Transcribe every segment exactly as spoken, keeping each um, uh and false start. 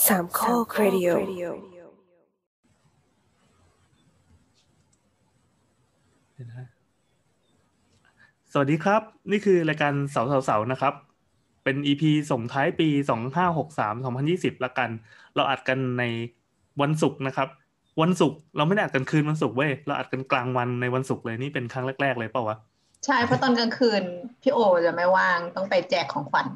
สามข้อครดิโอสวัสดีครับนี่คือรายการเสาเสาเสานะครับเป็น อี พี ส่งท้ายปีสองพันห้าร้อยหกสิบสาม สองพันยี่สิบละกันเราอัดกันในวันศุกร์นะครับวันศุกร์เราไม่ได้อัดกันคืนวันศุกร์เว้ยเราอัดกันกลางวันในวันศุกร์เลยนี่เป็นครั้งแรกๆเลยเปล่าวะใช่เพราะตอนกลางคืนพี่โอจะไม่ว่างต้องไปแจกของขวัญ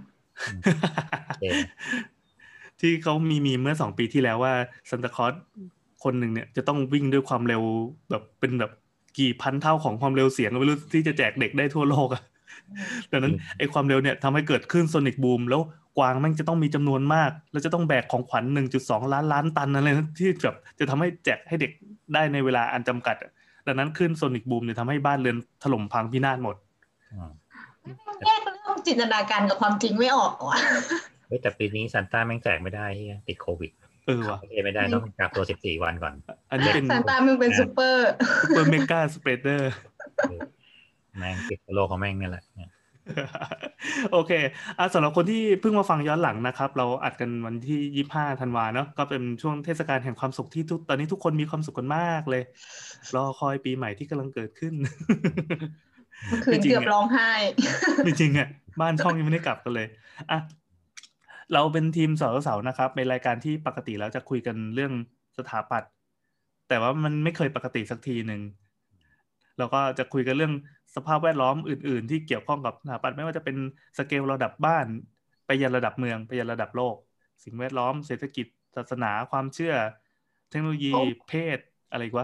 ที่เขามีมีเมื่อสองปีที่แล้วว่าซันตาคลอสคนหนึ่งเนี่ยจะต้องวิ่งด้วยความเร็วแบบเป็นแบบกี่พันเท่าของความเร็วเสียงไม่รู้ที่จะแจกเด็กได้ทั่วโลกอ่ะดังนั้นไอ้ความเร็วเนี่ยทำให้เกิดขึ้นโซนิกบูมแล้วกวางแม่งจะต้องมีจำนวนมากแล้วจะต้องแบกของขวัญ หนึ่งจุดสอง ล้านล้านตันอะไรที่แบบจะทำให้แจกให้เด็กได้ในเวลาอันจำกัดดังนั้นขึ้นโซนิกบูมเนี่ยทำให้บ้านเรือนถล่มพังพินาศหมดแยกเรื่องจินตนาการกับความจริงไม่ออกว่ะเฮ้ยแต่ปีนี้ซันต้าแม่งแจกไม่ได้ที่ติดโควิดเออว่ะไม่ได้ต้องกักตัวสิบสี่วันก่อนอันนี้เป็นซันต้ามึงเป็นซุปเปอร์ซุปเปอร์เมกาสเปรดเดอร์แม่งติดโลกของแม่งนี่แหละโอเคอ่ะสำหรับคนที่เพิ่งมาฟังย้อนหลังนะครับเราอัดกันวันที่ยี่สิบห้าธันวาเนาะก็เป็นช่วงเทศกาลแห่งความสุขที่ทุกตอนนี้ทุกคนมีความสุขกันมากเลยรอคอยปีใหม่ที่กำลังเกิดขึ้นเมื่อคืนเกือบร้องไห้จริงๆอ่ะบ้านช่องยังไม่ได้กลับกันเลยอ่ะเราเป็นทีมสาวสาวนะครับในรายการที่ปกติแล้วจะคุยกันเรื่องสถาปัตย์แต่ว่ามันไม่เคยปกติสักทีนึงเราก็จะคุยกันเรื่องสภาพแวดล้อมอื่นๆที่เกี่ยวข้องกับสถาปัตย์ไม่ว่าจะเป็นสเกลระดับบ้านไปยันระดับเมืองไปยันระดับโลกสิ่งแวดล้อมเศรษฐกิจศาสนาความเชื่อเทคโนโลยีเพศอะไรวะ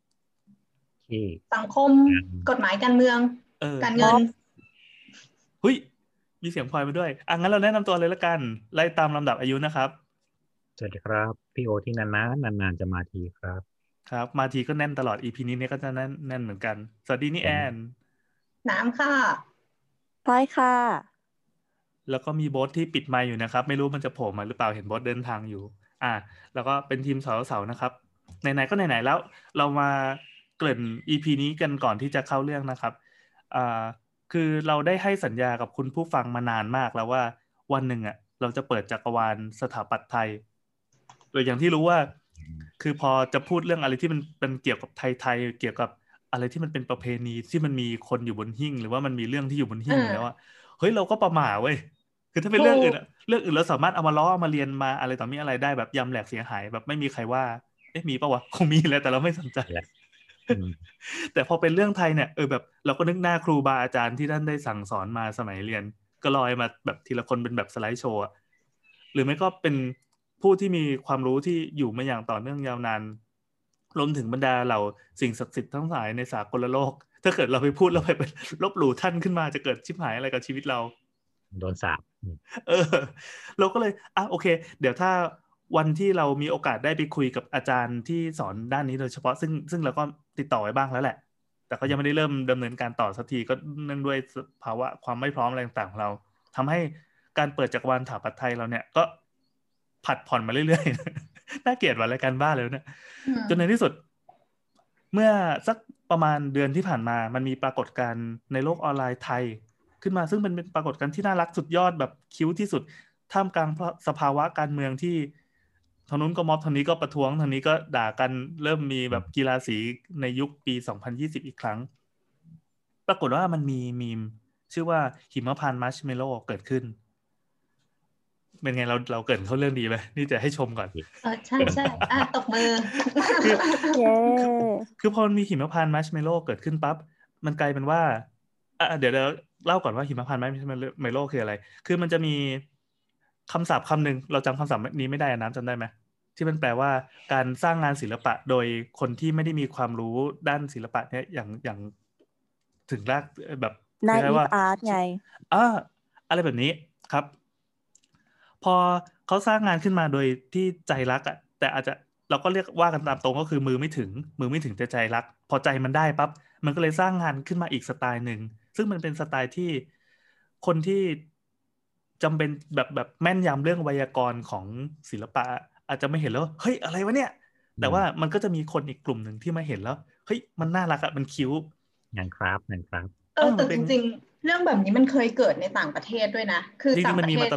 สังคมกฎหมายการเมืองการเงินเฮ้ยมีเสียงพลอยมาด้วยอ่ะงั้นเราแนะนำตัวเลยละกันไล่ตามลำดับอายุนะครับสวัสดีครับพี่โอที่นานๆนานๆจะมาทีครับครับมาทีก็แน่นตลอด อี พี นี้เนี่ยก็จะแน่นแน่นเหมือนกันสวัสดีนี่แอนน้ำค่ะพลอยค่ะแล้วก็มีโบ๊ทที่ปิดไมค์อยู่นะครับไม่รู้มันจะโผล่มาหรือเปล่าเห็นโบ๊ทเดินทางอยู่อ่ะแล้วก็เป็นทีมสาวสาวนะครับไหนๆก็ไหนๆแล้วเรามาเกริ่น อี พี นี้กันก่อนที่จะเข้าเรื่องนะครับอ่าคือเราได้ให้สัญญากับคุณผู้ฟังมานานมากแล้วว่าวันหนึ่งอ่ะเราจะเปิดจักรวาลสถาปัตย์ไทยโดยอย่างที่รู้ว่าคือพอจะพูดเรื่องอะไรที่มันเป็นเกี่ยวกับไทยๆเกี่ยวกับอะไรที่มันเป็นประเพณีที่มันมีคนอยู่บนหิ้งหรือว่ามันมีเรื่องที่อยู่บนหิ้งแล้วอ่ะเฮ้ยเราก็ประหม่าเว้ยคือถ้าเป็นเรื่องอื่นอะเรื่องอื่นเราสามารถเอามาล้อเอามาเรียนมาอะไรต่อมีอะไรได้แบบยำแหลกเสียหายแบบไม่มีใครว่าเอ๊ะมีป่าววะคงมีแหละแต่เราไม่สนใจแต่พอเป็นเรื่องไทยเนี่ยเออแบบเราก็นึกหน้าครูบาอาจารย์ที่ท่านได้สั่งสอนมาสมัยเรียนก็ลอยมาแบบทีละคนเป็นแบบสไลด์โชว์หรือไม่ก็เป็นผู้ที่มีความรู้ที่อยู่มาอย่างต่อเนื่องยาวนานรวมถึงบรรดาเหล่าสิ่งศักดิ์สิทธิ์ทั้งหลายในสากลโลกถ้าเกิดเราไปพูดแล้วไปลบหลู่ท่านขึ้นมาจะเกิดชิบหายอะไรกับชีวิตเราโดนสาปเออเราก็เลยอ่ะโอเคเดี๋ยวถ้าวันที่เรามีโอกาสได้ไปคุยกับอาจารย์ที่สอนด้านนี้โดยเฉพาะซึ่งซึ่งเราก็ติดต่อไว้บ้างแล้วแหละแต่ก็ยังไม่ได้เริ่มดำเนินการต่อสักทีก็เนื่องด้วยภาวะความไม่พร้อมอะไรต่างๆของเราทำให้การเปิดจักรวาลสถาปัตย์ไทยเราเนี่ยก็ผัดผ่อนมาเรื่อยๆน่าเกลียดว่ารายการบ้าเลยเนี่ยจนในที่สุดเมื่อสักประมาณเดือนที่ผ่านมามันมีปรากฏการณ์ในโลกออนไลน์ไทยขึ้นมาซึ่งเป็นปรากฏการณ์ที่น่ารักสุดยอดแบบคิ้วที่สุดท่ามกลางสภาวะการเมืองที่ทางนู้นก็ม็อบทางนี้ก็ประท้วงทางนี้ก็ด่ากันเริ่มมีแบบกีฬาสีในยุคปีสองพันยี่สิบอีกครั้งปรากฏว่ามันมีมีมชื่อว่าหิมพานต์มัชเมลโล่เกิดขึ้นเป็นไงเราเราเกิดเข้าเรื่องดีไหมนี่จะให้ชมก่อนเออใช่ใช่อ่ะตบมือคือคือพอมีหิมพานต์มัชเมลโล่เกิดขึ้นปั๊บมันกลายเป็นว่าอ่ะเดี๋ยวเราเล่าก่อนว่าหิมพานต์มัชเมลโล่คืออะไรคือมันจะมีคำศัพท์คำหนึ่งเราจำคำศัพท์นี้ไม่ได้น้ำจำได้ไหมที่มันแปลว่าการสร้างงานศิลปะโดยคนที่ไม่ได้มีความรู้ด้านศิลปะเนี่ยอย่างอย่างถึงรากแบบนายอีฟอาร์ตไงอ่าอะไรแบบนี้ครับพอเขาสร้างงานขึ้นมาโดยที่ใจรักอ่ะแต่อาจจะเราก็เรียกว่ากันตามตรงก็คือมือไม่ถึงมือไม่ถึงแต่ใจรักพอใจมันได้ปั๊บมันก็เลยสร้างงานขึ้นมาอีกสไตล์หนึ่งซึ่งมันเป็นสไตล์ที่คนที่จำเป็นแบบแบบแม่นยำเรื่องไวยากรณ์ของศิลปะอาจจะไม่เห็นแล้วเฮ้ยอะไรวะเนี่ยแต่ว่ามันก็จะมีคนอีกกลุ่มหนึ่งที่มาเห็นแล้วเฮ้ยมันน่ารักอ่ะมันคิ้วงานคราฟต์งานคราฟต์เออแต่จริงๆเรื่องแบบนี้มันเคยเกิดในต่างประเทศด้วยนะคือต่างประเทศมันมีมาตลอด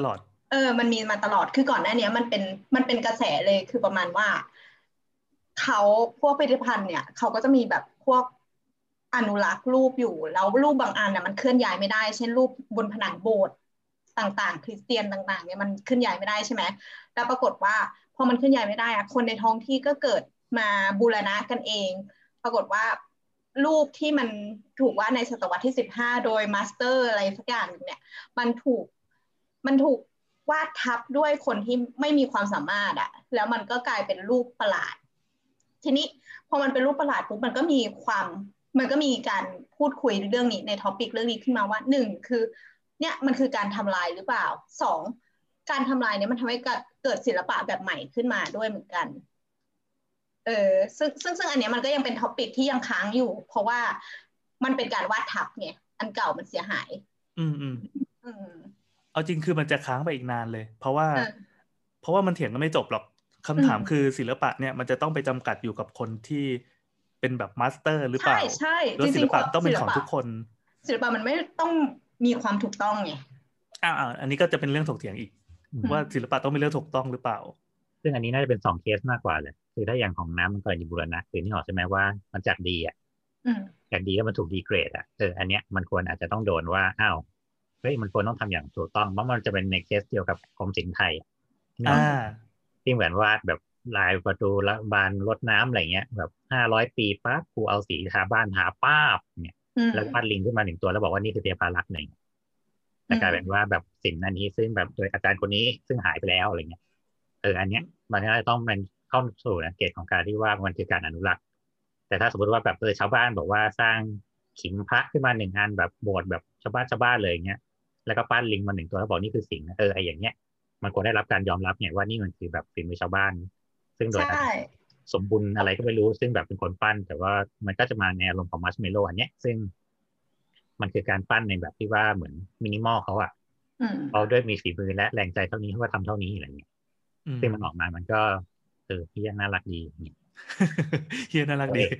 เออมันมีมาตลอดคือก่อนหน้านี้มันเป็นมันเป็นกระแสเลยคือประมาณว่าเขาพวกพิพิธภัณฑ์เนี่ยเขาก็จะมีแบบพวกอนุรักษ์รูปอยู่แล้วรูปบางอันน่ะมันเคลื่อนย้ายไม่ได้เช่นรูปบนผนังโบสถ์ต่างๆคริสเตียนต่างๆเนี่ยมันเคลื่อนย้ายไม่ได้ใช่ไหมแล้วปรากฏว่าพอมันเคลื่อนย้ายไม่ได้อะคนในท้องที่ก็เกิดมาบูรณะกันเองปรากฏว่ารูปที่มันถูกวาดในศตวรรษที่สิบห้าโดยมาสเตอร์อะไรสักอย่างนึงเนี่ยมันถูกมันถูกวาดทับด้วยคนที่ไม่มีความสามารถอะแล้วมันก็กลายเป็นรูปประหลาดทีนี้พอมันเป็นรูปประหลาดปุ๊บมันก็มีความมันก็มีการพูดคุยเรื่องนี้ในท็อปิกเรื่องนี้ขึ้นมาว่าหนึ่งคือเนี่ยมันคือการทำลายหรือเปล่าสองการทำลายเนี่ยมันทำให้เกิดศิลปะแบบใหม่ขึ้นมาด้วยเหมือนกันเออซึ่งซึ่งซึ่งอันเนี้ยมันก็ยังเป็นท็อปิกที่ยังค้างอยู่เพราะว่ามันเป็นการวาดทับไงอันเก่ามันเสียหายอืมอืมอืมเอาจริงคือมันจะค้างไปอีกนานเลยเพราะว่าเออเพราะว่ามันเถียงกันไม่จบหรอกคำถามคือศิลปะเนี่ยมันจะต้องไปจำกัดอยู่กับคนที่เป็นแบบมาสเตอร์หรือเปใช่ล่าใช่หรือศิลปะต้องเป็นของทุกคนศิลปะมันไม่ต้องมีความถูกต้องไงอ้าวอันนี้ก็จะเป็นเรื่องถกเถียงอีกว่าศิลปะต้องเป็นเรื่องถูกต้องหรือเปล่าซึ่งอันนี้น่าจะเป็นสองเคสมากกว่าเลยคือถ้าอย่างของน้ำมันกรณีบูรณะคือนี่ออกใช่ไหมว่ามันจากดีอ่ะจากดีแล้วมันถูกดีเกรดอ่ะเอออันเนี้ยมันควรอาจจะต้องโดนว่าอ้าวเฮ้ยมันควรต้องทำอย่างถูกต้องเพราะมันจะเป็นในเคสเดียวกับกรมศิลป์ไทยอ่าที่เหมือนวาดแบบลายประตูละบานรดน้ำอะไรเงี้ยแบบห้าร้อยปีปั๊บกูเอาสีทาบ้านทาป้าบเนี่ยแล้ววาดลิงขึ้นมาหนึ่งตัวแล้วบอกว่านี่คือเทพารักษ์หนึ่งแต่กลายเป็นว่าแบบสินอันนี้ซึ่งแบบโดยอาจารย์คนนี้ซึ่งหายไปแล้วอะไรเงี้ยเอออันเนี้ยมันก็ต้องมันเข้าสู่นะเกณฑ์ของการที่ว่ามันคือการอนุรักษ์แต่ถ้าสมมติว่าแบบเออชาวบ้านบอกว่าสร้างขิงพระขึ้นมาหนึ่งอันแบบโบสถ์แบบชาวบ้านชาวบ้านเลยเงี้ยแล้วก็ปั้นลิงมาหนึ่งตัวแล้วบอกนี่คือสิงเออไออย่างเงี้ยมันควรได้รับการยอมรับเนี่ยว่านี่มันคือแบบฝีมือชาวบ้านซึ่งโดยสมบูรณ์อะไรก็ไม่รู้ซึ่งแบบเป็นคนปั้นแต่ว่ามันก็จะมาในอารมณ์ของมัชเมลโล่อันเนี้ยซึ่งมันคือการปั้นในแบบที่ว่าเหมือนมินิมอลเขาอะเขาด้วยมีฝีมือและแรงใจเท่านี้เขาก็ทำเท่านี้อะไรเงี้ยซึ่งมันออกมามันก็เออเฮียน่ารักดีเฮียน่ารักดี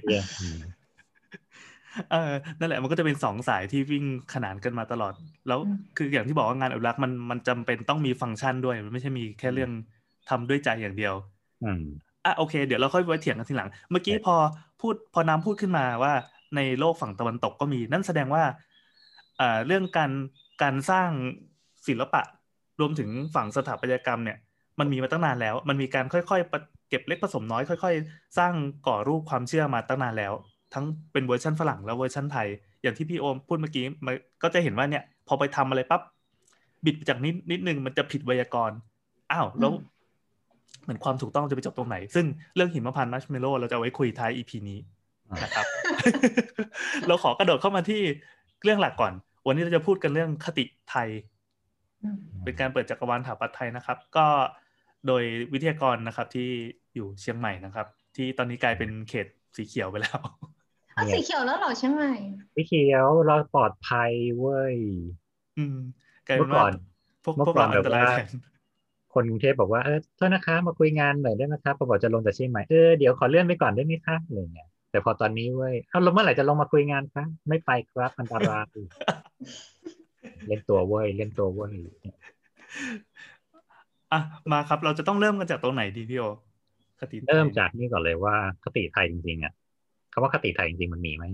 เออนั่นแหละมันก็จะเป็นสองสายที่วิ่งขนานกันมาตลอดแล้วคืออย่างที่บอกว่างานอนุรักษ์มันมันจำเป็นต้องมีฟังก์ชันด้วยมันไม่ใช่มีแค่เรื่องทำด้วยใจอย่างเดียวอืมอ่ะโอเคเดี๋ยวเราค่อยไว้เถียงกันทีหลังเมื่อกี้พอพูดพอน้ำพูดขึ้นมาว่าในโลกฝั่งตะวันตกก็มีนั่นแสดงว่าอ่าเรื่องการการสร้างศิลปะรวมถึงฝั่งสถาปัตยกรรมเนี่ยมันมีมาตั้งนานแล้วมันมีการค่อยๆเก็บเล็กผสมน้อยค่อยๆสร้างก่อรูปความเชื่อมาตั้งนานแล้วทั้งเป็นเวอร์ชันฝรั่งและเวอร์ชันไทยอย่างที่พี่โอมพูดเมื่อกี้มันก็จะเห็นว่าเนี่ยพอไปทำอะไรปั๊บบิดจากนิดนิดนึงมันจะผิดไวยากรณ์อ้าวแล้วเหมือนความถูกต้องจะไปจบตรงไหนซึ่งเรื่องหิมพานต์มัชเมลโล่เราจะเอาไว้คุยท้าย อี พี นี้นะครับ เราขอกระโดดเข้ามาที่เรื่องหลักก่อนวันนี้เราจะพูดกันเรื่องคติไทยเป็นการเปิดจักรวาลสถาปัตย์ไทยนะครับก็โดยวิทยากรนะครับที่อยู่เชียงใหม่นะครับที่ตอนนี้กลายเป็นเขตสีเขียวไปแล้วอ้าวสีเขียวแล้วเหรอเชียงใหม่สีเขียวเราปลอดภัยเว้ยอืมกลายเป็นว่าพวกพวกเราอันตรายแทนคนกรุงเทพบอกว่าเออโทษนะคะมาคุยงานหน่อยได้ไหมครับพอบอกจะลงจากเชียงใหม่เออเดี๋ยวขอเลื่อนไปก่อนได้ไหมคะอะไรเงี้ยแต่พอตอนนี้เว้ยเอาลงเมื่อไหร่จะลงมาคุยงานคะไม่ไปครับอันตรายเล่นตัวเว้ยเล่นตัวเว้ยอ่ะมาครับเราจะต้องเริ่มกันจากตรงไหนดีพี่โอคติเริ่มจากนี่ก่อนเลยว่าคติไทยจริงๆอ่ะคำว่าคติไทยจริงๆมันมีไหม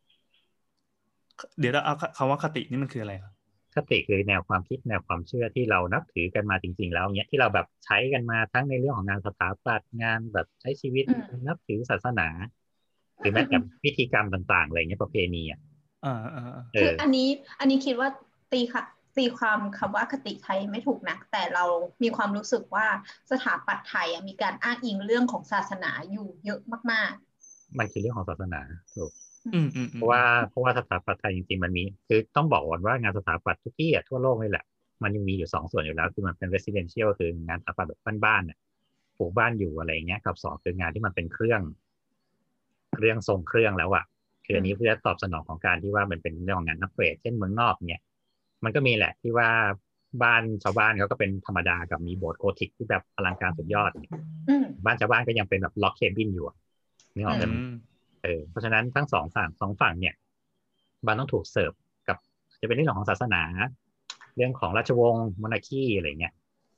เดี๋ยวเราเอาคำว่าคตินี่มันคืออะไรครับคติคือแนวความคิดแนวความเชื่อที่เรานับถือกันมาจริงๆแล้วเนี้ยที่เราแบบใช้กันมาทั้งในเรื่องของงานสถาปัตย์งานแบบใช้ชีวิตนับถือศาสนาหรือแม้แต่พิธีกรรมต่างๆอะไรเงี้ยประเพณีอ่ะอ่าอ่าคืออันนี้อันนี้คิดว่าตีค่ะตีความคำว่าคติไทยไม่ถูกนะแต่เรามีความรู้สึกว่าสถาปัตย์ไทยมีการอ้างอิงเรื่องของศาสนาอยู่เยอะมากๆมันคือเรื่องของศาสนาถูกอืมอืมเพราะว่าเพราะว่าสถาปัตย์ไทยจริงๆมันมีคือต้องบอกก่อนว่างานสถาปัตย์ทุกที่อ่ะทั่วโลกนี่แหละมันยังมีอยู่สองส่วนอยู่แล้วคือมันเป็น residential คืองานสถาปัตย์แบบบ้านๆเนี่ยปลูกบ้านอยู่อะไรเงี้ยกับสองคืองานที่มันเป็นเครื่องเครื่องทรงเครื่องแล้วอ่ะคืออันนี้เพื่อตอบสนองของการที่ว่ามันเป็นเรื่องของงานนักเรทเช่นเมืองนอกเนี่ยมันก็มีแหละที่ว่าบ้านชาวบ้านเขาก็เป็นธรรมดากับมีโบสถ์โกธิกที่แบบอลังการสุดยอดเนี่ยบ้านชาวบ้านก็ยังเป็นแบบล็อกเคบินอยู่นี่ออกกันเออเพราะฉะนั้นทั้งสองฝั่งสองฝั่งเนี่ยมันต้องถูกเสิร์ฟกับจะเป็นเรื่องของศาสนาเรื่องของราชวงศ์มอนาคีอะไรเงี้ย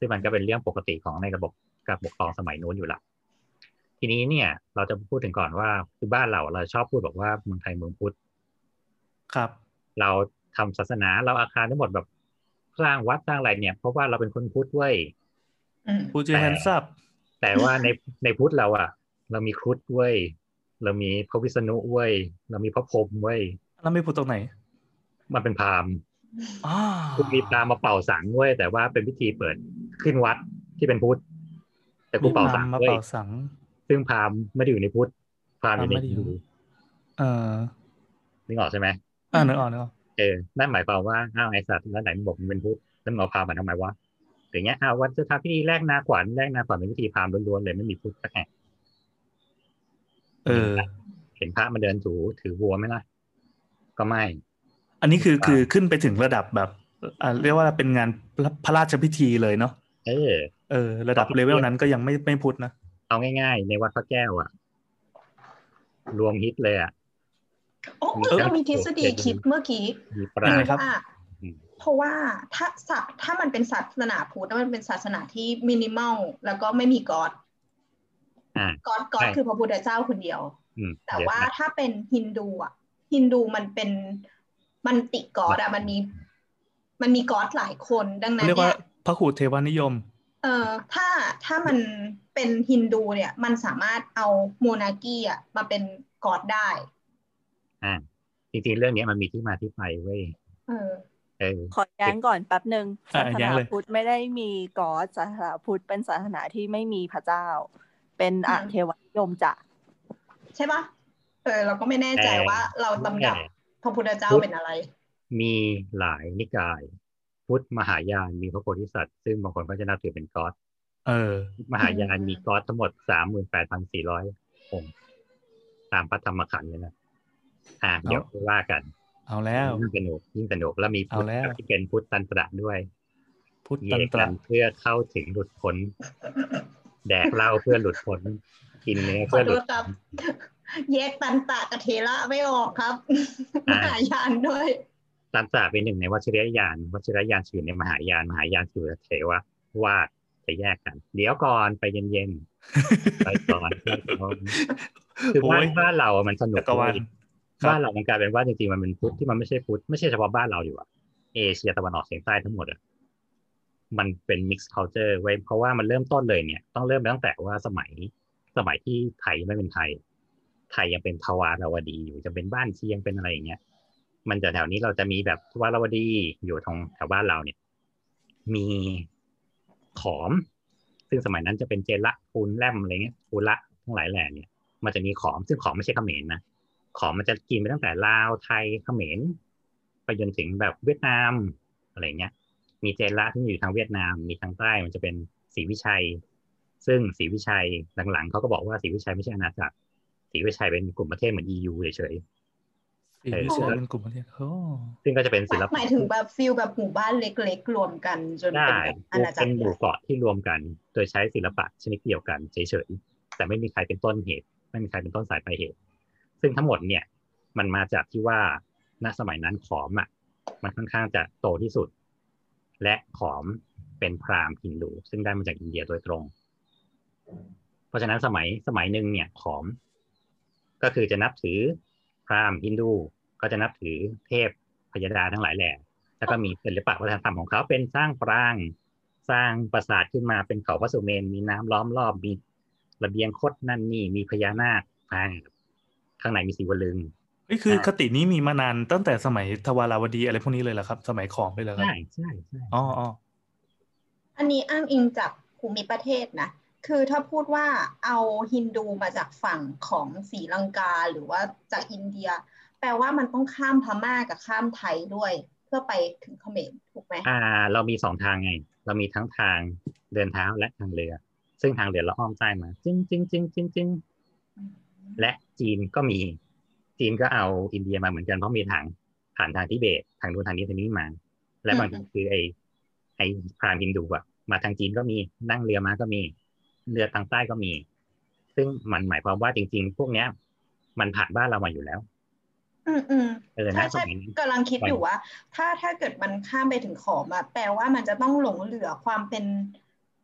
ซึ่งมันก็เป็นเรื่องปกติของในระบบการปกครองสมัยโน้นอยู่ละทีนี้เนี่ยเราจะพูดถึงก่อนว่าคือบ้านเราเราชอบพูดบอกว่าเมืองไทยเมืองพุทธครับเราทำศาสนาเราอาคารทั้งหมดแบบสร้างวัดสร้างอะไรเนี่ยเพราะว่าเราเป็นคนพุทธเว้ยพุทธแฮนซับแต่ว่าในในพุทธเราอ่ะเรามีครุฑเว้ยเรามีพระวิษณุเว้ยเรามีพระพรหมเว้ยแล้วไม่พุทธตรงไหนมันเป็นพราหมณ์คุณมีพราหมณ์มาเป่าสังเว้ยแต่ว่าเป็นพิธีเปิดขึ้นวัดที่เป็นพุทธแต่กูเป่าสังเว้ยซึ่งพราหมณ์ไม่ได้อยู่ในพุทธพราหมณ์อยู่ในฮินดูเออนึกออกใช่ไหมอ่านึกออกนึกออกเออนั่นหมายความว่าอ้าวไอสัตว์แล้วไหนมึงบอกมึงเป็นพุทธแล้วมึงเอาพราหมณ์มาทำไมวะอย่างเงี้ยอ้าววันจะทำพิธีแลกนาขวัญแลกนาขวัญเป็นพิธีพราหมณ์ล้วนๆเลยไม่มีพุทธสักแห่งเออเห็นพระมาเดินถูถือวัวไหมล่ะก็ไม่อันนี้คือคือขึ้นไปถึงระดับแบบอ่าเรียกว่าเป็นงานพระราชพิธีเลยเนาะเออเออระดับเลเวลนั้นก็ยังไม่ไม่พุทธนะเอาง่ายๆในวัดพระแก้วอ่ะรวมฮิตเลยอ่ะโอ้เรามีทฤษฎีคิดเมื่อกี้ยังไงครับเพราะว่าถ้าถ้ามันเป็นศาสนาพุทธมันเป็นศาสนาที่มินิมอลแล้วก็ไม่มีกอดกอดกอดคือพระพุทธเจ้าคนเดียวแต่ว่าถ้าเป็นฮินดูอ่ะฮินดูมันเป็นมันติกอดอ่ะมันมีมันมีกอดหลายคนดังนั้นเนี่ยเรียกว่าพหุเทวานิยมเอ่อถ้าถ้ามันเป็นฮินดูเนี่ยมันสามารถเอาโมนาคีอ่ะมาเป็นกอดได้อ่าจริงๆเรื่องนี้มันมีที่มาที่ไปเว้ยเออเออขอแย้งก่อนแป๊บนึงศาสนาพุทธไม่ได้มีกอดศาสนาพุทธเป็นศาสนาที่ไม่มีพระเจ้าเป็นอเทวนิยมจ้ะใช่ปะเออเราก็ไม่แน่ใจว่าเราตำดับพระพุทธเจ้าเป็นอะไรมีหลายนิกายพุทธมหายานมีพระโพธิสัตว์ซึ่งบางคนก็จะนับถือเป็นก๊อดเออมหายานมีก๊อดทั้งหมด สามหมื่นแปดพันสี่ร้อย องค์ตามพระธรรมขันธ์เลยนะอ่าเดี๋ยวว่ากันเอาแล้วยิ่งสนุกยิ่งสนุกแล้วมีพุทธที่เป็นพุทธตันตระด้วยพุทธตันตระเพื่อเข้าถึงหลุดพ้นแดกเหล้าเพื่อหลุดพ้นกินเนื้อเพื่อหลุดแยกตันตระกับเถระไม่ออกครับมหายานด้วยตันตระเป็นหนึ่งในวชิรยานวชิรยานชื่อในมหายานมหายานชื่อเถระว่าจะแยกกันเดี๋ยวก่อนไปเย็นๆไปก่อนคือบ้านบ้านเรามันสนุกบ้านเรามันกลายเป็นว่าจริงๆมันเป็นพุทธที่มันไม่ใช่พุทธไม่ใช่เฉพาะบ้านเราอยู่อะเอเชียตะวันออกเฉียงใต้ทั้งหมดอะมันเป็น mixed culture ไว้เพราะว่ามันเริ่มต้นเลยเนี่ยต้องเริ่มตั้งแต่ว่าสมัยสมัยที่ไทยไม่เป็นไทยไทยยังเป็นทวารวดีอยู่จะเป็นบ้านเชียงเป็นอะไรอย่างเงี้ยมันจะแถวนี้เราจะมีแบบทวารวดีอยู่ตรงแถวบ้านเราเนี่ยมีขอมซึ่งสมัยนั้นจะเป็นเจละคูนแลมอะไรเงี้ยคูละทั้งหลายแหล่เนี่ยมันจะมีขอมซึ่งขอมไม่ใช่เขมรนะขอมมันจะกินไปตั้งแต่ลาวไทยเขมรไปจนถึงแบบเวียดนามอะไรเงี้ยมีเจละที่อยู่ทางเวียดนามมีทางใต้มันจะเป็นศรีวิชัยซึ่งศรีวิชัยหลังๆเขาก็บอกว่าศรีวิชัยไม่ใช่อาณาจักรศรีวิชัยเป็นกลุ่มประเทศเหมือน อี ยู เฉยๆศรีวิชัยเป็นกลุ่มประเทศโอ้ซึ่งก็จะเป็นศิลปะหมายถึงแบบฟีลแบบหมู่บ้านเล็กๆรวมกันจนเป็นอาณาจักรเป็นหมู่เกาะที่รวมกันโดยใช้ศิลปะชนิดเดียวกันเฉยๆแต่ไม่มีใครเป็นต้นเหตุไม่มีใครเป็นต้นสายปลายเหตุซึ่งทั้งหมดเนี่ยมันมาจากที่ว่าณสมัยนั้นขอมอ่ะมันค่อนข้างจะโตที่สุดและขอมเป็นพราหมณ์ฮินดูซึ่งได้มาจากอินเดียโดยตรงเพราะฉะนั้นสมัยสมัยหนึ่งเนี่ยขอมก็คือจะนับถือพราหมณ์ฮินดูก็จะนับถือเทพพยดาทั้งหลายแหล่แล้วก็มีศิลปะวัฒนธรรมของเขาเป็นสร้างปรางสร้างปราสาทขึ้นมาเป็นเขาพระสุเมนมีน้ำล้อมรอบมีระเบียงคดนั่นนี่มีพญานาคข้างในมีศิวลึงนี่คือคตินี้มีมานานตั้งแต่สมัยทวารวดีอะไรพวกนี้เลยเหรอครับสมัยขอมเลยเหรอครับใช่ใช่ใช่อ๋ออ๋ออันนี้อ้างอิงจากภูมิประเทศนะคือถ้าพูดว่าเอาฮินดูมาจากฝั่งของศรีลังกาหรือว่าจากอินเดียแปลว่ามันต้องข้ามพม่ากับข้ามไทยด้วยเพื่อไปถึงเขมรถูกไหมอ่าเรามีสองทางไงเรามีทั้งทางเดินเท้าและทางเรือซึ่งทางเรือเราอ้อมใต้มาจริงจริงจริงจริงจริงและจีนก็มีจีนก็เอาอินเดียมาเหมือนกันเพราะมีทางผ่านทางทิเบตทางนู้นทางนี้ทางนี้มาและบางทีคือไอไอพราหมณ์ฮินดูอะมาทางจีนก็มีนั่งเรือมาก็มีเรือทางใต้ก็มีซึ่งมันหมายความว่าจริงๆพวกเนี้ยมันผ่านบ้านเรามาอยู่แล้วอืมอืมเออใช่ใช่กำลังคิดอยู่ว่าถ้าถ้าเกิดมันข้ามไปถึงขอมอะแปลว่ามันจะต้องหลงเหลือความเป็น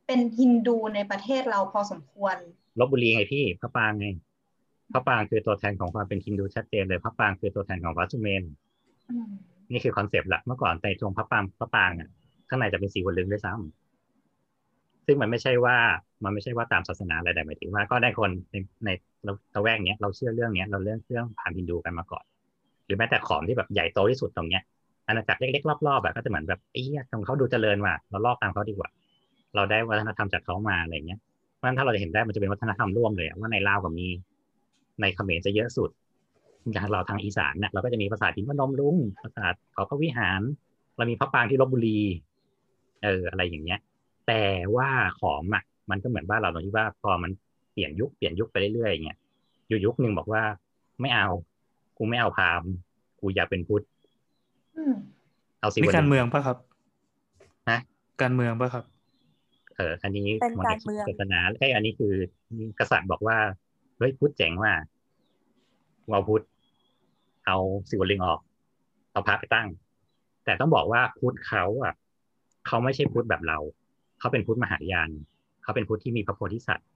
เป็นฮินดูในประเทศเราพอสมควรลพบุรีไงพี่พระปรางไงพระปรางคือตัวแทนของความเป็นฮินดูชัดเจนเลยพระปรางคือตัวแทนของวัดสุเมนนี่คือคอนเซปต์หลักเมื่อก่อนในตรงพระปรางพระปรางอ่ะข้างในจะเป็นสีวลึงด้วยซ้ำซึ่งมันไม่ใช่ว่ามันไม่ใช่ว่าตามศาสนาอะไรแต่หมายถึงว่าก็ได้คนในในละแวกเนี้ยเราเชื่อเรื่องเนี้ยเราเรื่องเรื่องผ่านฮินดูกันมาก่อนหรือแม้แต่ขอมที่แบบใหญ่โตที่สุดตรงเนี้ยอาณาจักรเล็กๆรอบๆแบบก็จะเหมือนแบบไอ้เหี้ยของเขาดูเจริญว่ะเราลอกตามเขาดีกว่าเราได้วัฒนธรรมจากเขามาอะไรเงี้ยเพราะฉะนั้นถ้าเราจะเห็นได้มันจะเป็นวัฒนธรรมร่วมเลยว่าในลาวกับมีในเขมรจะเยอะสุดอย่างเราทางอีสานเนี่ยเราก็จะมีปราสาทหินพนมรุ้งปราสาทเขาพระวิหารเรามีพระปรางที่ลพบุรีเอออะไรอย่างเงี้ยแต่ว่าขอมอ่ะมันก็เหมือนบ้านเราตรงที่ว่าพอมันเปลี่ยนยุคเปลี่ยนยุคไปเรื่อยๆอย่างเงี้ยอยู่ยุคนึงบอกว่าไม่เอากูไม่เอาพราหมณ์กูอยากเป็นพุทธเอาสินี่การเมืองป่ะครับฮะการเมืองป่ะครับเอออันนี้เป็นการเมืองศาสนาไอ้อันนี้คือกษัตริย์บอกว่าเฮ้ยพุทธเจ๋งว่าเอาพุทธเอาศิวลึงออกเอาพระไปตั้งแต่ต้องบอกว่าพุทธเขาอ่ะเขาไม่ใช่พุทธแบบเราเขาเป็นพุทธมหายานเขาเป็นพุทธที่มีพระโพธิสัตว์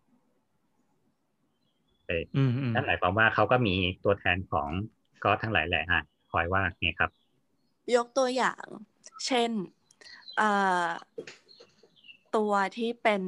เออนั่นหมายความว่าเขาก็มีตัวแทนของก็ทั้งหลายแหละฮะคอยว่าไงครับยกตัวอย่างเช่นตัวที่เป็น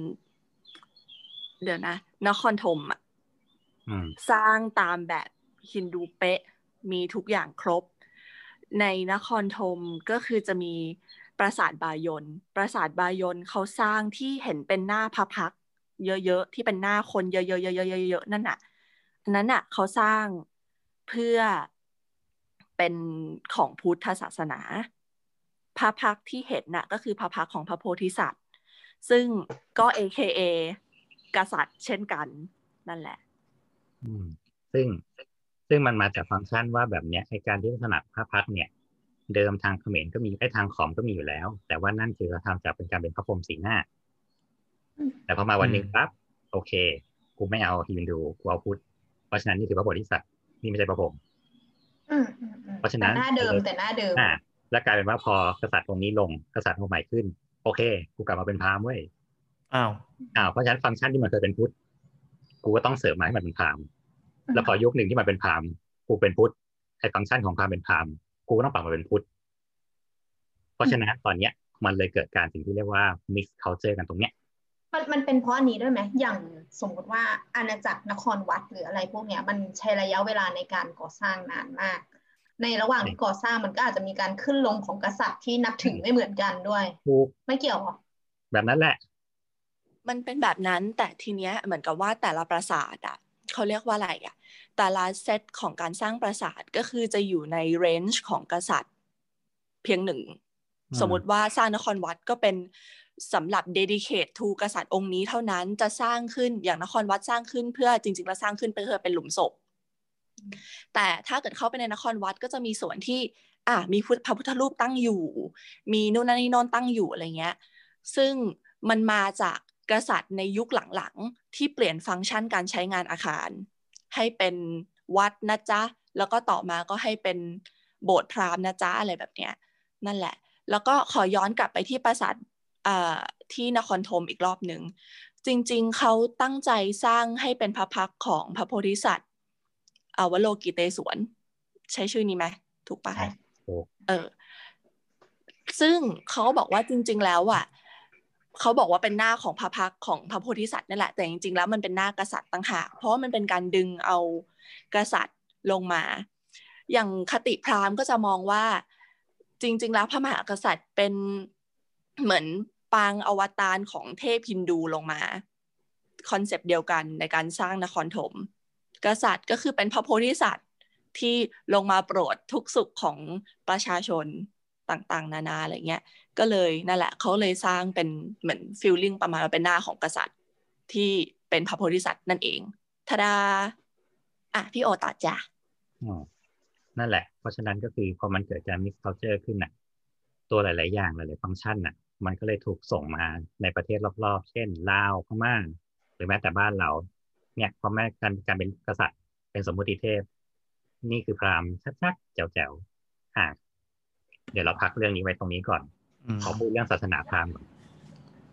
เดี๋ยวนะนครธมอ่ะสร้างตามแบบฮินดูเป๊ะมีทุกอย่างครบในนครธมก็คือจะมีปราสาทบายนปราสาทบายนเขาสร้างที่เห็นเป็นหน้าพระพักตร์เยอะๆที่เป็นหน้าคนเยอะๆๆๆๆนั่นน่ะอันนั้นน่ะเขาสร้างเพื่อเป็นของพุทธศาสนาพระพักตร์ที่เห็นน่ะก็คือพระพักตร์ของพระโพธิสัตว์ซึ่งก็ เอ เค เอ กษัตริย์เช่นกันนั่นแหละอืมซึ่งซึ่งมันมาจากฟังก์ชันว่าแบบเนี้ยในการที่ถนัดพระพักตร์เนี่ยเดิมทางเขมรก็มีไอ้ทางขอมก็มีอยู่แล้วแต่ว่านั่นคือเราทำจากเป็นการเป็นพระพรหมสีหน้าแต่พอมาวันหนึ่งปั๊บโอเคกูไม่เอาฮินดูกูเอาพุทธเพราะฉะนั้นนี่คือพระโพธิสัตว์นี่ไม่ใช่พระพรหมเพราะฉะนั้นหน้าเดิมแต่หน้าเดิมอ่าแล้วกลายเป็นว่าพอกษัตริย์องค์นี้ลงกษัตริย์องค์ใหม่ขึ้นโอเคกูกลับมาเป็นพราหมณ์เว้ยอ้าวอ้าวเพราะฉะนั้นฟังก์ชันที่มันเคยเป็นพุทธกูก็ต้องเสริมมาให้มันเป็นพราหมณ์แล้วพอยุคหนึ่งที่มันเป็นพราหมณ์กูเป็นพุทธไอ้ฟังก์ชันของความเป็นพราหมณ์กูก็ต้องปรับมาเป็นพุทธเพราะฉะนั้นตอนเนี้ยมันเลยเกิดการสิ่งที่เรียกว่า mix culture กันตรงเนี้ยมันมันเป็นเพราะอันนี้ด้วยไหมอย่างสมมติว่าอาณาจักรนครวัดหรืออะไรพวกเนี้ยมันใช้ระยะเวลาในการก่อสร้างนานมากในระหว่างที่ก่อสร้างมันก็อาจจะมีการขึ้นลงของกษัตริย์ที่นับถือไม่เหมือนกันด้วยไม่เกี่ยวหรอแบบนั้นแหละมันเป็นแบบนั้นแต่ทีเนี้ยเหมือนกับว่าแต่ละปราสาทอ่ะเขาเรียกว่าอะไรอ่ะแต่ละเซตของการสร้างปราสาทก็คือจะอยู่ในเรนจ์ของกษัตริย์เพียงหนึ่งสมมติว่าสร้างนครวัดก็เป็นสำหรับ dedicate to กษัตริย์องค์นี้เท่านั้นจะสร้างขึ้นอย่างนครวัดสร้างขึ้นเพื่อจริงๆแล้วสร้างขึ้นเพื่อเป็นหลุมศพแต่ถ้าเกิดเข้าไปในนครวัดก็จะมีส่วนที่อ่ะมีพระพุทธรูปตั้งอยู่มีนู่นนั่นนี่โน่นตั้งอยู่อะไรเงี้ยซึ่งมันมาจากกษัตริย์ในยุคหลังๆที่เปลี่ยนฟังก์ชันการใช้งานอาคารให้เป็นวัดนะจ๊ะแล้วก็ต่อมาก็ให้เป็นโบสถ์พราหมณ์นะจ๊ะอะไรแบบเนี้ยนั่นแหละแล้วก็ขอย้อนกลับไปที่ปราสาทที่นครธมอีกรอบหนึ่งจริงๆเขาตั้งใจสร้างให้เป็นพระพักตร์ของพระโพธิสัตว์อวโลกิเตศวรใช้ชื่อนี้ไหมถูกปะเออซึ่งเขาบอกว่าจริงๆแล้วอ่ะเขาบอกว่าเป็นหน้าของพระพักตร์ของพระโพธิสัตว์นั่นแหละแต่จริงๆแล้วมันเป็นหน้ากษัตริย์ต่างหากเพราะว่ามันเป็นการดึงเอากษัตริย์ลงมาอย่างคติพราหมณ์ก็จะมองว่าจริงๆแล้วพระมหากษัตริย์เป็นเหมือนปางอวตารของเทพฮินดูลงมาคอนเซปต์เดียวกันในการสร้างนครธมกษัตริย์ก็คือเป็นพระโพธิสัตว์ที่ลงมาโปรดทุกสุขของประชาชนต่างๆนานาอะไรเงี้ยก็เลยนั่นแหละเขาเลยสร้างเป็นเหมือนฟีลลิ่งประมาณว่าเป็นหน้าของกษัตริย์ที่เป็นพระโพธิสัตว์นั่นเองทาดาอ่ะพี่โอต่อจ้ะอ๋อนั่นแหละเพราะฉะนั้นก็คือพอมันเกิดการ mix culture ขึ้นน่ะตัวหลายๆอย่างหลายๆฟังก์ชันน่ะมันก็เลยถูกส่งมาในประเทศรอบๆเช่นลาวพม่าหรือแม้แต่บ้านเราเนี่ยพอแม้การการเป็นกษัตริย์เป็นสมมุติเทพนี่คือพราหมณ์ชัดๆแจ๋วๆอ่ะเดี๋ยวเราพักเรื่องนี้ไว้ตรงนี้ก่อนขอพูดเรื่องศาสนาพราหมณ์ก่อน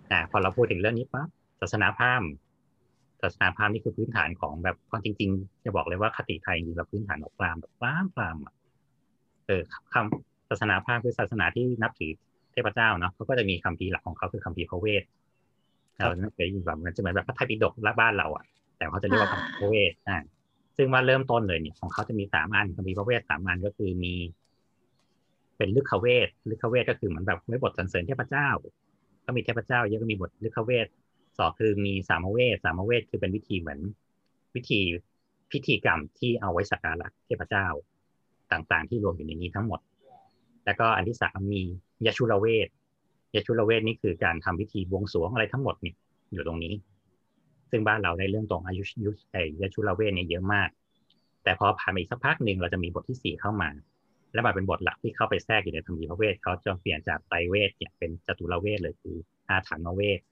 อ่าพอเราพูดถึงเรื่องนี้ปั๊บศาสนาพราหมณ์ศาสนาพราหมณ์นี่คือพื้นฐานของแบบความจริงๆจะบอกเลยว่าคติไทยจริงๆแบบพื้นฐานของพราหมณ์แบบพราหมณ์พราหมณ์อ่ะเออคำศาสนาพราหมณ์คือศาสนาที่นับถือเทพเจ้าเนาะเขาก็จะมีคัมภีร์หลักของเขาคือคัมภีร์พระเวทเราเนี่ยเคยยินแบบมันจะเหมือนแบบพระไตรปิฎกละบ้านเราอ่ะแต่เขาจะเรียกว่าคัมภีร์พระเวทอ่าซึ่งว่าเริ่มต้นเลยเนี่ยของเขาจะมีสามอันคัมภีร์พระเวทสามอันก็คือมีเป็นฤกขเวทฤกขเวทก็คือเหมือนแบบไว้บทสรรเสริญเทพเจ้าก็มีเทพเจ้าเยอะก็มีบทฤกขเวทสองคือมีสามเวทสามเวทคือเป็นวิธีเหมือนวิธีพิธีกรรมที่เอาไว้สักการะเทพเจ้าต่างๆที่รวมอยู่ในนี้ทั้งหมดแล้วก็อันที่สามมียชุรเวทยชุรเวทนี่คือการทำพิธีบวงสรวงอะไรทั้งหมดเนี่ยอยู่ตรงนี้ซึ่งบ้านเราได้เรื่องตรงอายุยุไอยชุรเวทเนี่ยเยอะมากแต่พอผ่านไปอีกสักพักหนึ่งเราจะมีบทที่สี่เข้ามาและมาเป็นบทหลักที่เข้าไปแทรกอยู่ในคัมภีร์พระเวทเขาจะเปลี่ยนจากไตรเวทเนี่ยเป็นจตุรเวทเลยคืออาถรรพ์เวท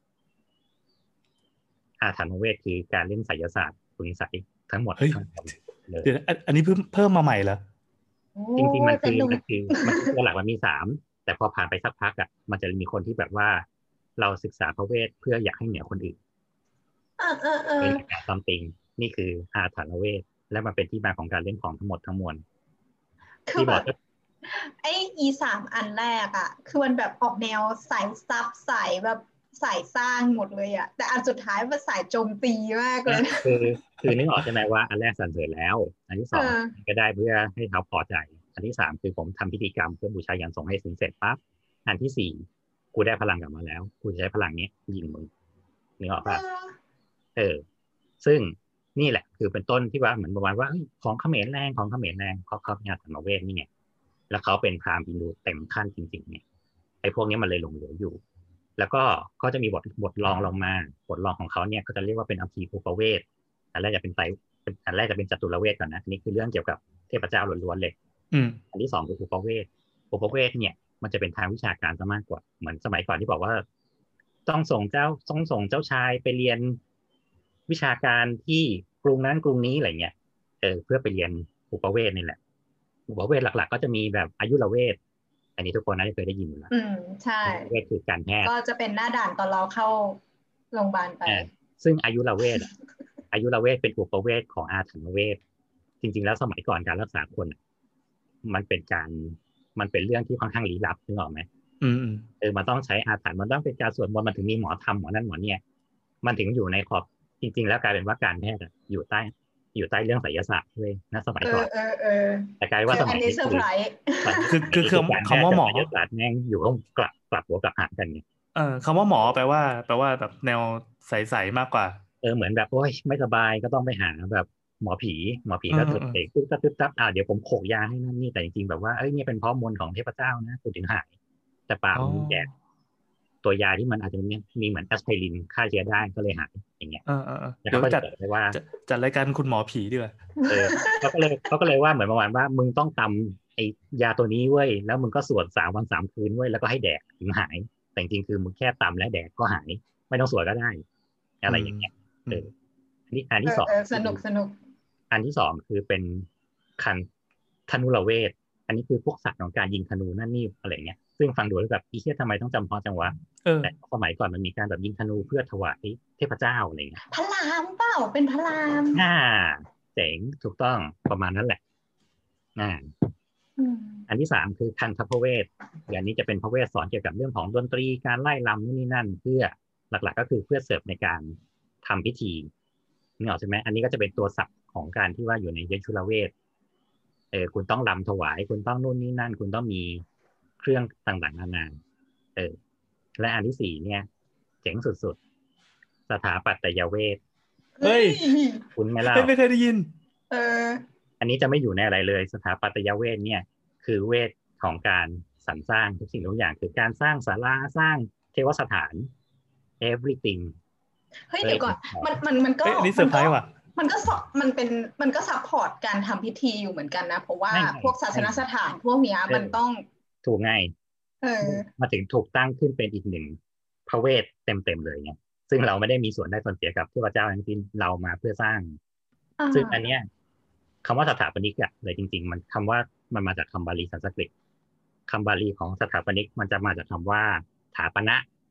อาถรรพ์เวทคือการเล่นไสยศาสตร์คุณไสยทั้งหมดทั้งหมดเลยเดี๋ยวอันนี้เพิ่มเพิ่มมาใหม่เหรอจริงๆมันคือมันคือมันคือตัวหลักมันมีสามแต่พอผ่านไปสักพักอ่ะมันจะมีคนที่แบบว่าเราศึกษาพระเวทเพื่ออยากให้เหนือคนอื่นเออเออเออเป็นการตามติงนี่คืออาถรรพ์เวทและมันเป็นที่มาของการเล่นของทั้งหมดทั้งมวลที่บอกไอ้อีสามอันแรกอ่ะคือมันแบบออกแนวสายซับสายแบบสายสร้างหมดเลยอ่ะแต่อันสุดท้ายมันสายโจมตีมากเลยคือคือนึกออกใช่ไหมว่าอันแรกสรรเสริญแล้วอันที่สองก็ได้เพื่อให้เขาพอใจอันที่สามคือผมทำพิธีกรรมเพื่อบูชายันส่งให้สินเสร็จปั๊บอันที่สี่กูได้พลังกลับมาแล้วกูจะใช้พลังนี้ยิงมึงนึกออกป่ะเออซึ่งนี่แหละคือเป็นต้นที่ว่าเหมือนประมาณว่าของเขมรแรงของเขมรแรงเขาเขาเนี่ยธรรมเวทนี่ไงแล้วเขาเป็นพราหมณ์ฮินดูเต็มขั้นจริงๆเนี่ยไอ้พวกนี้มันเลยหลงเหลืออยู่แล้วก็ก็จะมีบทบทรองลงมาบทรองของเขาเนี่ยก็จะเรียกว่าเป็นอัมพีภูปเวทอันแรกจะเป็นไตอันแรกจะเป็นจตุรเวทก่อนนะนี่คือเรื่องเกี่ยวกับเทพเจ้าล้วนๆเลยอันที่สองคือภูปเวทภูปเวทเนี่ยมันจะเป็นทางวิชาการซะมากกว่าเหมือนสมัยก่อนที่บอกว่าต้องส่งเจ้าต้องส่งเจ้าชายไปเรียนวิชาการที่กรุงนั้นกรุงนี้อะไรเงี้ยเออเพื่อไปเรียนภูปเวทนี่แหละภูปเวทหลักๆก็จะมีแบบอายุรเวทอันนี้ทุกคนน่าจะเคยได้ยินอยู่แล้วอืมใช่เวทคือการแพทย์ก็จะเป็นหน้าด่านตอนเราเข้าโรงพยาบาลไปซึ่งอายุรเวทอายุรเวทเป็นอุปเวทของอาถรรพ์เวทจริงๆแล้วสมัยก่อนการรักษาคนมันเป็นการมันเป็นเรื่องที่ค่อนข้างลี้ลับนึกออกไหมอืมเออมันต้องใช้อาถรรพ์มันต้องเป็นการสวดมนต์มันถึงมีหมอทำหมอนั่นหมอเนี่ยมันถึงอยู่ในขอบจริงๆแล้วกลายเป็นว่าการแพทย์อยู่ใต้อยู่ใต้เรื่องไสยศาสตร์ด้วยนะสมัยก่อนแต่กลายว่าสมัยนี้คือคือคือคำว่าหมอไสยศาสตร์แม่งอยู่ต้องกลับกลับหัวกลับหางกันไงเออคำว่าหมอแปลว่าแปลว่าแบบแนวใสๆมากกว่าเออเหมือนแบบโอ้ยไม่สบายก็ต้องไปหาแบบหมอผีหมอผีก็ตึกเตะตึ๊บตึ๊บตึ๊บอ่าเดี๋ยวผมโขกยาให้นั่นนี่แต่จริงๆแบบว่าเอ้ยนี่เป็นเพราะมนต์ของเทพเจ้านะคุณถึงหายแต่เปล่ามันแย่ตัวยาที่มันอาจจะมีมีเหมือนแอสไพรินฆ่าเชื้อได้ก็เลยหายอย่างเงี้ยเออเออเดี๋ยวจัดว่าจัดรายการคุณหมอผีดีกว่าเออเขาก็เลยเขาก็เลยว่าเหมือนประมาณว่ามึงต้องตำไอยาตัวนี้เว้ยแล้วมึงก็สวดสามวันสามคืนเว้ยแล้วก็ให้แดกถึงหายแต่จริงๆคือมึงแค่ตำและแดกก็หายไม่ต้องสวดก็ได้อะไรอย่างเงี้ยเอออันนี้อันที่สองสนุกสนุกอันที่สองคือเป็นคันธนูรเวทอันนี้คือพวกสัตว์ของการยิงธนูนั่นนี่อะไรเงี้ยซึ่งฟังดูแล้วแบบอีเชี่ยทำไมต้องจำพอจังวะแต่สมัยก่อนมันมีการแบบยิงธนูเพื่อถวายเทพเจ้าอะไรเงี้ยพระรามเปล่าเป็นพระรามอ่าเจ๋งถูกต้องประมาณนั้นแหละอ่าอันที่สามคือคันทพเวทอย่างนี้จะเป็นพระเวทสอนเกี่ยวกับเรื่องของดนตรีการไล่ลำนู่นนี่นั่นเพื่อหลักๆก็คือเพื่อเสิร์ฟในการทำพิธีนี่ออกใช่ไหมอันนี้ก็จะเป็นตัวศัพท์ของการที่ว่าอยู่ในยชุรเวทเออคุณต้องรำถวายคุณต้องนู่นนี่นั่นคุณต้องมีเครื่องต่างๆนานาเออและอันที่สี่เนี่ยเจ๋งสุดๆสถาปัตยเวทเฮ้ยคุณไม่เล่าไม่เคยได้ยินเอออันนี้จะไม่อยู่ในอะไรเลยสถาปัตยเวทเนี่ยคือเวทของการสรรสร้างทุกสิ่งทุกอย่างคือการสร้างศาลาสร้างเทวสถาน everything เฮ้ยเดี๋ยวก่อนมันมันมันก็นี่เซอร์ไพรส์ว่ะมันก็มันเป็นมันก็ซัพพอร์ตการทำพิธีอยู่เหมือนกันนะเพราะว่าพวกศาสนสถานพวกเนี้ยมันต้องถูกไงเออมาถึงถูกตั้งขึ้นเป็นอีกหนึ่งพระเวทเต็มๆเลยไงซึ่งเราไม่ได้มีส่วนได้ส่วนเสียกับเทพเจ้าทั้งสิ้นเรามาเพื่อสร้างซึ่งอันเนี้ยคำว่าสถาปนิกอะเลยจริงๆมันคำว่ามันมาจากคำบาลีสันสกฤตคำบาลีของสถาปนิกมันจะมาจากคำว่าถาปนะ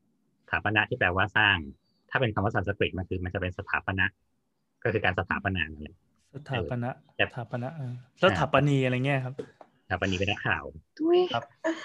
ถาปนะที่แปลว่าสร้างถ้าเป็นคำว่าสันสกฤตมันคือมันจะเป็นสถาปนะก็คือการสถาปนาอะไรสถาปนะสถาปนะแล้วสถาปนีอะไรเงี้ยครับสถาปนีเป็นนักข่าวครับ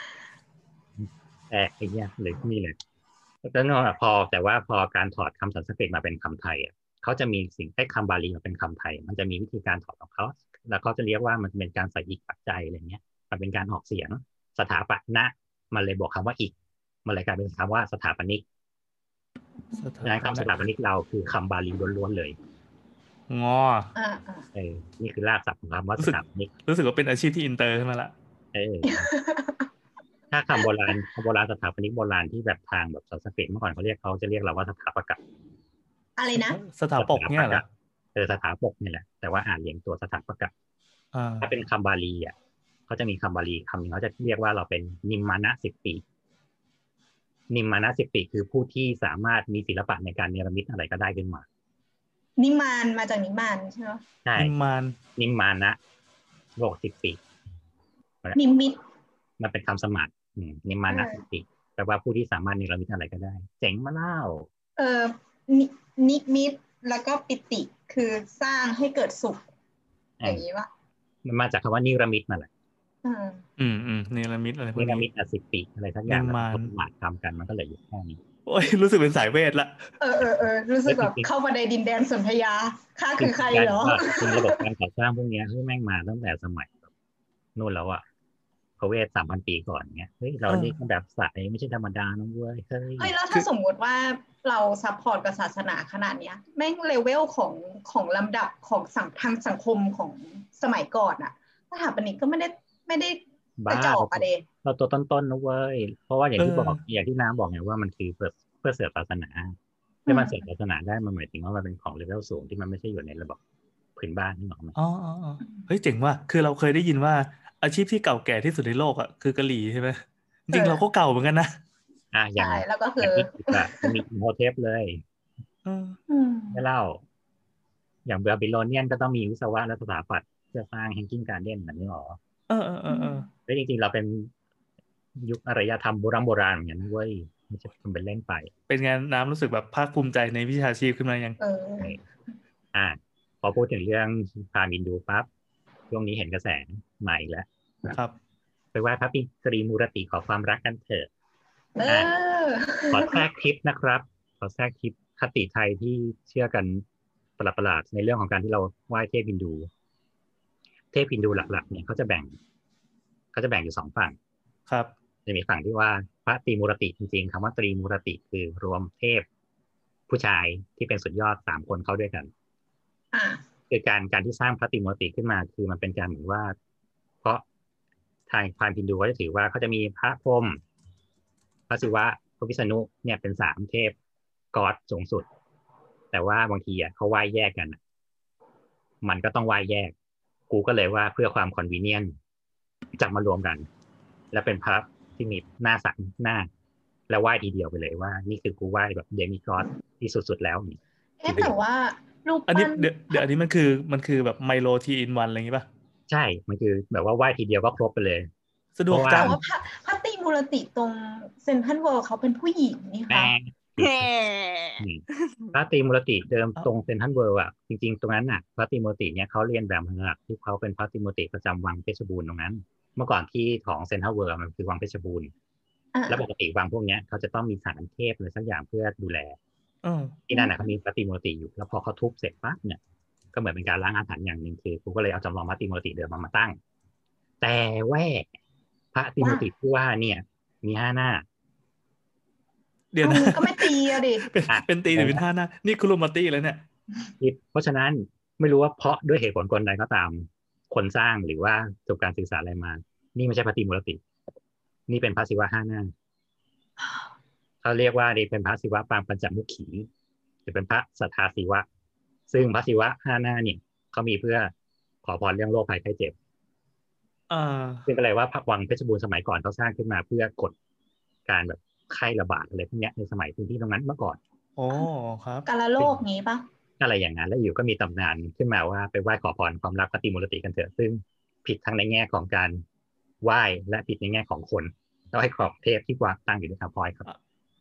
แต่ไอ้เนี่ยเลยนี่เลยแล้วก็พอแต่ว่าพอการถอดคำสันสกฤตมาเป็นคำไทยอ่ะเขาจะมีสิ่งให้คำบาลีมาเป็นคำไทยมันจะมีวิธีการถอดของเขาแล้วเขาจะเรียกว่ามันเป็นการใส่อีกปัจจัยอะไรเงี้ยมันเป็นการออกเสียงสถาปนะมันเลยบอกคำว่าอีกมันเลยกลายเป็นคำว่าสถาปนิกดังนั้นคำสถาปนิกเราคือคำบาลีล้วนๆเลยงอเออนี่คือรากศัพท์ของคำว่าสถาปนิกรู้สึกว่าเป็นอาชีพที่อินเตอร์ขึ้นมาละเออถ้าคำโบราณคำโบราณสถาปนิกโบราณที่แบบทางแบบสันสกฤตเมื่อก่อนเขาเรียกเขาจะเรียกเราว่าสถาปกะอะไรนะสถาปกเนี่ยเหรอเออสถาปกนี่แหละแต่ว่าอ่านเรียงตัวสถาปกะถ้าเป็นคำบาลีอ่ะเขาจะมีคำบาลีคำนึงเขาจะเรียกว่าเราเป็นนิมมานะสิบปีนิมมานะสิบปีคือผู้ที่สามารถมีศิลปะในการเนรมิตอะไรก็ได้ขึ้นมานิมานมาจากนิมานใช่ไหมใช่นิมานนิมมานะโลกสิบปีนิมิตมันเป็นคำสมัครนิมมานะสิบปีแปลว่าผู้ที่สามารถเนรมิตอะไรก็ได้เจ๋งมาเล่าเออนิมิตแล้วก็ปิติคือสร้างให้เกิดสุขอย่างนี้ป่ะมันมาจากคำว่านิรมิตมาแหละอืมอืมนิรมิตอะไรพวกนี้นิรมิตอสิบปีอะไรทั้งอย่างมันหมาดทำกันมันก็เลยอยู่แค่นี้โอ้ยรู้สึกเป็นสายเวทละเออเออเออรู้สึกแบบเข้ามาในดินแดนสนธยาข้าคือใครเหรอจริงระบบการก่อสร้างพวกนี้เฮ้ยแม่งมาตั้งแต่สมัยนู่นแล้วอะพระเวทสามพันปีก่อนเงี้ยเฮ้ยเรานี่ก็แบบสายไม่ใช่ธรรมดานะเว้ยเฮ้ยเฮ้ยแล้วถ้าสมมติว่าเราซัพพอร์ตกับศาสนาขนาดเนี้ยแม่งเลเวลของของลำดับของสังทางสังคมของสมัยก่อนอะสถาปนิกก็ไม่ได้ไม่ได้กระจอกอะเดเราตัวต้นๆนะเว้ยเพราะว่าอย่างที่บอกอย่างที่น้ำบอกไงว่ามันคือเพื่อเพื่อเสริมศาสนาที่มันเสริมศาสนาได้มันหมายถึงว่ามันเป็นของเลเวลสูงที่มันไม่ใช่อยู่ในระบบพื้นบ้านนี่หรอกมั้ยอ๋ออ๋อเฮ้ยเจ๋งว่ะคือเราเคยได้ยินว่าอาชีพที่เก่าแก่ที่สุดในโลกอ่ะคือกะหรี่ใช่ไหมจริงเราก็เก่าเหมือนกันนะอ่ะอย่างแล้วก็คือมีโฮเทปเลยไม่เล่าอย่างบาบิโลเนียนก็ต้องมีวิศวะและสถาปัตย์เพื่อสร้างแฮงกิ้งการ์เด้นแบบนี้หรอเออเออเออเออแล้วจริงๆเราเป็นยุคอารยธรรมโบราณโบราณอย่างนั้นเว้ยไม่ใช่ทำเป็นเล่นไปเป็นไงน้ำรู้สึกแบบภาคภูมิใจในวิชาชีพขึ้นมายังเอออ่าพอพูดถึงเรื่องพามินดูปั๊บช่วงนี้เห็นกระแสใหม่แล้วครับไปไหว้พระตรีมูรติขอความรักกันเถอะอ่าขอแทรกคลิปนะครับขอแทรกคลิปคติไทยที่เชื่อกันประหลาดๆในเรื่องของการที่เราไหว้เทพฮินดูเทพฮินดูหลักๆเนี่ยเขาจะแบ่งเขาจะแบ่งอยู่สองฝั่งครับจะมีฝั่งที่ว่าพระตรีมูรติจริงๆคำว่าตรีมูรติคือรวมเทพผู้ชายที่เป็นสุดยอดสามคนเข้าด้วยกันอ่าคือการการที่สร้างพระตรีมูรติขึ้นมาคือมันเป็นการเหมือนว่าเพราะทางพราหมณ์ฮินดูเขาจะถือว่าเขาจะมีพระพรหมพระศิวะพระวิษณุเนี่ยเป็นสามเทพกอดสูงสุดแต่ว่าบางทีอ่ะเขาไหว้แยกกันมันก็ต้องไหว้แยกกูก็เลยว่าเพื่อความคอนวีเนียนจับมารวมกันแล้วเป็นพระที่มีหน้าสันหน้าแล้วไหว้ทีเดียวไปเลยว่านี่คือกูไหว้แบบเดมิกอดที่สุดๆแล้วนี่เอ๊ะแต่ว่ารูปอันนี้เดี๋ยวเดี๋ยวอันนี้มันคือมันคือแบบไมโลทีอินวันอะไรอย่างงี้ป่ะใช่มันคือแบบว่าไหว้ทีเดียวก็ครบไปเลยสะดวกจังแต่ว่าพระตรีมูรติตรงเซ็นทรัลเวิลด์เขาเป็นผู้หญิงนี่ค่ะพระตรีมูรติเดิมตรงเซ็นทรัลเวิลด์อ่ะจริงๆตรงนั้นน่ะพระตรีมูรติเนี่ยเขาเรียนแบบมาจากที่เขาเป็นพระตรีมูรติประจำวังเพชรบูรณ์ตรงนั้นเมื่อก่อนที่ของเซ็นทรัลเวิลด์มันคือวังเพชรบูรณ์แล้วปกติวังพวกนี้เขาจะต้องมีศาลเทพอะไรสักอย่างเพื่อดูแลที่นั่นน่ะเขามีพระตรีมูรติอยู่แล้วพอเขาทุบเสร็จปั๊บเนี่ยก็เหมือนเป็นการล้างอาถรรพ์อย่างหนึ่งคือกูก็เลยเอาจำลองพระตรีมูรติเดิมมามาตั้งแต่แว่พระตรีมูรติที่ว่าเนี่ยมีห้าหน้าเดี๋ยวนะก็ไม่ตีอะดิเป็นตีหรือเป็นห้าหน้านี่คุโรมาตี้แล้วเนี่ยเพราะฉะนั้นไม่รู้ว่าเพราะด้วยเหตุผลกลใดก็ตามคนสร้างหรือว่าจบการศึกษาอะไรมานี่ไม่ใช่พระตรีมูรตินี่เป็นพระศิวะห้าหน้าเขาเรียกว่านี่เป็นพระศิวะปางปัญจมุขีหรือเป็นพระสัทธาศิวะซึ่งพระศิวะห้าหน้าเนี่ยเขามีเพื่อขอพรเรื่องโรคภัยไข้เจ็บซึ่งก็เลยว่าพระวังเพชรบูรณ์สมัยก่อนเขาสร้างขึ้นมาเพื่อกดการแบบไข้ระบาดอะไรพวกนี้ในสมัยพื้นที่ตรงนั้นเมื่อก่อนโอ้ครับกาลโรคงี้ปะอะไรอย่างนั้นแล้วอยู่ก็มีตำนานขึ้นมาว่าไปไหว้ขอพรความรักพระตรีมูรติกันเถอะซึ่งผิดทั้งในแง่ของการไหว้และผิดในแง่ของคนแล้วให้ขอบเทพที่วางตั้งอยู่ในทางพลอยครับ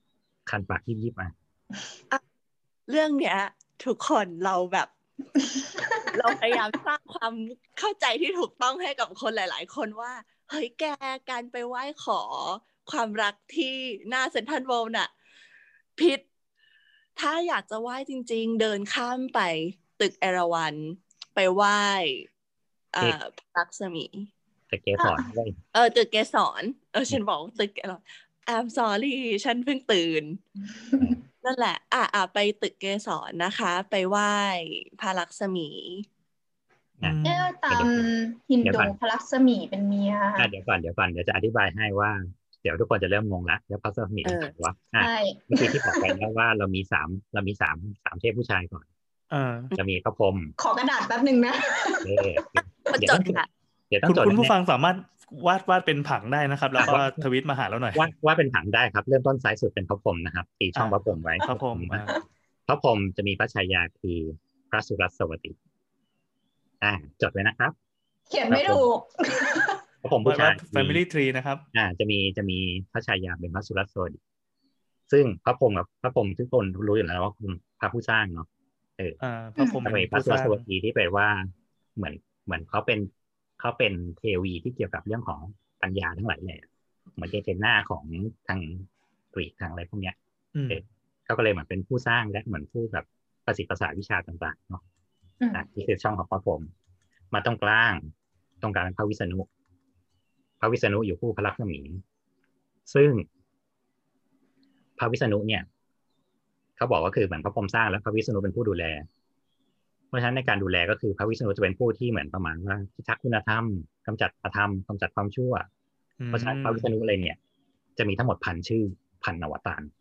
คันปากยิบๆอ่ะเรื่องเนี้ยทุกคนเราแบบ เราพยายามสร้างความเข้าใจที่ถูกต้องให้กับคนหลายๆคนว่าเฮ้ยแกการไปไหว้ขอความรักที่หน้าเซ็นทรัลเวิลด์น่ะผิดถ้าอยากจะไหว้จริงๆเดินข้ามไปตึกเอราวัณไปไหว้อ่าพระลักษมีตึกเกสรด้วยเออตึกเกสรเออฉันบอกตึกเอราวัณ I'm sorry ฉันเพิ่งตื่นนั่นแหละอ่ะอ่ะไปตึกเกสรนะคะไปไหว้พระลักษมีเอ๊ะตามฮินดูพระลักษมีเป็นเมียเดี๋ยวก่อนเดี๋ยวก่อนเดี๋ยวจะอธิบายให้ว่าเดี๋ยวทุกคนจะเริ่มงงละแล้วพระลักษมีเป็นว่าใช่เมื่อกี้ที่บอกไปแล้วว่าเรามีสามเรามีสามสามเทพผู้ชายก่อนเออจะมีพระพรหมขอกระดาษแป๊บนึงนะเดี๋ยวต้องเดี๋ยวต้องจดคุณผู้ฟังสามารถวาดวาดเป็นผังได้นะครับแล้วก็ทวิตมาหาเราหน่อยวาดวาดเป็นผังได้ครับเริ่มต้นซ้ายสุดเป็นพระพรหมนะครับตีช่องพระพรหมไว้พระพรหมพระพรหมจะมีพระฉายาคือพระสุรัสวตีอ่าจดไว้นะครับเขียนไม่ถูกพระพรหมผู้ชาย Family Tree นะครับอ่าจะมีจะมีพระฉายาเป็นพระสุรัสวตีซึ่งพระพรหมกับพระพรหมทุกคนรู้อยู่แล้วว่าคุณพระผู้สร้างเนาะเออพระพรหมเป็นพระสุรัสวตีที่แปลว่าเหมือนเหมือนเขาเป็นเขาเป็นเทวีที่เกี่ยวกับเรื่องของปัญญาทั้งหลายเลยเหมือนเจเทน่าของทางกรีกทางอะไรพวกเนี้ยเขาก็เลยเหมือนเป็นผู้สร้างและเหมือนผู้แบบประสิทธิ์ประสาทวิชาต่างๆเนาะที่คือช่องของพระพรหมมาตรงกลางตรงกลางเป็นพระวิษณุพระวิษณุอยู่คู่พระลักษมีซึ่งพระวิษณุเนี่ยเขาบอกว่าคือเหมือนพระพรหมสร้างแล้วพระวิษณุเป็นผู้ดูแลเพราะฉะนั้นในการดูแลก็คือพระวิษณุจะเป็นผู้ที่เหมือนประมาณว่าพิทักษ์คุณธรรมกำจัดอธรรมกำจัดความชั่วเพราะฉะนั้นพระวิษณุเลยเนี่ยจะมีทั้งหมดพันชื่อพันอวตาร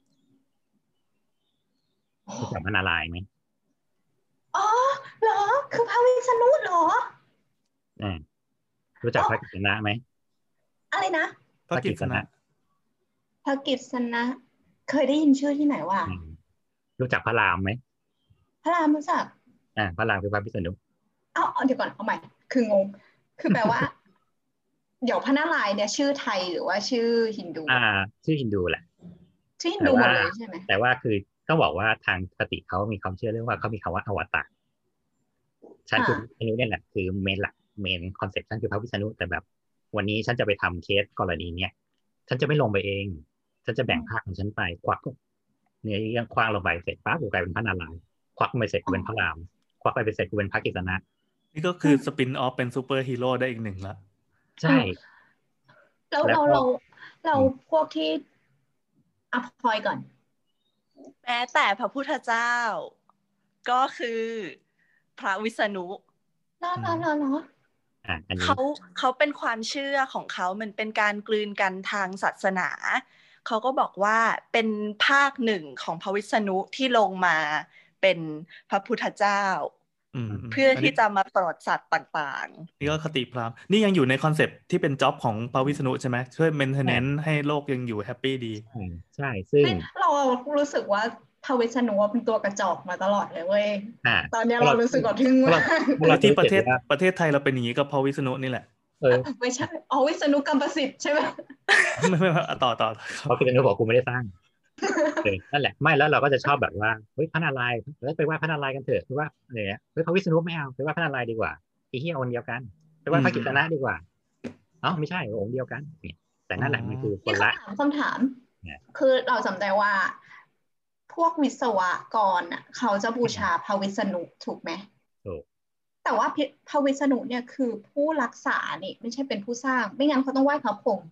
รู้จักพระนารายณ์ไหมอ๋อเหรอคือพระวิษณุเหรออ่ารู้จักพระกิษณะไหมอะไรนะพระกิษณะพระกิษณะเคยได้ยินชื่อที่ไหนวะรู้จักพระรามไหมพระรามรู้จักอ่าพระรามคือพระวิษณุเอาเอาเดี๋ยวก่อนเอาใหม่คืองงคือแปลว่า เดี๋ยวพระนารายณ์เนี่ยชื่อไทยหรือว่าชื่อฮินดูอ่าชื่อฮินดูแหละชื่อฮินดูหมดเลยใช่ไหมแต่ว่าคือต้องบอกว่าทางคติเขามีความเชื่อเรื่องว่าเขามีคำว่าอวตารฉันคือพระวิษณุเนี่ยแหละคือเมนหลักเมนคอนเซ็ปต์ฉันคือพระวิษณุแต่แบบวันนี้ฉันจะไปทำเคสกรณีเนี้ยฉันจะไม่ลงไปเองฉันจะแบ่งภาคของฉันไปควักเนี่ยยังคว้างลงไปเสร็จปั๊บกูกลายเป็นพระนารายณ์ควักไปเสร็จกูเป็นพระรามควักไปเสร็จกูเป็นพระกิษณะนี่ก็คือสปินออฟเป็นซูเปอร์ฮีโร่ได้อีกหนึ่งละใช่แล้วเราเราเราพวกที่อัพพอยก่อนแม้แต่พระพุทธเจ้าก็คือพระวิษณุเนาะเนาะเนาะเนาะเขาเขาเป็นความเชื่อของเขามันเป็นการกลืนกันทางศาสนาเขาก็บอกว่าเป็นภาคหนึ่งของพระวิษณุที่ลงมาเป็นพระพุทธเจ้าเพื่อที่จะมาโปรดสัตว์ต่างๆนี่ก็คติพราหมณ์นี่ยังอยู่ในคอนเซปต์ที่เป็นจ็อบของพระวิษณุใช่ไหมช่วยเมนเทนแนนซ์ให้โลกยังอยู่แฮปปี้ดีใช่ซึ่งเรารู้สึกว่าพระวิษณุเป็นตัวกระจอกมาตลอดเลยเว้ยตอนนี้เรารู้สึกว่าทึ่งมากที่ประเทศประเทศไทยเราเป็นอย่างนี้ก็พระวิษณุนี่แหละเออไม่ใช่อ๋อวิษณุกรรมสิทธิ์ใช่ไหมไม่ไม่ต่อต่อพระวิษณุบอกกูไม่ได้สร้างเออนั่นแหละไม่แล้วเราก็จะชอบแบบว่าเฮ้ยพระนารายณ์แล้วไปไหว้พระนารายณ์กันเถอะเพราะว่าอะไรเงี้ยเฮ้ยพระวิษณุไม่เอาไปไหว้พระนารายณ์ดีกว่าไอ้เหี้ยองค์เดียวกันไปไหว้พระกิษณะดีกว่าเอ้าไม่ใช่องค์เดียวกันเนี่ยแต่นั่นแหละมันคือคนละคำถามคือเราจำได้ว่าพวกวิศวกรอ่ะเขาจะบูชาพระวิษณุถูกไหมถูกแต่ว่าพระวิษณุเนี่ยคือผู้รักษานี่ไม่ใช่เป็นผู้สร้างไม่งั้นเขาต้องไหว้พระพรหม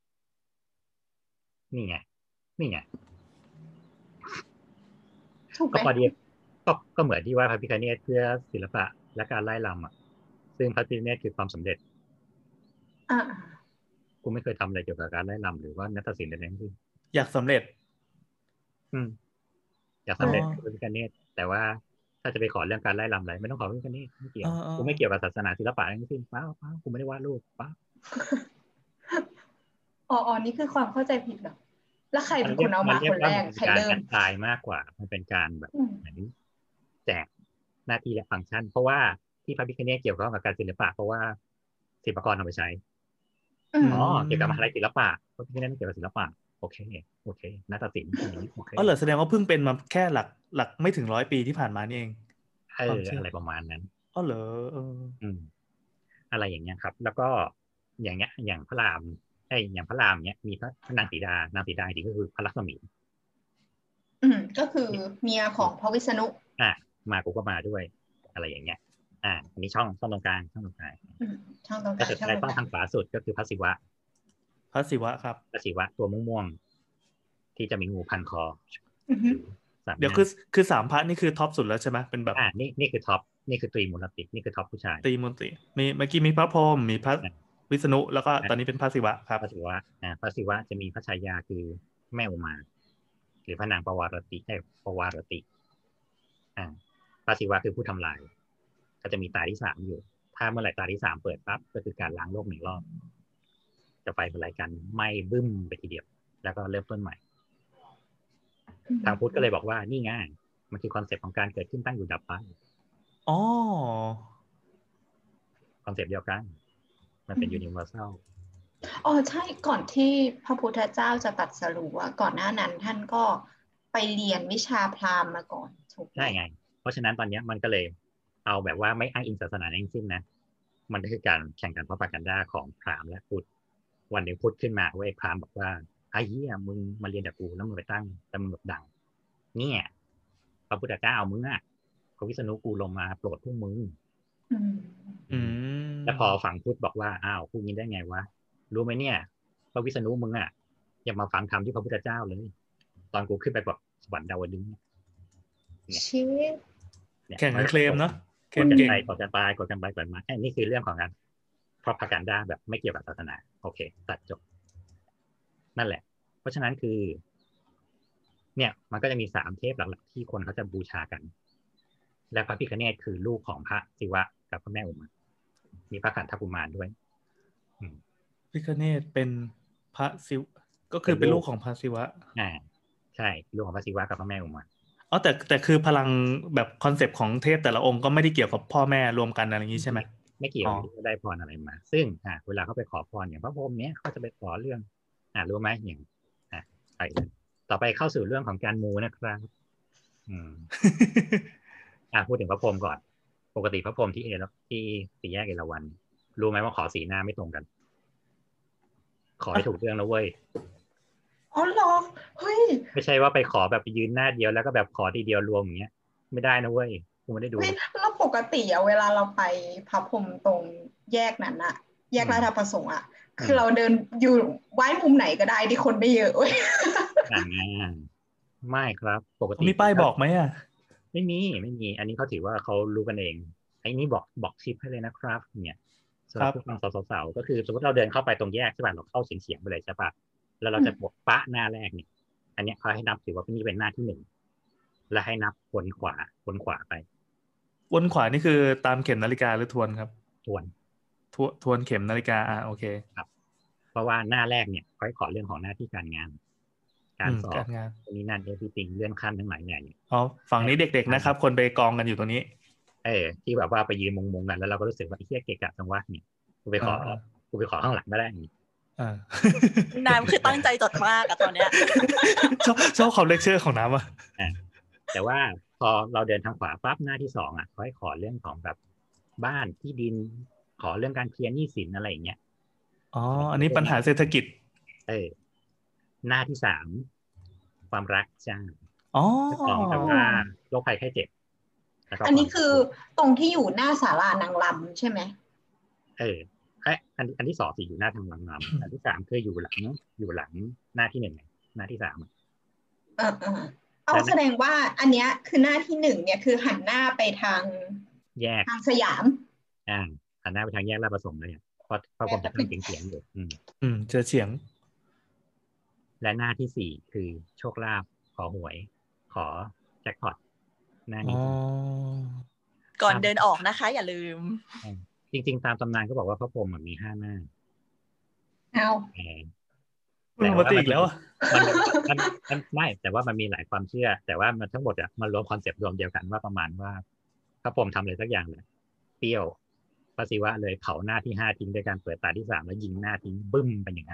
นี่ไงนี่ไงก็พอดีก็ก็เหมือนที่ว่าพระพิฆเนศเพื่อศิลปะและการไล่ลำอ่ะซึ่งพระพิฆเนศคือความสำเร็จอ่ากูไม่เคยทำอะไรเกี่ยวกับการไล่ลำหรือว่านัตศิลป์ใดๆทั้งสิ้นอยากสำเร็จอืมอยากสำเร็จพระพิฆเนศแต่ว่าถ้าจะไปขอเรื่องการไล่ลำอะไรไม่ต้องขอพระพิฆเนศไม่เกี่ยวกูไม่เกี่ยวกับศาสนาศิลปะทั้งสิ้นป้าป้ากูไม่ได้วาดรูปป้าอ๋อนี่คือความเข้าใจผิดเหรอแล้วใครเป็นคนเอามาคนแรกใครเริ่มตายมากกว่ามันเป็นการแบบเหมือนแจกหน้าที่และฟังก์ชันเพราะว่าที่พระพิฆเนศเกี่ยวข้องกับการศิลปะเพราะว่าศิลปากรเอาไปใช้อ๋อเกี่ยวกับมหาลัยศิลปะพระพิฆเนศเกี่ยวกับศิลปะโอเคโอเคนาฏศิลป์อย่างนี้โอเคอ๋อเหรอแสดงว่าเพิ่งเป็นมาแค่หลักหลักไม่ถึงร้อยปีที่ผ่านมานี่เองเอออะไรประมาณนั้นอ๋อเหรอเอออืมอะไรอย่างเงี้ยครับแล้วก็อย่างเงี้ยอย่างพระรามไอ้อย่างพระรามเนี้ยมีพระนางสีดานางสีดาจริงก็คือพระลักษมีอืมก็คือเมียของพระวิษณุอ่ะมากูก็มาด้วยอะไรอย่างเงี้ยอ่าอันนี้ช่องช่องตรงกลางช่องตรงกลางช่องตรงกลางช่องตรงกลางทางขวาสุดก็คือพระศิวะพระศิวะครับพระศิวะตัวม่วงๆที่จะมีงูพันคอเดี๋ยวคือคือสามพระนี่คือท็อปสุดแล้วใช่ไหมเป็นแบบอ่านี่นี่คือท็อปนี่คือตรีมูลตินี่คือท็อปผู้ชายตรีมูลติมีเมื่อกี้มีพระพรหมมีพระวิษณุแล้วก็ตอนนี้เป็นพระศิวะครับพระศิวะอ่าพระศิวะจะมีพระฉายาคือแม่อุมาหรือพระนางปวารติได้ปวารติอ่าพระศิวะคือผู้ทำลายก็จะมีตาที่สามอยู่ถ้าเมื่อไหร่ตาที่สามเปิดปั๊บก็คือการล้างโลกหนึ่งรอบจะไปเป็นรายการไหม้บึ้มไปทีเดียวแล้วก็เริ่มต้นใหม่ทางพุทธก็เลยบอกว่านี่ไงมันคือคอนเซ็ปต์ของการเกิดขึ้นตั้งอยู่ดับไปอ๋อคอนเซ็ปต์เดียวกันมันเป็น universal อ๋อใช่ก่อนที่พระพุทธเจ้าจะตรัสรู้ว่าก่อนหน้านั้นท่านก็ไปเรียนวิชาพราหมณ์มาก่อนถูกไหมใช่ไงเพราะฉะนั้นตอนนี้มันก็เลยเอาแบบว่าไม่อ้างอิงศาสนาทั้งสิ้นนะมันก็คือการแข่งกันพระปากันดาของพราหมณ์และพุทธวันหนึ่งพุทธขึ้นมาเว้ยพราหมณ์บอกว่าไอ้เหี้ยมึงมาเรียนจากกูแล้วมึงไปตั้งแต่มึงแบบดังเนี่ยพระพุทธเจ้ามึงอ่ะพระวิษณุกูลงมาโปรดพวกมึงอืมแล้วพอฝั่งพุทธบอกว่าอ้าวพูดงี้ได้ไงวะรู้ไหมเนี่ยพระวิษณุมึงอ่ะอย่ามาฟังธรรมที่พระพุทธเจ้าเลยตอนกูขึ้นไปแบบสวรรค์ดาวดึงส์ชีวิตแข่งกันเคลมเนาะกดกันไปกดกันไปกดกันไปกดมาแค่นี้คือเรื่องของการพรอพากันดาแบบไม่เกี่ยวกับศาสนาโอเคตัดจบนั่นแหละเพราะฉะนั้นคือเนี่ยมันก็จะมีสามเทพหลักๆที่คนเขาจะบูชากันและพระพิฆเนศคือลูกของพระศิวะกับพระแม่อุมามีพระขันธกุมารด้วยพิฆเนศเป็นพระศิวะก็คือเป็นลูกของพระศิวะอ่าใช่ลูกของพระศิวะกับพระแม่อุมาอ๋อแต่แต่คือพลังแบบคอนเซปต์ของเทพแต่ละองค์ก็ไม่ได้เกี่ยวกับพ่อแม่รวมกันอะไรอย่างนี้ใช่ไหมไม่เกี่ยวที่ได้พรอะไรมาซึ่งอ่าเวลาเขาไปขอพรอย่างพระพรหมเนี้ยเขาจะไปขอเรื่องอ่ารู้ไหมอย่างอ่าไปต่อไปเข้าสู่เรื่องของการมูนะครับอืมอ่าพูดถึงพระพรหมก่อนปกติพระพรหมที่เอที่สี่แยกเอราวัณรู้ไหมว่าขอสีหน้าไม่ตรงกันขอให้ถูกเรื่องนะเว้ยอ๋อเหรอเฮ้ยไม่ใช่ว่าไปขอแบบไปยืนหน้าเดียวแล้วก็แบบขอทีเดียวรวมอย่างเงี้ยไม่ได้นะเว้ยกูไม่ได้ดูแล้วปกติอะเวลาเราไปพระพรหมตรงแยกนั้นอะแยกราชประสงค์อะคือเราเดินอยู่ไว้มุมไหนก็ได้ที่คนไม่เยอะเว้ยอ่าไม่ครับปกติมีป้ายบอกไหมอะไม่มีไม่มีอันนี้เขาถือว่าเขารู้กันเองไอ้นี่บอกบอกชิปให้เลยนะครับเนี่ยสำหรับผู้ฟังสาวๆก็คือสมมติเราเดินเข้าไปตรงแยกใช่ป่ะเราเข้าเฉียงๆไปเลยใช่ป่ะแล้วเราจะบวกปะหน้าแรกเนี่ยอันนี้เขาให้นับถือว่านี่เป็นหน้าที่หนึ่งและให้นับวนขวาวนขวาไปวนขวานี่คือตามเข็มนาฬิกาหรือทวนครับทวนทวนทวนเข็มนาฬิกาอ่าโอเคครับเพราะว่าหน้าแรกเนี่ยเขาให้ขอเรื่องของหน้าที่การงานการสอบนี้นั่นเอฟวีติงเลื่อนขั้นทั้งหลายเนี่ยอ๋อฝั่งนี้เด็กๆนะครับคนไปกองกันอยู่ตรงนี้เออที่แบบว่าไปยืนมุงๆกันแล้วเราก็รู้สึกว่าไอ้เหี้ยเกะกะจังวะเนี่ยกูไปขอกูไปขอข้างหลังก็ได้นี่น้ำคือตั้งใจจดมากอะตอนเนี้ยชอบชอบคำเลคเชอร์ของน้ำอ่ะแต่ว่าพอเราเดินทางขวาปั๊บหน้าที่สองอ่ะเขาให้ขอเรื่องของแบบบ้านที่ดินขอเรื่องการเคลียร์หนี้สินอะไรอย่างเงี้ยอ๋ออันนี้ปัญหาเศรษฐกิจเออหน้าที่สามความรักจ้าอ๋อสองแบบว่าโรคภัยไข้เจ็บอันนี้คือตรงที่อยู่หน้าศาลานางรำใช่ไหมเออไอ้อันอันที่สองสิอยู่หน้าทางหลังรำอันที่สามคืออยู่หลังอยู่หลังหน้าที่หนึ่งหน้าที่สามเออเออเอาแสดงว่าอันเนี้ยคือหน้าที่หนึ่งเนี่ยคือหันหน้าไปทางแยกทางสยามอ่าหันหน้าไปทางแยกลาดประสงค์เลยเพราะเพราะผมจะตั้งเฉียงๆอยู่อืมอืมเจอเฉียงและหน้าที่สี่คือโชคลาภขอหวยขอแจ็คพอตหน้านี้ก่อนเดินออกนะคะอย่าลืมจริงๆตามตำนานก็บอกว่าพระพรหมมีห้าหน้าเอาแต่ว่าอีกแล้วมันมันมันไม่แต่ว่ามันมีหลายความเชื่อแต่ว่ามันทั้งหมดอ่ะมันรวมคอนเซปต์รวมเดียวกันว่าประมาณว่าพระพรหมทำอะไรสักอย่างเลยเปรี้ยวพระศิวะเลยเผาหน้าที่ห้าทิ้งด้วยการเปิดตาที่สามแล้วยิงหน้าทิ้งบึ้มไปอย่างนั้น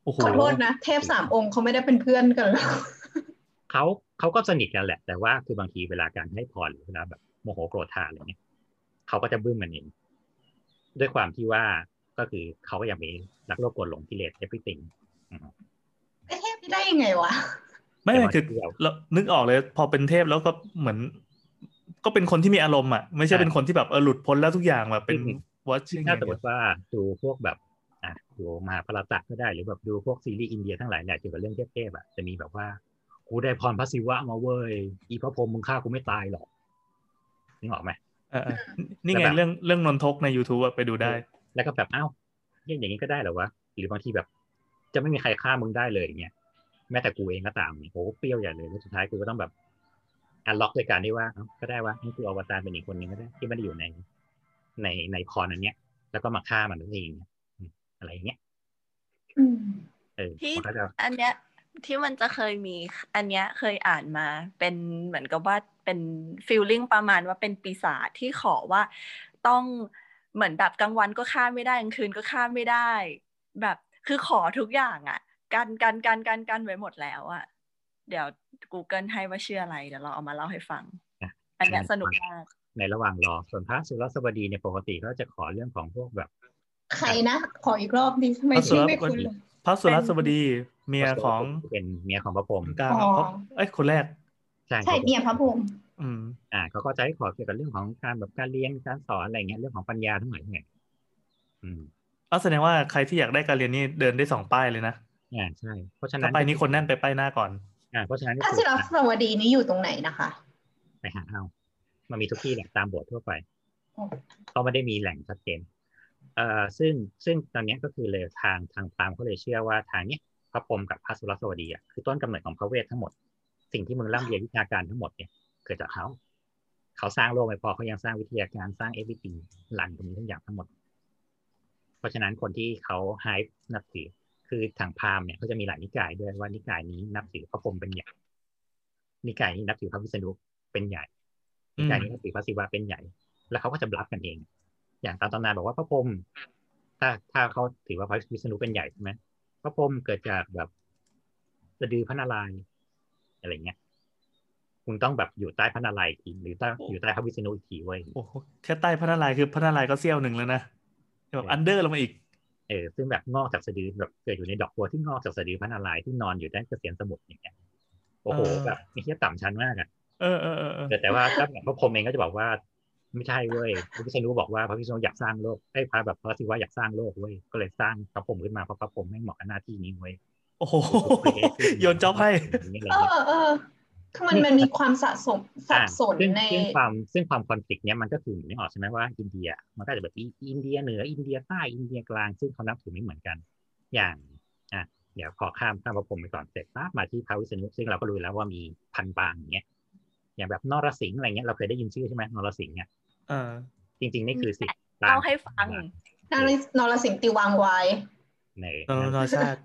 โอ้โหขอโทษนะเทพสามองค์เขาไม่ได้เป็นเพื่อนกันหรอกเขาเขาก็สนิทกันแหละแต่ว่าคือบางทีเวลาการให้พรหรือเวลาแบบโมโหโกรธาอะไรเงี้ยเขาก็จะบึ้มมันเองด้วยความที่ว่าก็คือเขาก็ยังมีรักโลภโกรธหลงกิเลส everything ไอ้เทพนี่ได้ยังไงวะไม่ไม่คือเรานึกออกเลยพอเป็นเทพแล้วก็เหมือนก็เป็นคนที่มีอารมณ์อ่ะไม่ใช่เป็นคนที่แบบเออหลุดพ้นแล้วทุกอย่างแบบเป็นวัชชิ่งถ้าสมมติว่าดูพวกแบบอ่ะดูมหาภารตะก็ได้หรือแบบดูพวกซีรีส์อินเดียทั้งหลายแหละเกี่ยวกับเรื่องเทพๆอ่ะจะมีแบบว่ากูได้พรพระศิวะมาเว้ยอีพระพรหมมึงฆ่ากูไม่ตายหรอกนึกออกไหมเออนี่ไงเรื่องเรื่องนนทกใน YouTube อ่ะไปดูได้แล้วก็แบบอ้าวอย่างนี้ก็ได้เหรอวะหรือบางทีแบบจะไม่มีใครฆ่ามึงได้เลยอย่างเงี้ยแม้แต่กูเองก็ตามโอ้เปรี้ยวใหญ่เลยแล้วสุดท้ายกูก็ต้องแบบอันล็อกด้วยการที่ว่าก็ได้ว่าให้กูอวตารเป็นอีกคนนึงก็ได้ที่ไม่ได้อยู่ในในในพรอันเนี้ยแล้วก็มาฆ่ามันนั่นเองอะไรอย่างเงี้ยเออที่อันเนี้ยที่มันจะเคยมีอันเนี้ยเคยอ่านมาเป็นเหมือนกับว่าเป็นฟีลลิ่งประมาณว่าเป็นปีศาจที่ขอว่าต้องเหมือนแบบกลางวันก็ฆ่าไม่ได้กลางคืนก็ฆ่าไม่ได้แบบคือขอทุกอย่างอ่ะกันกันกันกันกันไว้หมดแล้วอ่ะเดี๋ยว Google ให้ว่าชื่ออะไรเดี๋ยวเราเอามาเล่าให้ฟังอันเนี้ยสนุกมากในระหว่างรอส่วนพระสุรสวดีในปกติก็จะขอเรื่องของพวกแบบใครนะขออีกรอบดิทำไมชื่อไม่คุ้นเลยพระสุรสวดีเมียของเป็นเมียของพระพรหมกลางเอ้ยคนแรกใช่ใช่เมียพระพรหมอืมอ่าเขาก็จะให้ขอเกี่ยวกับเรื่องของการแบบการเรียนการสอนอะไรเงี้ยเรื่องของปัญญาทั้งหลายเนี่ยอืมเอาแสดงว่าใครที่อยากได้การเรียนนี่เดินได้สองป้ายเลยนะอ่าใช่เพราะฉะนั้นไปนี้คนแน่นไปป้ายหน้าก่อนอ่าเพราะฉะนั้นพระสุรสวดีนี้อยู่ตรงไหนนะคะไปหาเอามันมีทุกที่แหละตามบททั่วไปเขาไม่ได้มีแหล่งชัดเจนเอ่อซึ่งซึ่งตอนนี้ก็คือเลยทางทางพราหมณ์เขาเลยเชื่อว่าทางเนี้ยพระพรหมกับพระสุรสวดีอ่ะคือต้นกำเนิดของพระเวททั้งหมดสิ่งที่มึงร่ำเรียนวิชาการทั้งหมดเนี่ยเกิดจากเขาเขาสร้างโลกไม่พอเขายังสร้างวิทยาการสร้างเอฟวีพีหลังตรงนี้ทุกอย่างทั้งหมดเพราะฉะนั้นคนที่เขาไฮป์นับถือคือทางพราหมณ์เนี่ยเขาจะมีหลายนิกายด้วยว่านิกายนี้นับถือพระพรหมเป็นใหญ่นิกายนี้นับถือพระวิษณุเป็นใหญ่นิกายนี้นับถือพระศิวะเป็นใหญ่แล้วเขาก็จะบลัฟกันเองอย่างตามตำนานบอกว่าพระพรหมถ้าถ้าเขาถือว่าพระวิษณุเป็นใหญ่ใช่ไหมพระพรหมเกิดจากแบบสะดือพระนารายณ์อะไรเงี้ยคุณต้องแบบอยู่ใต้พระนารายณ์อีกหรือใต้อยู่ใต้พระวิษณุอีกทีเว้ยโอ้โหแค่ใต้พระนารายณ์คือพระนารายณ์ก็เสี้ยวหนึ่งแล้วนะแบบอันเดอร์ลงมาอีกเออซึ่งแบบงอกจากสะดือแบบเกิดอยู่ในดอกบัวที่งอกจากสะดือพระนารายณ์ที่นอนอยู่ด้านเกษียณสมุทรอย่างเงี้ยโอ้โหแบบมีเทียบต่ำชั้นมากอ่ะเออเออเออแต่แต่ว่าถ้าแบบพระพรหมเองก็จะบอกว่าไม่ใช่เว้ยพระวิษณุบอกว่าพระวิษณุอยากสร้างโลกไอ้พระแบบพระศิวะอยากสร้างโลกเว้ยก็เลยสร้างพระพรหมขึ้นมาเพราะพระพรหมไม่เหมาะกับหน้าที่นี้เว้ยโอ้โหโยนจ็อบให้เออเออคือมันมันมีความสะสมสับสนในซึ่งความซึ่งความคอนฟลิกต์เนี้ยมันก็คือนึกออกใช่ไหมว่าอินเดียมันก็จะแบบอินเดียเหนืออินเดียใต้อินเดียกลางซึ่งเขานับถือไม่เหมือนกันอย่างอ่ะเดี๋ยวขอข้ามข้ามพระพรหมไปก่อนเสร็จปั๊บมาที่พระวิษณุซึ่งเราก็รู้แล้วว่ามีพันปางอย่างเงี้ยอย่างแบบนรสิงห์อะไรเงี้ยเราเคยได้ยินชื่อใช่ไหมนรสิงห์เนี่ยเออจริงๆนี่คือสิเล่าให้ฟังนรสิงห์ติวังไว้ในนรชาติ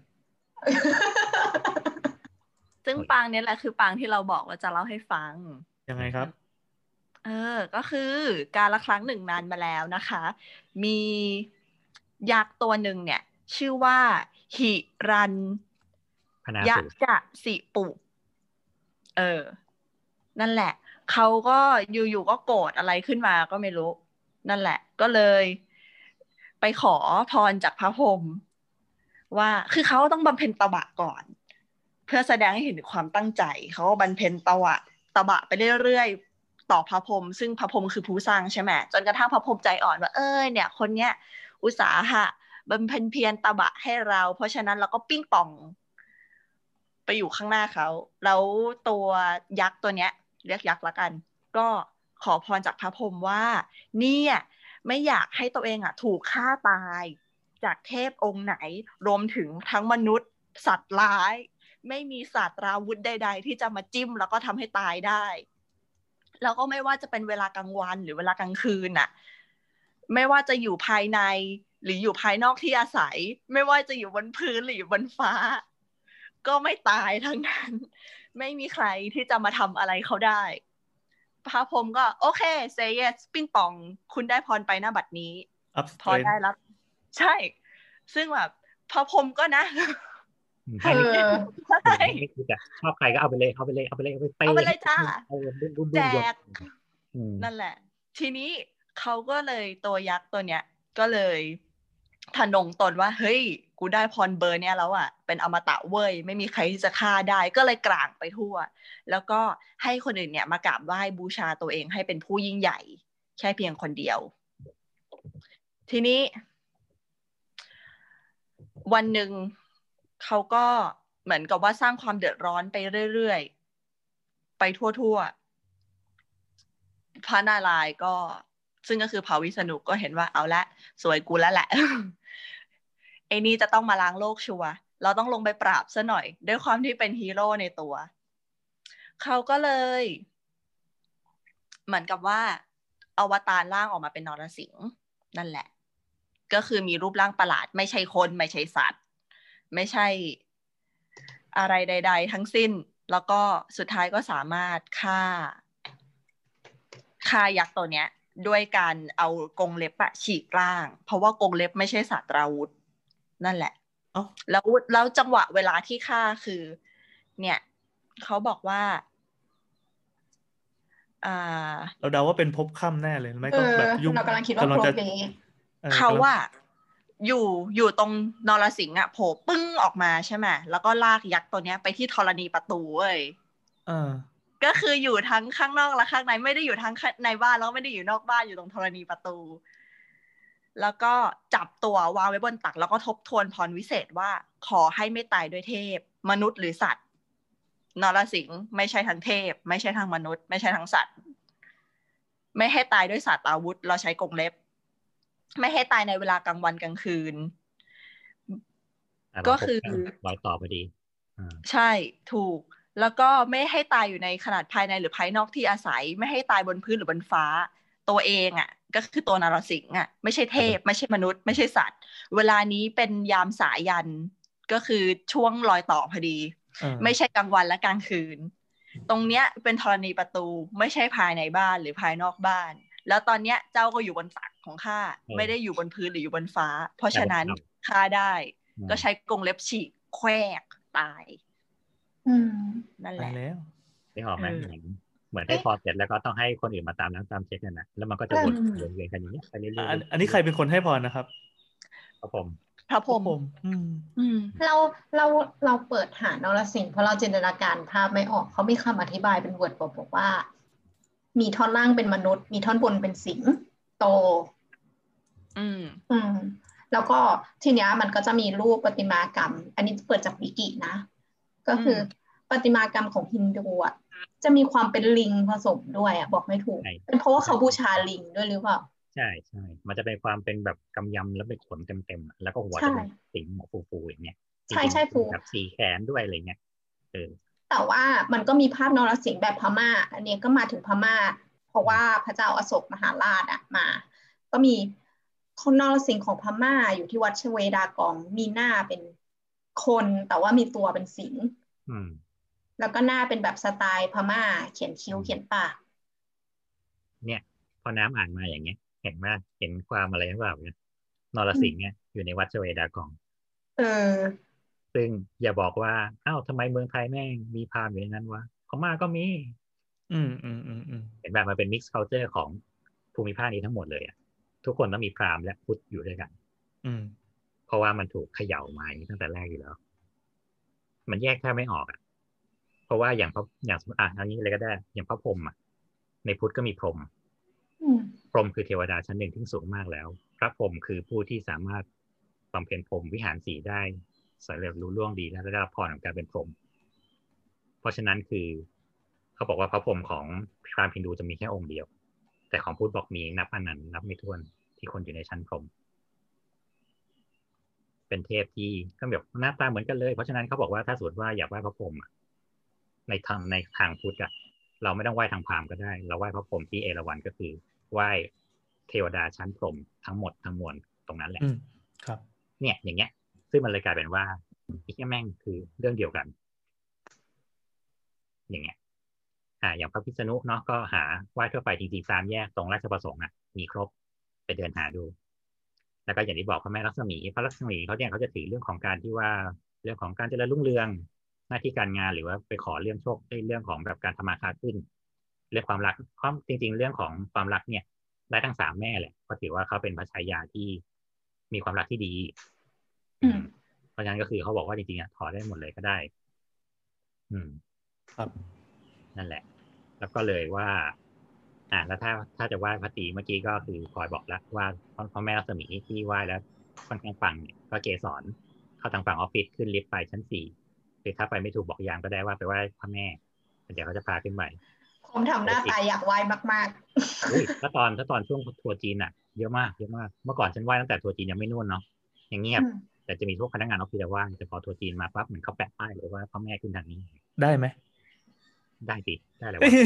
ซึ่งปางนี้แหละคือปางที่เราบอกว่าจะเล่าให้ฟังยังไงครับเออก็คือการละครั้งหนึ่งนานมาแล้วนะคะมียักษ์ตัวหนึ่งเนี่ยชื่อว่าหิรัญยะจะสิปุเออนั่นแหละเขาก็อยู่ๆก็โกรธอะไรขึ้นมาก็ไม่รู้นั่นแหละก็เลยไปขอพรจากพระพรหมว่าคือเขาต้องบำเพ็ญตบะก่อนเพื่อแสดงให้เห็นถึงความตั้งใจเขาก็บำเพ็ญตบะตบะไปเรื่อยๆต่อพระพรหมซึ่งพระพรหมคือผู้สร้างใช่ไหมจนกระทั่งพระพรหมใจอ่อนว่าเอ้ยเนี่ยคนเนี้ยอุตสาหะบำเพ็ญเพียรตบะให้เราเพราะฉะนั้นเราก็ปิ้งป่องไปอยู่ข้างหน้าเขาแล้วตัวยักษ์ตัวเนี้ยเรียกยักษ์ละกันก็ขอพรจากพระพรหมว่าเนี่ยไม่อยากให้ตัวเองอ่ะถูกฆ่าตายจากเทพองค์ไหนรวมถึงทั้งมนุษย์สัตว์ร้ายไม่มีศาสตราวุธใดๆที่จะมาจิ้มแล้วก็ทำให้ตายได้แล้วก็ไม่ว่าจะเป็นเวลากลางวันหรือเวลากลางคืนน่ะไม่ว่าจะอยู่ภายในหรืออยู่ภายนอกที่อาศัยไม่ว่าจะอยู่บนพื้นหรืออยู่บนฟ้าก็ไม่ตายทั้งนั้นไม่มีใครที่จะมาทำอะไรเขาได้พระพรหมก็โอเค say yes ปิ้งปองคุณได้พรไปหน้าบัดนี้พอได้รับใช่ซึ่งแบบพระพรหมก็นะเออใช่ชอบใครก็เอาไปเลยเอาไปเลยเอาไปเลยเอาไปเปเอาไปเลยจ้าแจกนั่นแหละทีนี้เขาก็เลยตัวยักษ์ตัวเนี้ยก็เลยทะนงตนว่าเฮ้ยกูได้พรเบอร์เนี้ยแล้วอ่ะเป็นอมตะเว้ยไม่มีใครที่จะฆ่าได้ก็เลยกลางไปทั่วแล้วก็ให้คนอื่นเนี่ยมากราบไหว้บูชาตัวเองให้เป็นผู้ยิ่งใหญ่แค่เพียงคนเดียวทีนี้วันหนึ่งเขาก็เหมือนกับว่าสร้างความเดือดร้อนไปเรื่อยๆไปทั่วๆพระนารายณ์ก็ซึ่งก็คือพระวิษณุก็เห็นว่าเอาละสวยกูแล้วแหละ ไอ้นี่จะต้องมาล้างโลกชัวร์เราต้องลงไปปราบซะหน่อยด้วยความที่เป็นฮีโร่ในตัวเขาก็เลยเหมือนกับว่าอวตารร่างออกมาเป็นนรสิงห์นั่นแหละก็คือมีรูปร่างประหลาดไม่ใช่คนไม่ใช่สัตว์ไม่ใช่อะไรใดๆทั้งสิ้นแล้วก็สุดท้ายก็สามารถฆ่าฆ่ายักษ์ตัวเนี้ยด้วยการเอากรงเล็บอะฉีกร่างเพราะว่ากรงเล็บไม่ใช่ศาสตราวุธนั่นแหละแล้วแล้วจังหวะเวลาที่ฆ่าคือเนี่ยเขาบอกว่าอ่าเราเดาว่าเป็นภพค่ำแน่เลยไม่ก็แบบยุ่งเรากำลังคิดว่าภพนี้เขาว่าอยู่อยู่ตรงนรสิงห์อ่ะโผล่ปึ้งออกมาใช่ไหมแล้วก็ลากยักษ์ตัวเนี้ยไปที่ธรณีประตูเว้ยก็คืออยู่ทั้งข้างนอกและข้างในไม่ได้อยู่ทั้งในบ้านแล้วไม่ได้อยู่นอกบ้านอยู่ตรงธรณีประตูแล้วก็จับตัววางไว้บนตักแล้วก็ทบทวนพรวิเศษว่าขอให้ไม่ตายด้วยเทพมนุษย์หรือสัตว์นรสิงห์ไม่ใช่ทั้งเทพไม่ใช่ทั้งมนุษย์ไม่ใช่ทั้งสัตว์ไม่ให้ตายด้วยศาสตราวุธเราใช้กรงเล็บไม่ให้ตายในเวลากลางวันกลางคืนก็คือรอยต่อพอดีใช่ถูกแล้วก็ไม่ให้ตายอยู่ในขนาดภายในหรือภายนอกที่อาศัยไม่ให้ตายบนพื้นหรือบนฟ้าตัวเองอ่ะก็คือตัวนรสิงห์อ่ะไม่ใช่เทพไม่ใช่มนุษย์ไม่ใช่สัตว์เวลานี้เป็นยามสายันก็คือช่วงรอยต่อพอดีไม่ใช่กลางวันและกลางคืนตรงเนี้ยเป็นธรณีประตูไม่ใช่ภายในบ้านหรือภายนอกบ้านแล้วตอนเนี้ยเจ้าก็อยู่บนตักของข้าไม่ได้อยู่บนพื้นหรืออยู่บนฟ้าเพราะฉะนั้นฆ่าได้ก็ใช้กรงเล็บฉีกแควกตายนั่นแหละแล้วได้ออกไหมเหมือนเหมือนให้พอเสร็จแล้วก็ต้องให้คนอื่นมาตามล้างตามเช็คกันนะแล้วมันก็จะวนเวียนกันอย่างนี้ไปเรื่อยๆอันนี้ใครเป็นคนให้พรนะครับพระพรหมพระพรหมเราเราเราเปิดหานรสิงห์เพราะเราจินตนาการภาพไม่ออกเขามีคำอธิบายเป็นเวิร์ดบอกว่ามีท่อนล่างเป็นมนุษย์มีท่อนบนเป็นสิงโตอืมอืมแล้วก็ทีเนี้ยมันก็จะมีรูปประติมากรรมอันนี้เปิดจากวิกินะก็คือประติมากรรมของฮินดูอ่ะจะมีความเป็นลิงผสมด้วยอ่ะบอกไม่ถูกเป็นเพราะว่าเขาบูชาลิงด้วยหรือเปล่าใช่ใช่มันจะเป็นความเป็นแบบกำยำแล้วเป็นขนเต็มๆแล้วก็หัวจะเป็นสิงหมอฟูๆอย่างเงี้ยใช่ใช่ฟูแบบสีแขนด้วยอะไรเงี้ยเออแต่ว่ามันก็มีภาพนรสิงห์แบบพม่าอันนี้ก็มาถึงพม่าเพราะว่าพระเจ้าอโศกมหาราชอ่ะมาก็มีคนนรสิงห์ของพม่าอยู่ที่วัดชเวดากองมีหน้าเป็นคนแต่ว่ามีตัวเป็นสิงห์แล้วก็หน้าเป็นแบบสไตล์พม่าเขียนคิ้วเขียนปากเนี่ยพอน้ำอ่านมาอย่างเงี้ยเห็นว่าเห็นความอะไรหรือเปล่าเนี่ยนรสิงห์เนี่ยอยู่ในวัดชเวดากองเออซึ่งอย่าบอกว่าอ้าวทำไมเมืองไทยแม่งมีพราหมณ์อยู่ในนั้นวะพม่าก็มีอืมอืมอืมอืมเห็นแบบมันเป็น mix culture ของภูมิภาคนี้ทั้งหมดเลยอ่ะทุกคนต้องมีพราหมณ์และพุทธอยู่ด้วยกันอืมเพราะว่ามันถูกเขย่ามาตั้งแต่แรกอยู่แล้วมันแยกแทบไม่ออกอ่ะเพราะว่าอย่างพระอย่างอ่ะอันนี้เลยก็ได้อย่างพระพรหมอ่ะในพุทธก็มีพรหมพรหมคือเทวดาชั้นหนึ่งที่สูงมากแล้วพระพรหมคือผู้ที่สามารถบำเพ็ญพรหมวิหารสีได้สำเร็จรู้ล่วงดีและได้รับพรของการเป็นพรหมเพราะฉะนั้นคือเขาบอกว่าพระพรหมของพราหมณ์ฮินดูจะมีแค่องค์เดียวแต่ของพุทธบอกมีนับอนันต์นับไม่ถ้วนที่คนอยู่ในชั้นพรหมเป็นเทพที่ก็แบบหน้าตาเหมือนกันเลยเพราะฉะนั้นเขาบอกว่าถ้าสมมติว่าอยากไหว้พระพรหมในทางในทางพุทธอะเราไม่ต้องไหว้ทางพราหมณ์ก็ได้เราไหว้พระพรหมที่เอราวัณก็คือไหว้เทวดาชั้นพรหมทั้งหมดทั้งมวลตรงนั้นแหละครับเนี่ยอย่างเงี้ยซึ่งมันเลยกลายเป็นว่าอีกแม่งคือเรื่องเดียวกันอย่างเงี้ยอ่าอย่างพระพิษณุเนาะก็หาไหว้ทั่วไปจริงๆสามแยกตรงราชประสงค์อ่ะมีครบไปเดินหาดูแล้วก็อย่างที่บอกพระแม่ลักษมีพระลักษมีเขาเนี่ยเขาจะถือเรื่องของการที่ว่าเรื่องของการเจริญรุ่งเรืองหน้าที่การงานหรือว่าไปขอเรื่องโชคเรื่องของแบบการทำมาค้าขึ้นเรื่องความรักความจริงๆเรื่องของความรักเนี่ยได้ทั้งสามแม่แหละเพราะถือว่าเขาเป็นพระชายาที่มีความรักที่ดีเพราะฉะนั้นก็คือเขาบอกว่าจริงๆอ่ะขอได้หมดเลยก็ได้อืมครับนั่นแหละแล้วก็เลยว่าอ่าแล้วถ้าถ้าจะไหว้พระตรีเมื่อกี้ก็คือพลอยบอกแล้วว่าพ่อแม่รัศมีที่ไหว้แล้วค่อนข้างปังเนี่ยก็เกสรเข้าทางฝั่งออฟฟิศขึ้นลิฟต์ไปชั้นสี่หรือถ้าไปไม่ถูกบอกยามก็ได้ว่าไปไหว้พ่อแม่เดี๋ยวเขาจะพาขึ้นไปผมทำหน้าตาอยากไหว้มากๆอุ้ยถ้าตอนถ้าตอนช่วงทัวร์จีนอ่ะเยอะมากเยอะมากเมื่อก่อนฉันไหว้ตั้งแต่ทัวร์จีนยังไม่นู่นเนาะอย่างเงียบแต่จะมีพวกพนักงานออฟฟิศไหว้แต่พอทัวร์จีนมาปั๊บเหมือนเขาแปะป้ายเลยว่าพ่อแม่ขึ้นทางนี้ได้ไหมได้สิได้เลยวะ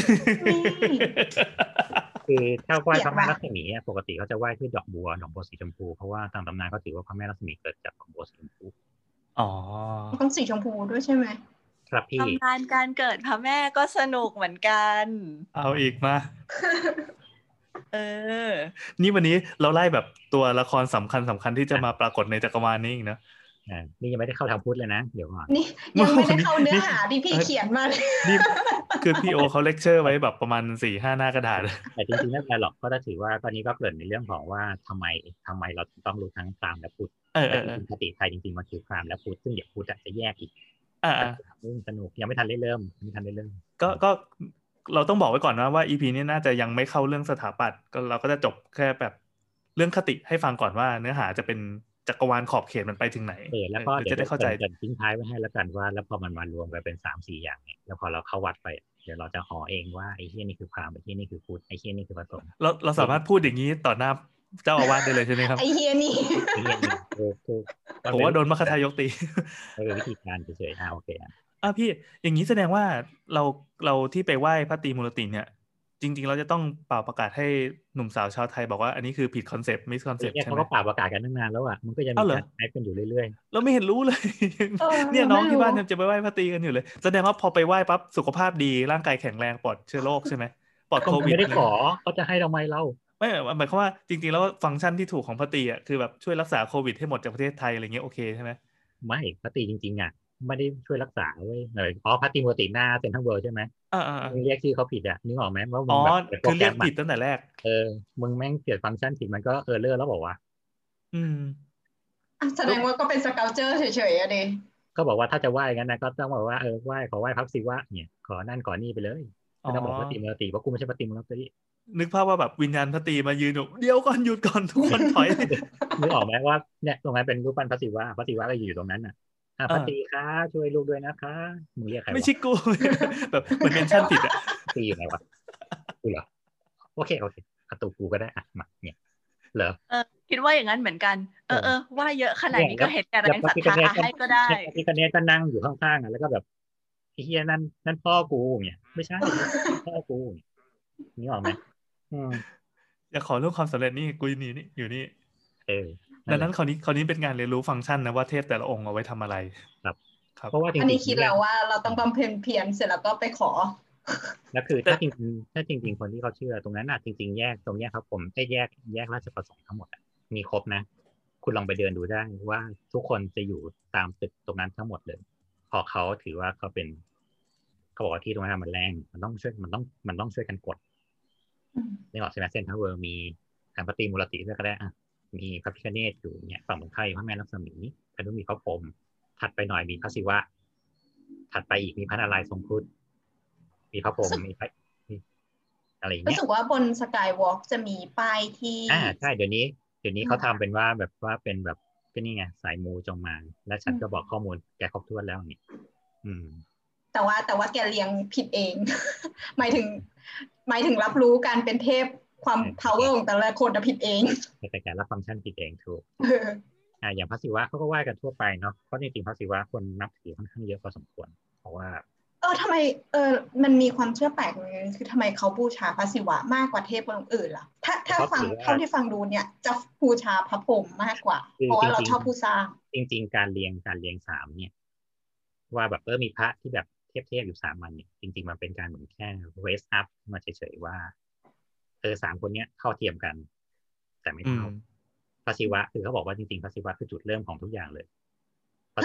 คือถ้าไหว้พระแม่รัศมีปกติเขาจะไหว้ที่ดอกบัวดอกบัวสีชมพูเพราะว่าตามตำนานเขาถือว่าพระแม่รัศมีเกิดจากดอกบัวสีชมพูอ๋อต้องสีชมพูด้วยใช่ไหมครับพี่ตำนานการเกิดพระแม่ก็สนุกเหมือนกันเอาอีกมาเออนี่วันนี้เราไล่แบบตัวละครสำคัญสำคัญที่จะมาปรากฏในจักรวาลนี้อีกนะอ่านี่ยังไม่ได้เข้าทางพุทธเลยนะเดี๋ยวก่อนนี่ยังไม่ได้เข้าเนื้อหาที่พี่เขียนมาเลยนี่คือพี่โอเขาเลคเชอร์ไว้แบบประมาณ สี่ห้า หน้ากระดาษแต่จริงๆไม่เป็นไรหรอกก็ถ้าถือว่าตอนนี้ก็เกริ่นในเรื่องของว่าทำไมทำไมเราต้องรู้ทั้งพราหมณ์และพุทธแต่จริงๆคติไทยจริงๆมันคือพราหมณ์และพุทธซึ่งเดี๋ยวพุทธจะแยกอีกอ่าสนุกยังไม่ทันได้เริ่มไม่ทันได้เริ่มก็ก็เราต้องบอกไว้ก่อนนะว่า อี พี นี้น่าจะยังไม่เข้าเรื่องสถาปัตย์ก็เราก็จะจบแค่แบบเรื่องคติให้ฟังก่อนว่าเนื้อหาจะเป็นจักรวาลขอบเขตมันไปถึงไหนเออแล้วก็เดี๋ยวจะได้เข้าใจทิ้งท้ายไว้ให้แล้วกันว่าแล้วพอมันมารวมกันเป็น สามสี่ อย่างเนี่ยแล้วพอเราเข้าวัดไปเดี๋ยวเราจะห่อเองว่าไอ้เหี้ยนี่คือพราหมณ์ไอ้เหี้ยนี่คือพุทธไอ้เหี้ยนี่คือพระสงฆ์เราเราสามารถพูดอย่างนี้ต่อหน้าเจ้าอาวาสได้เลยใช่ไหมครับไอ้เหี้ยนี่ไอ้เหี้ยนี่โอ้โหผมว่าโดนมคทายกตีเออวิธีการเฉยๆอ่าโอเคอ่ะอ่ะพี่อย่างนี้แสดงว่าเราเราที่ไปไหว้พระตรีมูรติเนี่ยจริงๆเราจะต้องเป่าประกาศให้หนุ่มสาวชาวไทยบอกว่าอันนี้คือผิดคอนเซ็ปต์มิสคอนเซ็ปต์ใช่ไหมเขาก็เป่าประกาศกันตั้งนานแล้วอ่ะมันก็ยังมีการแอคกันอยู่เรื่อยๆเราไม่เห็นรู้เลยเนี่ยน้องที่บ้านจะไปไหว้พระตรีกันอยู่เลยแสดงว่าพอไปไหว้ปั๊บสุขภาพดีร่างกายแข็งแรงปลอดเชื้อโรคใช่ไหมปลอดโควิดไม่ได้ขอเขาจะให้ทำไมเราไม่หมายความว่าจริงๆแล้วฟังก์ชันที่ถูกของพระตรีอ่ะคือแบบช่วยรักษาโควิดให้หมดจากประเทศไทยอะไรเงี้ยโอเคใช่ไหมไม่พระตรีจริงๆอ่ะไม่ได้ช่วยรักษาเว้ยเลยอ๋อพระตรีมูรติหน้าเซ็นทรัลเวิลด์ใช่ไหมอ่ามึงเรียกชื่อเขาผิดอ่ะนึกออกไหมว่ามึงแบบคือเรียกผิดตั้งแต่แรกเออมึงแม่งเปลี่ยนฟังก์ชันผิดมันก็เออเลอร์แล้วบอกว่าอืมแสดงว่าก็เป็นสเกลเจอร์เฉยๆอะดิก็บอกว่าถ้าจะไหว้งั้นนะก็ต้องบอกว่าเออไหว้ขอไหว้พระศิวะเนี่ยขอนั่นขอนี่ไปเลยไม่ต้องบอกพระตรีมูรติเพราะกูไม่ใช่พระตรีมูรตินึกภาพว่าแบบวิญญาณพระตรีมายืนอยู่เดี๋ยวก่อนหยุดก่อนทุกคนถอยนึกออกไหมว่าเนี่ยตรงนั้นเป็นรูปปั้นพระศิวะพระศิวะก็อยู่ตรงนั้นน่ะอ่าพระตรีคะช่วยลูกด้วยนะคะมึงเรียกใครวะไม่ใช่กูแบบเหมือนเมนชั่นผิดอ่ะตรีอยู่ไหนวะกูเหรอโอเคโอเคประตูกูก็ได้อ่ะมาเนี่ยเหรอเออคิดว่าอย่างนั้นเหมือนกันเออเออว่าเยอะขนาดนี้ก็เห็นแก่แรงศรัทธาให้ก็ได้พี่คะเนศก็นั่งอยู่ข้างๆอ่ะแล้วก็แบบไอ้เฮียนั่นนั่นพ่อกูเนี่ยไม่ใช่พ่อกูนี่ออกไหมอยากขอเรื่องความสำเร็จนี่กูนี่นี่อยู่นี่เออดังนั้นคราวนี้คราวนี้เป็นการเรียนรู้ฟังก์ชันนะว่าเทพแต่ละองค์เอาไว้ทำอะไรครับครับเพราะว่าจริงๆอันนี้คิดแล้วว่าเราต้องบำเพ็ญเพียรเสร็จแล้วก็ไปขอแล้วคือถ้าจริงถ้าจริงๆคนที่เขาเชื่อตรงนั้นน่ะจริงๆแยกตรงแยกครับผมได้แยกแยกราชประสงค์ทั้งหมดมีครบนะคุณลองไปเดินดูได้ว่าทุกคนจะอยู่ตามตึกตรงนั้นทั้งหมดเลยพอเขาถือว่าเขาเป็นเขาบอกว่าที่ตรงนั้นมันแรงมันต้องช่วยมันต้องมันต้องช่วยกันกดนี่ออกใช่ไหมเซนทรัลเวิลด์มีทางพระตรีมูรติด้วยก็ได้อ่ะมีพระพิฆเนศอยู่เนี่ยฝั่งเมืองไทยพระแม่ลักษมีพระนุมีพระพรหมถัดไปหน่อยมีพระศิวะถัดไปอีกมีพระนารายณ์ทรงครุฑมีพระพรหมมีพระอะไรอย่างเงี้ยรู้สึกว่าบนสกายวอล์กจะมีป้ายที่อ่าใช่เดี๋ยวนี้เดี๋ยวนี้เขาทำเป็นว่าแบบว่าเป็นแบบก็นี่ไงสายมูจงมาและฉันก็บอกข้อมูลแกครบถ้วนแล้วนี่อืมแต่ว่าแต่ว่าแกเรียงผิดเองหมายถึงหมายถึงรับรู้การเป็นเทพความ power ของแต่ละคนผิดเองแต่แกรับฟังก์ชันผิดเองถูกอ่าอย่างพระศิวะเขาก็ไหว้กันทั่วไปเนาะเพราะจริงๆพระศิวะคนนับถือค่อนข้างเยอะพอสมควรเพราะว่าเออทำไมเออมันมีความเชื่อแปลกเลยคือทำไมเขาบูชาพระศิวะมากกว่าเทพองค์อื่นล่ะถ้าถ้าฟังเท่าที่ฟังดูเนี่ยจะบูชาพระพรหมมากกว่าเพราะว่าเราชอบผู้สร้างจริงๆการเรียงการเรียงสามเนี่ยว่าแบบเออมีพระที่แบบเทพๆอยู่สามมันเนี่ยจริงๆมันเป็นการเหมือนแค่ raise up มาเฉยๆว่าเออสามคนเนี้ยเข้าเทียมกันแต่ไม่เท่าพระศิวะคือเขาบอกว่าจริงๆพระศิวะคือจุดเริ่มของทุกอย่างเลยพระศิวะพ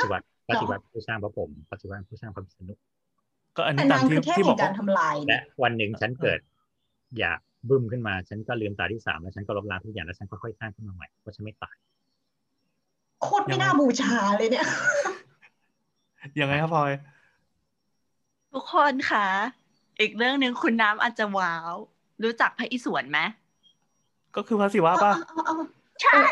พระศิวะผู้สร้างพระพรหมพระศิวะผู้สร้างพระวิษณุก็อันนี้แต่ตามนางที่คือเทพที่บแห่อกงการทำลายและเนี่ยวันหนึ่งฉันเกิดอยากบึ้มขึ้นมาฉันก็ลืมตาที่สามแล้วฉันก็ลบล้างทุกอย่างแล้วฉันก็ค่อยสร้างขึ้นมาใหม่เพราะฉันไม่ตายโคตรไม่น่าบูชาเลยเนี่ยยังไงครับพลอยทุกคนคะอีกเรื่องหนึ่งคุณน้ำอาจจะว้าวรู้จักพระอิศวรไหมก็คือพระศิวะป่ะใช่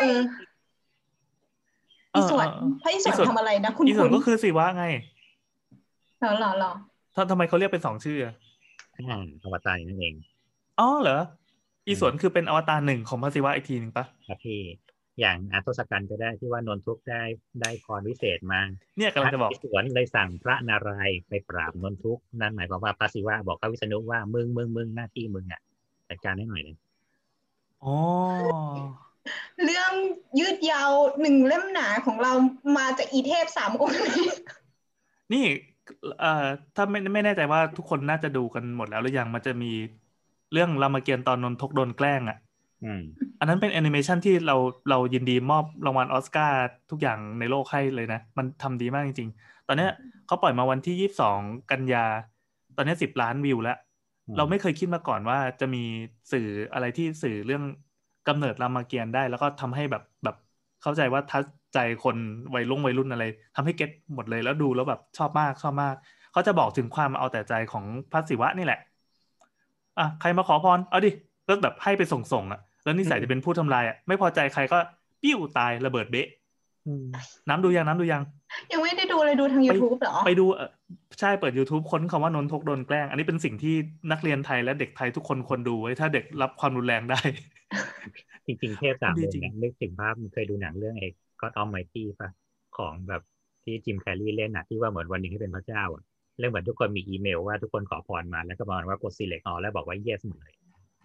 อิศวรพระอิศวรทำอะไรนะคุณอิศวรก็คือศิวะไงเหรอเหรอเหรอทำไมเขาเรียกเป็นสองชื่ออ่าอวตารนั่นเองอ๋อเหรออิศวรคือเป็นอวตารหนึ่งของพระศิวะอีกทีหนึ่งปะครับพี่อย่างอาทศกัณฐ์ก็ได้ที่ว่านนทุกได้ได้พรวิเศษมาเนี่ยกำลังจะบอกอิศวรเลยสั่งพระนารายณ์ไปปราบนนทุกนั่นหมายความว่าพระศิวะบอกพระวิษณุว่ามึงมึงมึงหน้าที่มึงอ่ะจัดการให้หน่อยเลยอ๋อเรื่องยืดยาวหนึ่งเล่มหนาของเรามาจากอีเทพสามองค์นี่เอ่อถ้าไม่ไม่แน่ใจว่าทุกคนน่าจะดูกันหมดแล้วหรือยังมันจะมีเรื่องรามเกียรติ์ตอนนนทกโดนแกล้งอ่ะอืมอันนั้นเป็นแอนิเมชันที่เราเรายินดีมอบรางวัลออสการ์ทุกอย่างในโลกให้เลยนะมันทำดีมากจริงๆตอนนี้เขาปล่อยมาวันที่ยี่สิบสองกันยาตอนนี้สิบล้านวิวแล้วเราไม่เคยคิดมาก่อนว่าจะมีสื่ออะไรที่สื่อเรื่องกำเนิดรามเกียรติ์ได้แล้วก็ทำให้แบบแบบเข้าใจว่าทัชใจคนวัยรุ่นวัยรุ่นอะไรทำให้เก็ตหมดเลยแล้วดูแล้วแบบชอบมากชอบมากเขาจะบอกถึงความเอาแต่ใจของพระศิวะนี่แหละอ่ะใครมาขอพรเอาดิก็แบบให้ไปส่งๆอ่ะแล้วนิสัยจะเป็นผู้ทำลายอ่ะไม่พอใจใครก็ปิ้วตายระเบิดเบะน้ำดูยังน้ำดูยังยังไม่ได้ดูเลยดูทาง YouTube เหรอไปดูใช่เปิด YouTube ค้นคำว่านนทกโดนแกล้งอันนี้เป็นสิ่งที่นักเรียนไทยและเด็กไทยทุกคนควรดูไว้ถ้าเด็กรับความรุนแรงได้จริงๆเทพสามองค์เนี่ยนึกถึงภาพเคยดูหนังเรื่องไอ้ God Almighty ป่ะของแบบที่จิมแคร์รีเล่นน่ะที่ว่าเหมือนวันนึงให้เป็นพระเจ้าอ่ะเรื่องเหมือนทุกคนมีอีเมลว่าทุกคนขอพรมาแล้วก็บอกว่ากด select all แล้วบอกว่า yes หมดเลย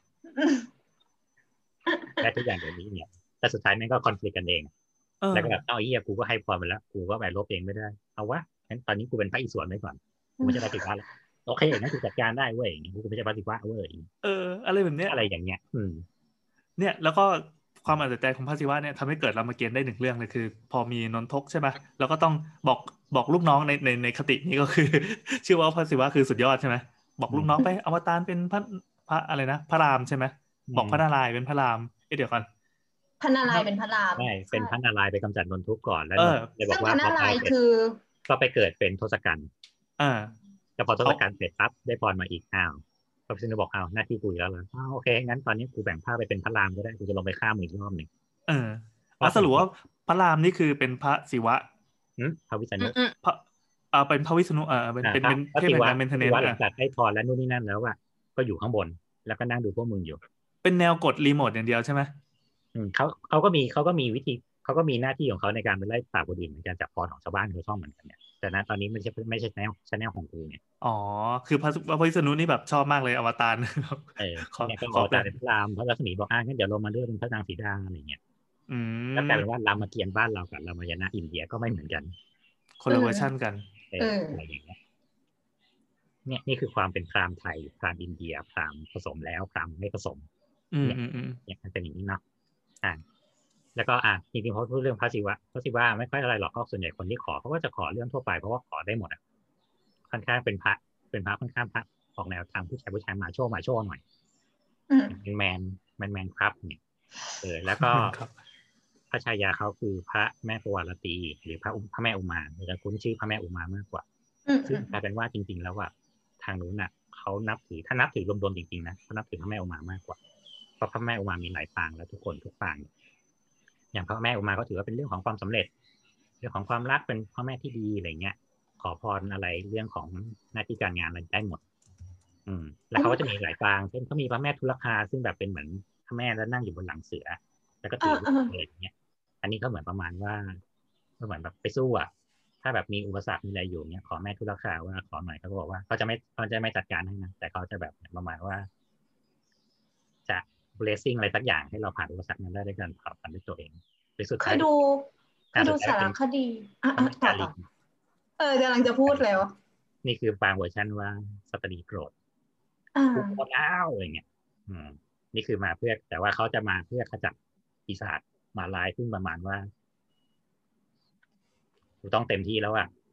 และทุกอย่างแบบนี้เนี่ยแต่สุดท้ายแม่งก็คอนฟลิกต์กันเองแล้วก็แบบเอาไอ้เหี้ยกูก็ให้พรไปแล้วกูก็ไปลบเองไม่ได้เอาวะงั้นตอนนี้กูเป็นพระอิศวรไว้ก่อนกูไม่ใช่พระศิวะแล้วโอเคงั้นกูจัดการได้เว้ยกูไม่ใช่พระศิวะเว้ยเอออะไรแบบเนี้ยอะไรอย่างเงี้ยอืมเนี่ยแล้วก็ความอัศจรรย์ของพระศิวะเนี่ยทำให้เกิดรามเกียรติ์ได้หนึ่งเรื่องเลยคือพอมีนนทกใช่ไหมแล้วก็ต้องบอกบอกลูกน้องในในในคตินี้ก็คือชื่อว่าพระศิวะคือสุดยอดใช่ไหมบอกลูกน้องไปอวตารเป็นพระพระอะไรนะพระรามใช่ไหมบอกพระนารายณ์เป็นพระรามเอ๊ะเดี๋ยวก่อนพระนารายณ์เป็นพระรามใช่เป็นพระนารายณ์ไปกำจัดนนทุกก่อนแล้วเลยบอกว่าพระนารายณ์คือก็ไปเกิดเป็นทศกัณฐ์อ่าแต่พอทศกัณฐ์เสร็จปั๊บได้พรมาอีกอ้าวพระพิษณุบอกอ้าวหน้าที่กูแล้วเหรออ้าวโอเคงั้นตอนนี้กูแบ่งภาคไปเป็นพระรามก็ได้กูจะลงไปฆ่ามึงอีกรอบหนึ่งเออแล้วสรุปว่าพระรามนี่คือเป็นพระศิวะอืมพระวิษณุพระอ่าเป็นพระวิษณุเออเป็นเป็นเป็นเทพแห่งการเมนเทนเนนซ์หลังจากให้พรและนู่นนี่นั่นแล้วอ่ะก็อยู่ข้างบนแล้วก็นั่งดูพวกมึงอยู่เป็นแนวกดรีโมทอย่างเดียวใช่ไหมอืมเขาเขาก็มีเขาก็มีวิธีเขาก็มีหน้าที่ของเขาในการไปไล่ปราบคนอื่นเหมือนกันจากพรของชาวบ้านเขาชอบเหมือนกันเนี่ยแต่นะตอนนี้ไม่ใช่ไม่ใช่แนวชแนลของกูเนี่ยอ๋อคือพระพระวิษณุนี่แบบชอบมากเลยอวตารเออเนี่ยก็อวตารเป็นพระรามพระลักษมีบอกอ่ะงั้นเดี๋ยวลงมาเลือกเป็นพระนางสีดาอะไรเงี้ยอืมแล้วกลายเป็นว่ารามเกียรติ์บ้านเรากับรามายณะอินเดียก็ไม่เหมือนกันคนละเวอร์ชันกันเอออะไรอย่างเงี้ยเนี่ยนี่คือความเป็นพราหมณ์ไทยพราหมณ์อินเดียพราหมณ์ผสมแล้วพราหมณ์ไม่ผสมเนี่ยเนี่ยมันเป็นอย่างนี้เนาะอ่าแล้วก็อ่ะจริงๆพอพูดเรื่องพระศิวะพระศิวะไม่ค่อยอะไรหรอกก็ส่วนใหญ่คนที่ขอเขาก็จะขอเรื่องทั่วไปเพราะว่าขอได้หมดอ่ะค่อนข้างเป็นพระเป็นพระค่อนข้างพระออกแนวทางผู้ชายผู้ชายมาโชว์มาโชว์หน่อยเป็นแมนแมนแมนครับเนี่ยเออแล้วก็พระชายาเขาคือพระแม่ปวารตีหรือพระพระแม่อุมาเราคุ้นชื่อพระแม่อุมามากกว่าซึ่งกลายเป็นว่าจริงๆแล้วว่าทางนู้นน่ะเขานับถือถ้านับถือรวมๆจริงๆนะเขานับถือพระแม่อุมามากกว่าเพราะพระแม่อุมามีหลายปางแล้วทุกคนทุกปางอย่างพระแม่อุมาก็ถือว่าเป็นเรื่องของความสำเร็จเรื่องของความรักเป็นพ่อแม่ที่ดีอะไรเงี้ยขอพรอะไรเรื่องของหน้าที่การงานอะไรได้หมดอืมแล้วเขาก็จะมีหลายปางเช่นเขามีพระแม่ทุลคาซึ่งแบบเป็นเหมือนพระแม่แล้วนั่งอยู่บนหลังเสือแล้วก็ถืออะไรอย่างเงี้ยอันนี้ก็เหมือนประมาณว่าก็เหมือนแบบไปสู้อ่ะถ้าแบบมีอุปสรรคมีอะไรอยู่เนี้ยขอแม่ทุลคาว่าขอหน่อยเขาก็บอกว่าเขาจะไม่เขาจะไม่จัดการให้นะแต่เขาจะแบบประมาณว่าจะ blessing อะไรสักอย่างให้เราผ่านอุปสรรคนั้นได้ด้วยกันผ่านด้วยตัวเองไปสุดท้ายเคยดูเคยดูสารคดีอ่ะต่อเออกำลังจะพูดแล้วนี่คือบางเวอร์ชันว่าสตรีโกรธกูโกรธแล้วอะไรเงี้ยอืมนี่คือมาเพื่อแต่ว่าเขาจะมาเพื่อขจัดปีศาจมาลายขึ้นประมาณว่ากูต้องเต็มที่แล้วอ่ะ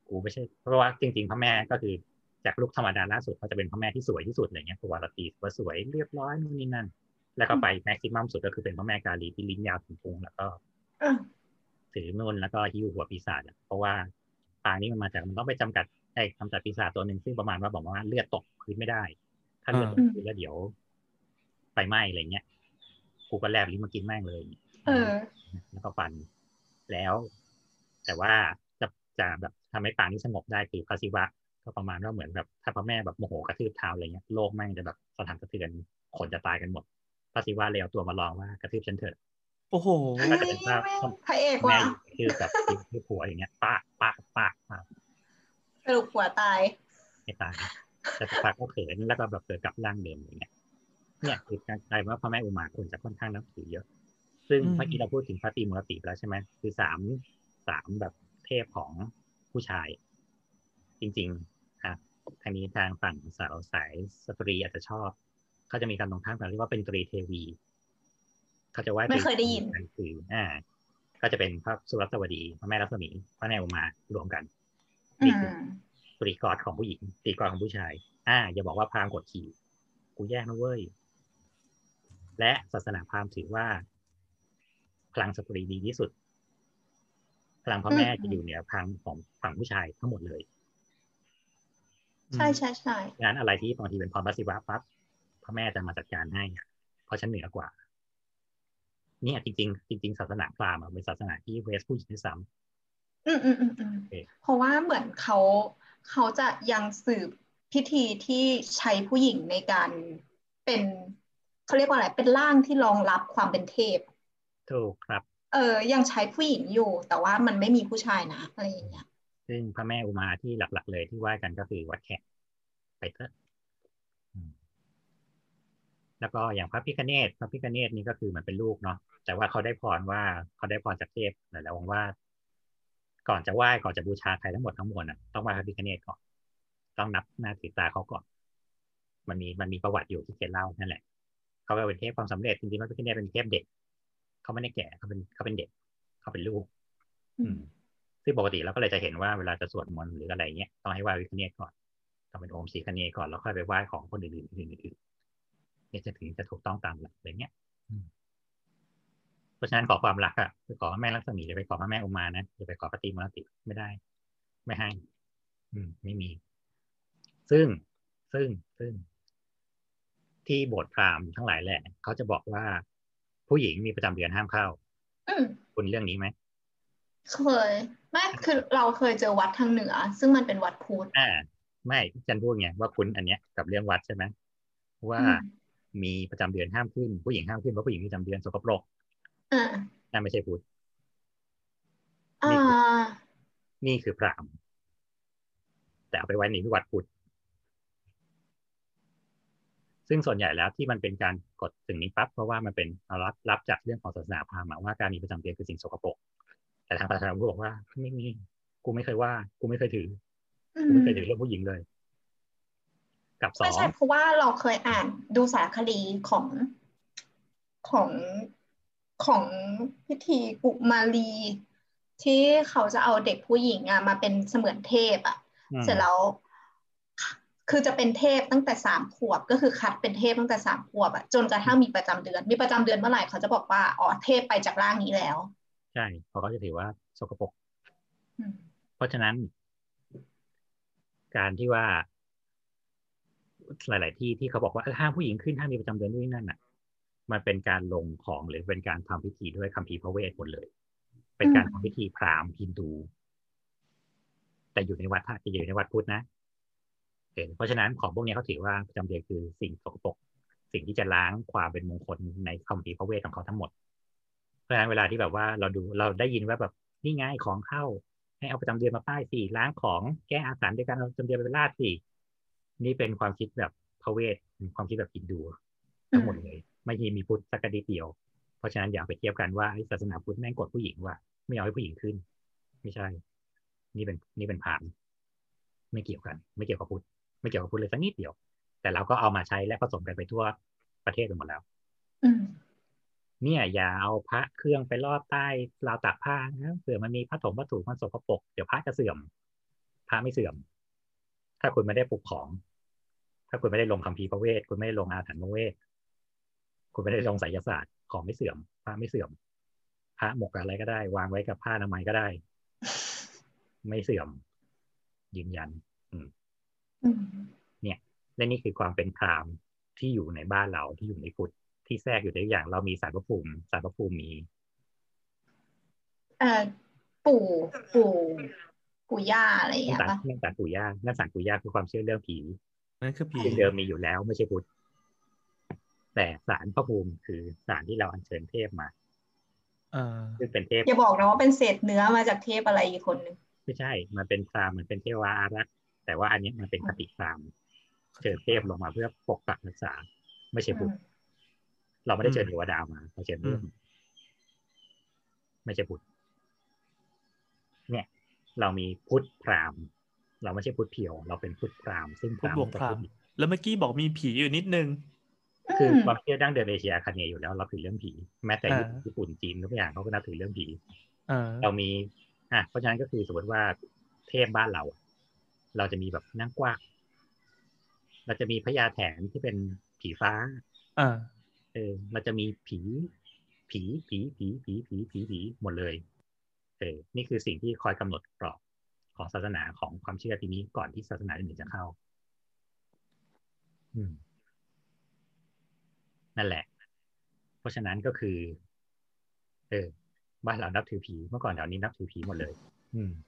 กูไม่ใช่เพราะว่าจริงๆพระแม่ก็คือจากลูกธรรมดาล่าสุดเขาจะเป็นพระแม่ที่สวยที่สุดอะไรเงี้ยปวารตีว่าสวยเรียบร้อยนู่นนี่นั่นแล้วก็ไปแม็กซิมัมสุดก็คือเป็นพระแม่กาลีที่ลิ้นยาวถึงพุงแล้วก็ถือนุ่นแล้วก็หิ้วหัวปีศาจเพราะว่าปางนี้มันมาจากมันต้องไปจำกัดไอ้กำจัดปีศาจตัวหนึ่งซึ่งประมาณว่าบอกว่าเลือดตกพื้นไม่ได้ถ้าเลือดตกพื้นแล้วเดี๋ยวไฟไหม้อะไรเงี้ยกูก็แลบลิ้นมากินแม่งเลยเออแล้วก็ฟันแล้วแต่ว่าจะจะแบบทำให้ปางนี้สงบได้คือพระศิวะก็ประมาณว่าเหมือนแบบถ้าพระแม่แบบโมโหกระทืบเท้าอะไรเงี้ยโลกแม่งจะแบบสะท้านสะเทือนคนจะตายกันหมดพระศิวะเลยเอาตัวมาลองว่ากระทืบฉันเถิดโอ้โหก็จะเป็นภาพพระเอกว่ะคือแบบคือผัวอย่างเงี้ยป้าป้าป้าป้าสรุปผัวตายไม่ตายแต่สักพักก็เขินแล้วก็แบบเกิดกลับร่างเดิมอย่างเงี้ยเนี่ยคือการกลายว่าพระแม่อุมาคนจะค่อนข้างนับถือเยอะซึ่งเมื่อกี้เราพูดถึงพระตรีมูรติแล้วใช่ไหมคือสามสามแบบเทพของผู้ชายจริงๆอ่ะทางนี้ทางฝั่งสาวสายสตรีอาจจะชอบเขาจะมีการตรงข้ามกันเรียกว่าเป็นตรีเทวีเขาจะไหว้ไม่เคยได้ยินคืออ่าก็จะเป็นพระสุรสวดีพระแม่รัศมีพระแม่อุมารวมกันนี่คือตรีกอดของผู้หญิงตรีกอดของผู้ชายอ่าอย่าบอกว่าพราหมณ์กดขี่กูแยกนะเว้ยและศาสนาพราหมณ์ถือว่าพลังสตรีดีที่สุดพลังพระแม่จะอยู่เหนือพลังของฝั่งผู้ชายทั้งหมดเลยใช่ใช่ใช่งั้นอะไรที่บางทีเป็นพรพระศิวะปั๊บพระแม่จะมาจัดการให้เพราะฉันเหนือกว่าเนี่ยจริงๆจริงๆศาสนาพราหมณ์เป็นศาสนาที่เวสผู้หญิงด้วยซ้ำอืมอืมอืมอืมเพราะว่าเหมือนเขาเขาจะยังสืบพิธีที่ใช้ผู้หญิงในการเป็นเขาเรียกว่าอะไรเป็นร่างที่รองรับความเป็นเทพถูกครับเออยังใช้ผู้หญิงอยู่แต่ว่ามันไม่มีผู้ชายนะอะไรอย่างเงี้ยซึ่งพระแม่อุมาที่หลักๆเลยที่ไหว้กันก็คือวัดแขกไปเถอะแล้วก็อย่างพระพิฆเนศพระพิฆเนศนี่ก็คือเหมือนเป็นลูกเนาะแต่ว่าเขาได้พรว่าเขาได้พรจากเทพหลายๆองค์ว่าก่อนจะไหว้ก่อนจะบูชาใครทั้งหมดทั้งมวลอ่ะต้องไหว้พระพิฆเนศก่อนต้องนับหน้าถือตาเขาก่อนมันมีมันมีประวัติอยู่ที่เขียนเล่านั่นแหละเขาเป็นเทพความสำเร็จจริงๆพระพิฆเนศเป็นเทพเด็กเขาไม่ได้แก่เขาเป็นเขาเป็นเด็กเขาเป็นลูกซึ่งปกติเราก็เลยจะเห็นว่าเวลาจะสวดมนต์หรืออะไรเงี้ยต้องให้ไหว้พระพิฆเนศก่อนต้องเป็นโอมศรีคเนศก่อนแล้วค่อยไปไหว้ของคนอื่นๆอื่นๆเนี่ยจะถึงจะถูกต้องตามหลักอะไรเงี้ยเพราะฉะนั้นขอความรักอ่ะไปขอแม่ลักษมีจะไปขอพระแม่อุมานะจะไปขอพระตรีมูรติไม่ได้ไม่ให้อืมไม่มีซึ่งซึ่งซึ่งที่โบสถ์พราหมณ์ทั้งหลายแหละเขาจะบอกว่าผู้หญิงมีประจำเดือนห้ามเข้าคุณเรื่องนี้ไหมเคยไม่คือเราเคยเจอวัดทางเหนือซึ่งมันเป็นวัดพุทธอ่าไม่จันพูดไงว่าคุณอันเนี้ยกับเรื่องวัดใช่ไหมว่ามีประจำเดือนห้ามขึ้นผู้หญิงห้ามขึ้นเพราะผู้หญิงมีประจำเดือนสกปรกอ่านั่นไม่ใช่พุทธนี่คือนี่คือพราหมณ์แต่เอาไปไว้ในวัดพุทธซึ่งส่วนใหญ่แล้วที่มันเป็นการกดสิ่งนี้ปั๊บเพราะว่ามันเป็นรับรับจากเรื่องของศาสนาพราหมณ์ว่าการมีประจำเดือนคือสิ่งสกปรกแต่ทางศาสนาพุทธบอกว่าไม่มีกูไม่เคยว่ากูไม่เคยถือกูไม่เคยถือเรื่องผู้หญิงเลยกับสองไม่ใช่เพราะว่าเราเคยอ่านดูสารคดีของของของพิธีกุมารีที่เขาจะเอาเด็กผู้หญิงอ่ะมาเป็นเสมือนเทพอ่ะเสร็จแล้วคือจะเป็นเทพตั้งแต่สามขวบก็คือคัดเป็นเทพตั้งแต่สามขวบอ่ะจนกระทั่งมีประจำเดือนมีประจำเดือนเมื่อไหร่เขาจะบอกว่าอ๋อเทพไปจากร่างนี้แล้วใช่เพราะเขาจะถือว่าสกปรกเพราะฉะนั้นการที่ว่าหลายๆที่ที่เขาบอกว่าห้ามผู้หญิงขึ้นห้ามมีประจำเดือนด้วยนั่นน่ะมันเป็นการลงของหรือเป็นการทำพิธีด้วยคัมภีร์พระเวทหมดเลยเป็นการทำพิธีพราหมณ์ฮินดูแต่อยู่ในวัดท่าจะอยู่ในวัดพุทธนะเพราะฉะนั้นของพวกนี้เขาถือว่าประจำเดือนคือสิ่งสกปรกสิ่งที่จะล้างความเป็นมงคลในคัมภีร์พระเวทของเขาทั้งหมดเพราะฉะนั้นเวลาที่แบบว่าเราดูเราได้ยินว่าแบบนี่ไงของเข้าให้เอาประจำเดือนมาป้ายสิล้างของแก้อาถรรพ์ด้วยการเอาประจำเดือนไปราดสินี่เป็นความคิดแบบพระเวทความคิดแบบฮินดูทั้งหมดเลยไม่มีมีพุทธสักนิดเดียวเพราะฉะนั้นอย่าไปเทียบกันว่าศาสนาพุทธแม่งกดผู้หญิงว่าไม่เอาให้ผู้หญิงขึ้นไม่ใช่นี่เป็นนี่เป็นพราหมณ์ไม่เกี่ยวกันไม่เกี่ยวกับพุทธไม่เกี่ยวกับพุทธเลยสักนิดเดียวแต่เราก็เอามาใช้และผสมกันไปทั่วประเทศไปหมดแล้วเนี่ยอย่าเอาพระเครื่องไปลอดใต้ราวตากผ้านะเผื่อมันมีผ้าถมผ้าถุงมันสกปรกเดี๋ยวพระจะเสื่อมพระไม่เสื่อมถ้าคุณไม่ได้ปลุกของถ้าคุณไม่ได้ลงคัมภีร์พระเวทคุณไม่ได้ลงอาถรรพ์พระเวทคุณไม่ได้ลงไสยศาสตร์ของไม่เสื่อมพระไม่เสื่อมพระหมกอะไรก็ได้วางไว้กับผ้าอนามัยก็ได้ไม่เสื่อมยืนยันอืมเนี่ยและนี่คือความเป็นพราหมณ์ที่อยู่ในบ้านเราที่อยู่ในพุทธที่แทรกอยู่ในทุกอย่างเรามีศาลพระภูมิศาลพระภูมิมีเอ่อปู่ปู่ปู่ย่าอะไรอย่างเงี้ยป่ะนั่นศาลปู่ย่านั่นศาลปู่ย่าคือความเชื่อเรื่องผีนั่นคือผีเดิมมีอยู่แล้วไม่ใช่พุทธแต่ศาลพระภูมิคือศาลที่เราอัญเชิญเทพมาอ่าซึ่งเป็นเทพอย่าบอกนะว่าเป็นเศษเนื้อมาจากเทพอะไรอีกคนนึงไม่ใช่มันเป็นพราหมณ์มันเป็นเทวาอารักษ์แต่ว่าอันนี้มันเป็นคติพราหมณ์เชิญเทพลงมาเพื่อปกปักรักษาไม่ใช่พุทธเราไม่ได้เชิญเทวดามาเราเชิญเทพไม่ใช่พุทธเนี่ยเรามีพุทธพราหมณ์เราไม่ใช่พุทธเพียวเราเป็นพุทธพราหมณ์ซึ่งพุทธบวกพราหมณ์แล้วเมื่อกี้บอกมีผีอยู่นิดนึงคือความเชื่อดั้งเดิมเอเชียอาคเนย์อยู่แล้วเราถือเรื่องผีแม้แต่ญี่ปุ่นจีนทุกอย่างเขาก็นับถือเรื่องผีเรามีอ่ะเพราะฉะนั้นก็คือสมมติว่าเทพบ้านเราเราจะมีแบบนางกวักเราจะมีพญาแถนที่เป็นผีฟ้าอ่าเออเราจะมีผีผีผีผีผีผีผีผีหมดเลยเออนี่คือสิ่งที่คอยกำหนดกรอบของศาสนาของความเชื่อทีนี้ก่อนที่ศาสนาอื่นจะเข้าอืมนั่นแหละเพราะฉะนั้นก็คือเออบ้านเรานับถือผีเมื่อก่อนแถวนี้นับถือผีหมดเลยอืม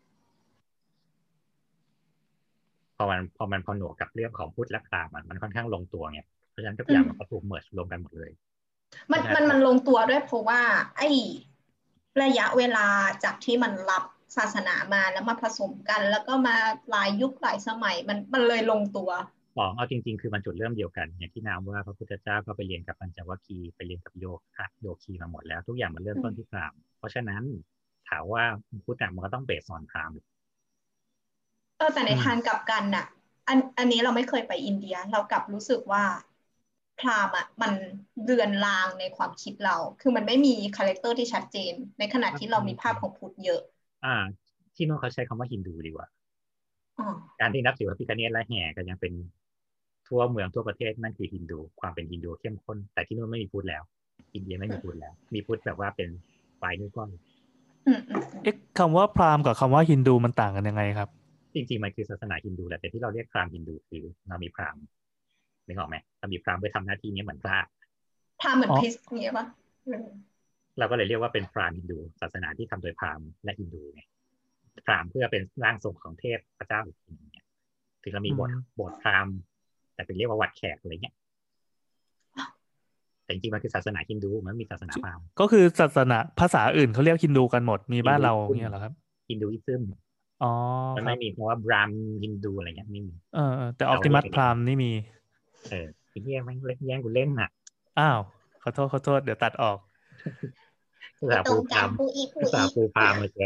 พอมันพอมันพอหนวกกับเรื่องของพุทธและพราหมณ์มันค่อนข้างลงตัวไงเพราะฉะนั้นทุกอย่างมันก็ถูกเมิร์จรวมกันหมดเลยมันมันมันลงตัวด้วยเพราะว่าไอ้ระยะเวลาจากที่มันรับศาสนามาแล้วมาผสมกันแล้วก็มาหลายยุคหลายสมัยมันมันเลยลงตัวสองเอาจริงๆคือมันจุดเริ่มเดียวกันอย่างที่น้ำว่าพระพุทธเจ้าก็ไปเรียนกับปัญจวัคคีย์ไปเรียนกับโยคะโยคีมาหมดแล้วทุกอย่างมันเริ่มต้นที่พราหมณ์เพราะฉะนั้นถามว่าพุทธะมันก็ต้องเบสออนพราหมณ์เออแต่ในทางกลับกันน่ะอันอันนี้เราไม่เคยไปอินเดียเรากลับรู้สึกว่าพราหมณ์อ่ะมันเรือนรางในความคิดเราคือมันไม่มีคาแรคเตอร์ที่ชัดเจนในขณะที่เรามีภาพของพุทธเยอะอ่าที่นู้นเขาใช้คำว่าฮินดูดีกว่าการที่นับถือพระพิฆเนศและแห่กันยังเป็นทั่วเมืองทั่วประเทศนั่นคือฮินดูความเป็นฮินดูเข้มข้นแต่ที่นู้นไม่มีพุทธแล้วอินเดียไม่มีพุทธแล้วมีพุทธแบบว่าเป็นปลายนิ้วก้อยเอ๊ะคำว่าพราหมณ์กับคำว่าฮินดูมันต่างกันยังไงครับจริงๆมันคือศาสนาฮินดูแหละแต่ที่เราเรียกพราหมณ์ฮินดูคือเรามีพราหมณ์นึกออกไหมเรามีพราหมณ์ไปทำหน้าที่นี้เหมือนพระพราหมณ์เหมือนคริสต์เงี้ยป่ะเราก็เลยเรียกว่าเป็นพราหมณ์ฮินดูศาสนาที่ทำโดยพราหมณ์และฮินดูไงพราหมณ์เพื่อเป็นร่างทรงของเทพพระเจ้าอีกทีนึงเนี่ยถึงเรามีบทบทพราหมณ์แต่เป็นเรียกว่าวัดแขกอะไรเงี้ยแต่จริงๆมันคือศาสนาฮินดูมันมีศาสนาพราหมณ์ก็คือศาสนาภาษาอื่นเขาเรียกฮินดูกันหมดมีบ้านเราเนี่ยเหรอครับฮินดูอิซึมอ๋อมันไม่มีเพราะว่าบรามฮินดูอะไรเงี้ยไม่มีเออแต่ออปติมัสพราหมณ์นี่มีเออไอ้เหี้ยแม่งเล่นแย่งกูเล่นน่ะอ้าวขอโทษขอโทษเดี๋ยวตัดออกภาษาปูพามภาษาปูพามเลยเจ้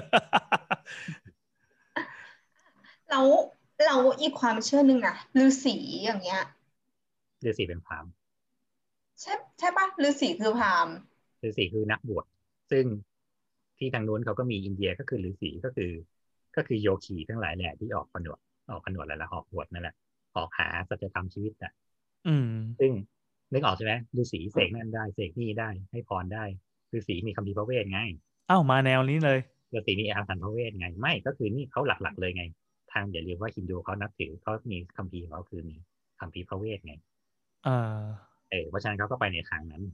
แล้วเราอีกความเชื่อหนึ่งอะฤาษีอย่างเงี้ยฤาษีเป็นพราหมณ์ใช่ใช่ปะฤาษีคือพราหมณ์ฤาษีคือนักบวชซึ่งที่ทางนู้นเขาก็มีอินเดียก็คือฤาษีก็คือก็คือโยคีทั้งหลายแหละที่ออกผนวดออกผนวดแล้วละออกบวชนั่นแหละออกหาสัจธรรมชีวิตอ่ะอืมซึ่งนึกออกใช่ไหมฤาษีเสกนั่นได้เสกนี่ได้ให้พรได้ฤาษีมีคัมภีร์พระเวทไงอ้าวมาแนวนี้เลยฤาษีมีอาถรรพ์พระเวทไงไม่ก็คือนี่เขาหลักๆเลยไงทางอย่าลืมว่าฮินดูเขานับถือเขามีคัมภีร์เขาคือมีคัมภีร์พระเวทไงอ่าเออเพราะฉะนั้นเขาก็ไปในทางนั้น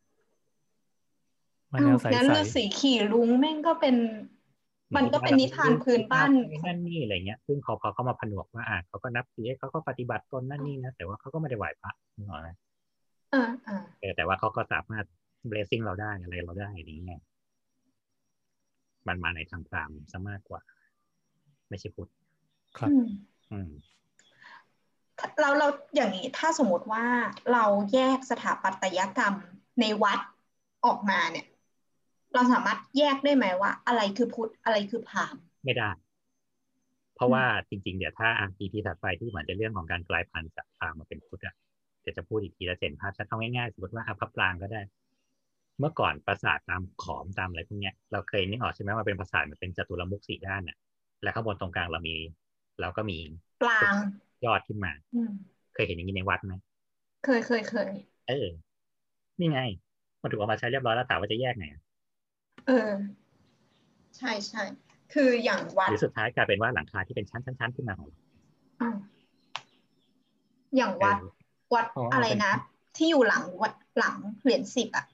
มาแนวใสๆงั้นฤาษีขี่ลุงแม่งก็เป็นมันก็เป็นนิทานพื้นบ้านนั่นนี่อะไรเงี้ยซึ่งพอพอเขามาผนวกว่าอ่ะเขาก็นับถือเขาก็ปฏิบัติตนนั่นนี่นะแต่ว่าเขาก็ไม่ได้ไหว้พระนึกออกไหมอ่าอ่าเออแต่ว่าเขาก็สามารถ blessing เราได้อะไรเราได้อย่างนี้ไงมันมาในทางพราหมณ์ซะมากกว่าไม่ใช่พุทธครับอืมเราเราอย่างนี้ถ้าสมมติว่าเราแยกสถาปัตยกรรมในวัดออกมาเนี่ยเราสามารถแยกได้ไหมว่าอะไรคือพุทธอะไรคือพราหมณ์ไม่ได้เพราะว่าจริงๆเดี๋ยวถ้าอ่าน อี พี ถัดไปที่เหมือนจะเรื่องของการกลายพันธุ์จากพราหมณ์มาเป็นพุทธอ่ะเดี๋ยวจะพูดอีกทีแล้วเห็นภาพชัดเอาง่ายๆสมมติว่าอาพระปรางก็ได้เมื่อก่อนปราสาทตามขอมตามอะไรพวกเนี้ยเราเคยนึกออกใช่ไหมว่าเป็นปราสาทมันเป็นจัตุรมุขสี่ด้านน่ะและข้างบนตรงกลางเรามีแล้วก็มีปลางยอดขึ้นมาเคยเห็นอย่างนี้ในวัดไหมเคยเคยเคยเออนี่ไงมันถูกเอามาใช้เรียบร้อยแล้วถามว่าจะแยกไงเออใช่ใช่คืออย่างวัดหรือสุดท้ายกลายเป็นว่าหลังคาที่เป็นชั้นชั้นๆขึ้นมาของอ่าอย่างวัดวัดอะไรนะที่อยู่หลังวัดหลังเหรียญสิบอ่ะ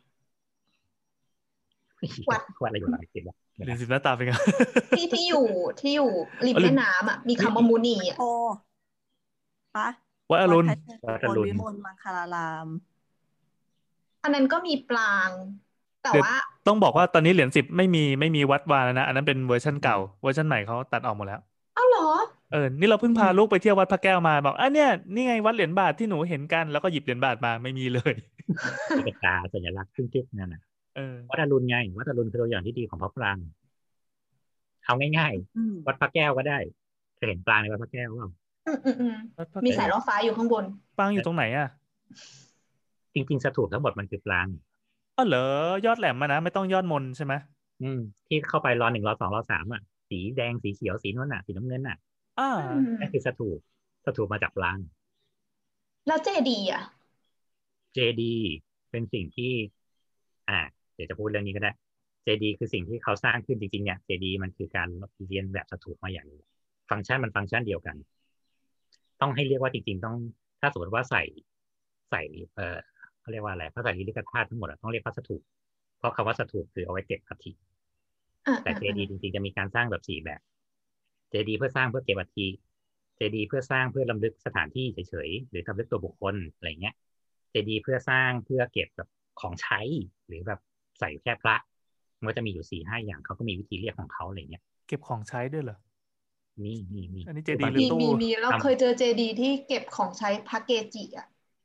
วัดวัดอะไรอยู่หลังสิบเหรียญสิบหน้าตาเป็นไงที่ที่อยู่ที่อยู่ริมแม่น้ำอ่ะมีคำว่ามุนีอ่ะโอ้ปะวัดอรุณวัดอรุณวิมลมังคลารามอันนั้นก็มีปลางแต่ว่าต้องบอกว่าตอนนี้เหรียญสิบไม่มีไม่มีวัดวาแล้วนะอันนั้นเป็นเวอร์ชันเก่าเวอร์ชันใหม่เขาตัดออกหมดแล้วอ้าวเหรอเออนี่เราเพิ่งพาลูกไปเที่ยววัดพระแก้วมาบอกอ่ะเนี่ยนี่ไงวัดเหรียญบาทที่หนูเห็นกันแล้วก็หยิบเหรียญบาทมาไม่มีเลยเป็นตาสัญลักษณ์ขึ้นจิ๊บนั่นน่ะวัดอรุณไงวัดอรุณคือตัวอย่างที่ดีของพระปรางเอาง่ายๆวัดพระแก้วก็ได้เคยเห็นปรางในวัดพระแก้วเปล่ามีสายล่อฟ้าอยู่ข้างบนปรางอยู่ตรงไหนอ่ะจริงๆสถูปทั้งหมดมันคือปรางอ๋อเหรอยอดแหลมมานะไม่ต้องยอดมนใช่ไหมอืมที่เข้าไปรอหนึ่งรอสองรอสามอ่ะสีแดงสีเขียวสีนู้นน่ะสีน้ำเงินน่ะอ่านั่นคือสถูปสถูปมาจากปรางแล้วเจดีย์อ่ะเจดีย์เป็นสิ่งที่อ่าเดี๋ยวจะพูดเรื่องนี้ก็ได้เจดีย์คือสิ่งที่เขาสร้างขึ้นจริงๆเนี่ยเจดีย์มันคือการเรียนแบบสถูปมาอย่างนี้ฟังก์ชันมันฟังก์ชันเดียวกันต้องให้เรียกว่าจริงๆต้องถ้าสมมติว่าใส่ใส่เอ่อเขาเรียกว่าอะไรพระสรีริกธาตุทั้งหมดต้องเรียกพระสถูปเพราะคำว่าสถูปคือเอาไว้เก็บอัฐิแต่เจดีย์จริงๆจะมีการสร้างแบบสี่แบบเจดีย์เพื่อสร้างเพื่อเก็บอัฐิเจดีย์เพื่อสร้างเพื่อรำลึกสถานที่เฉยๆหรือรำลึกตัวบุคคลอะไรเงี้ยเจดีย์เพื่อสร้างเพื่อเก็บแบบของใช้หรือแบบใส่แค่พระมันก็จะมีอยู่สี่ห้าอย่างเขาก็มีวิธีเรียกของเขาอะไรเงี้ยเก็บของใช้ด้วยเหรอมีมีมีอันนี้เจดีย์หรือตู้มีมีเราเคยเจอเจดีย์ที่เก็บของใช้พระเกจิอ่ะ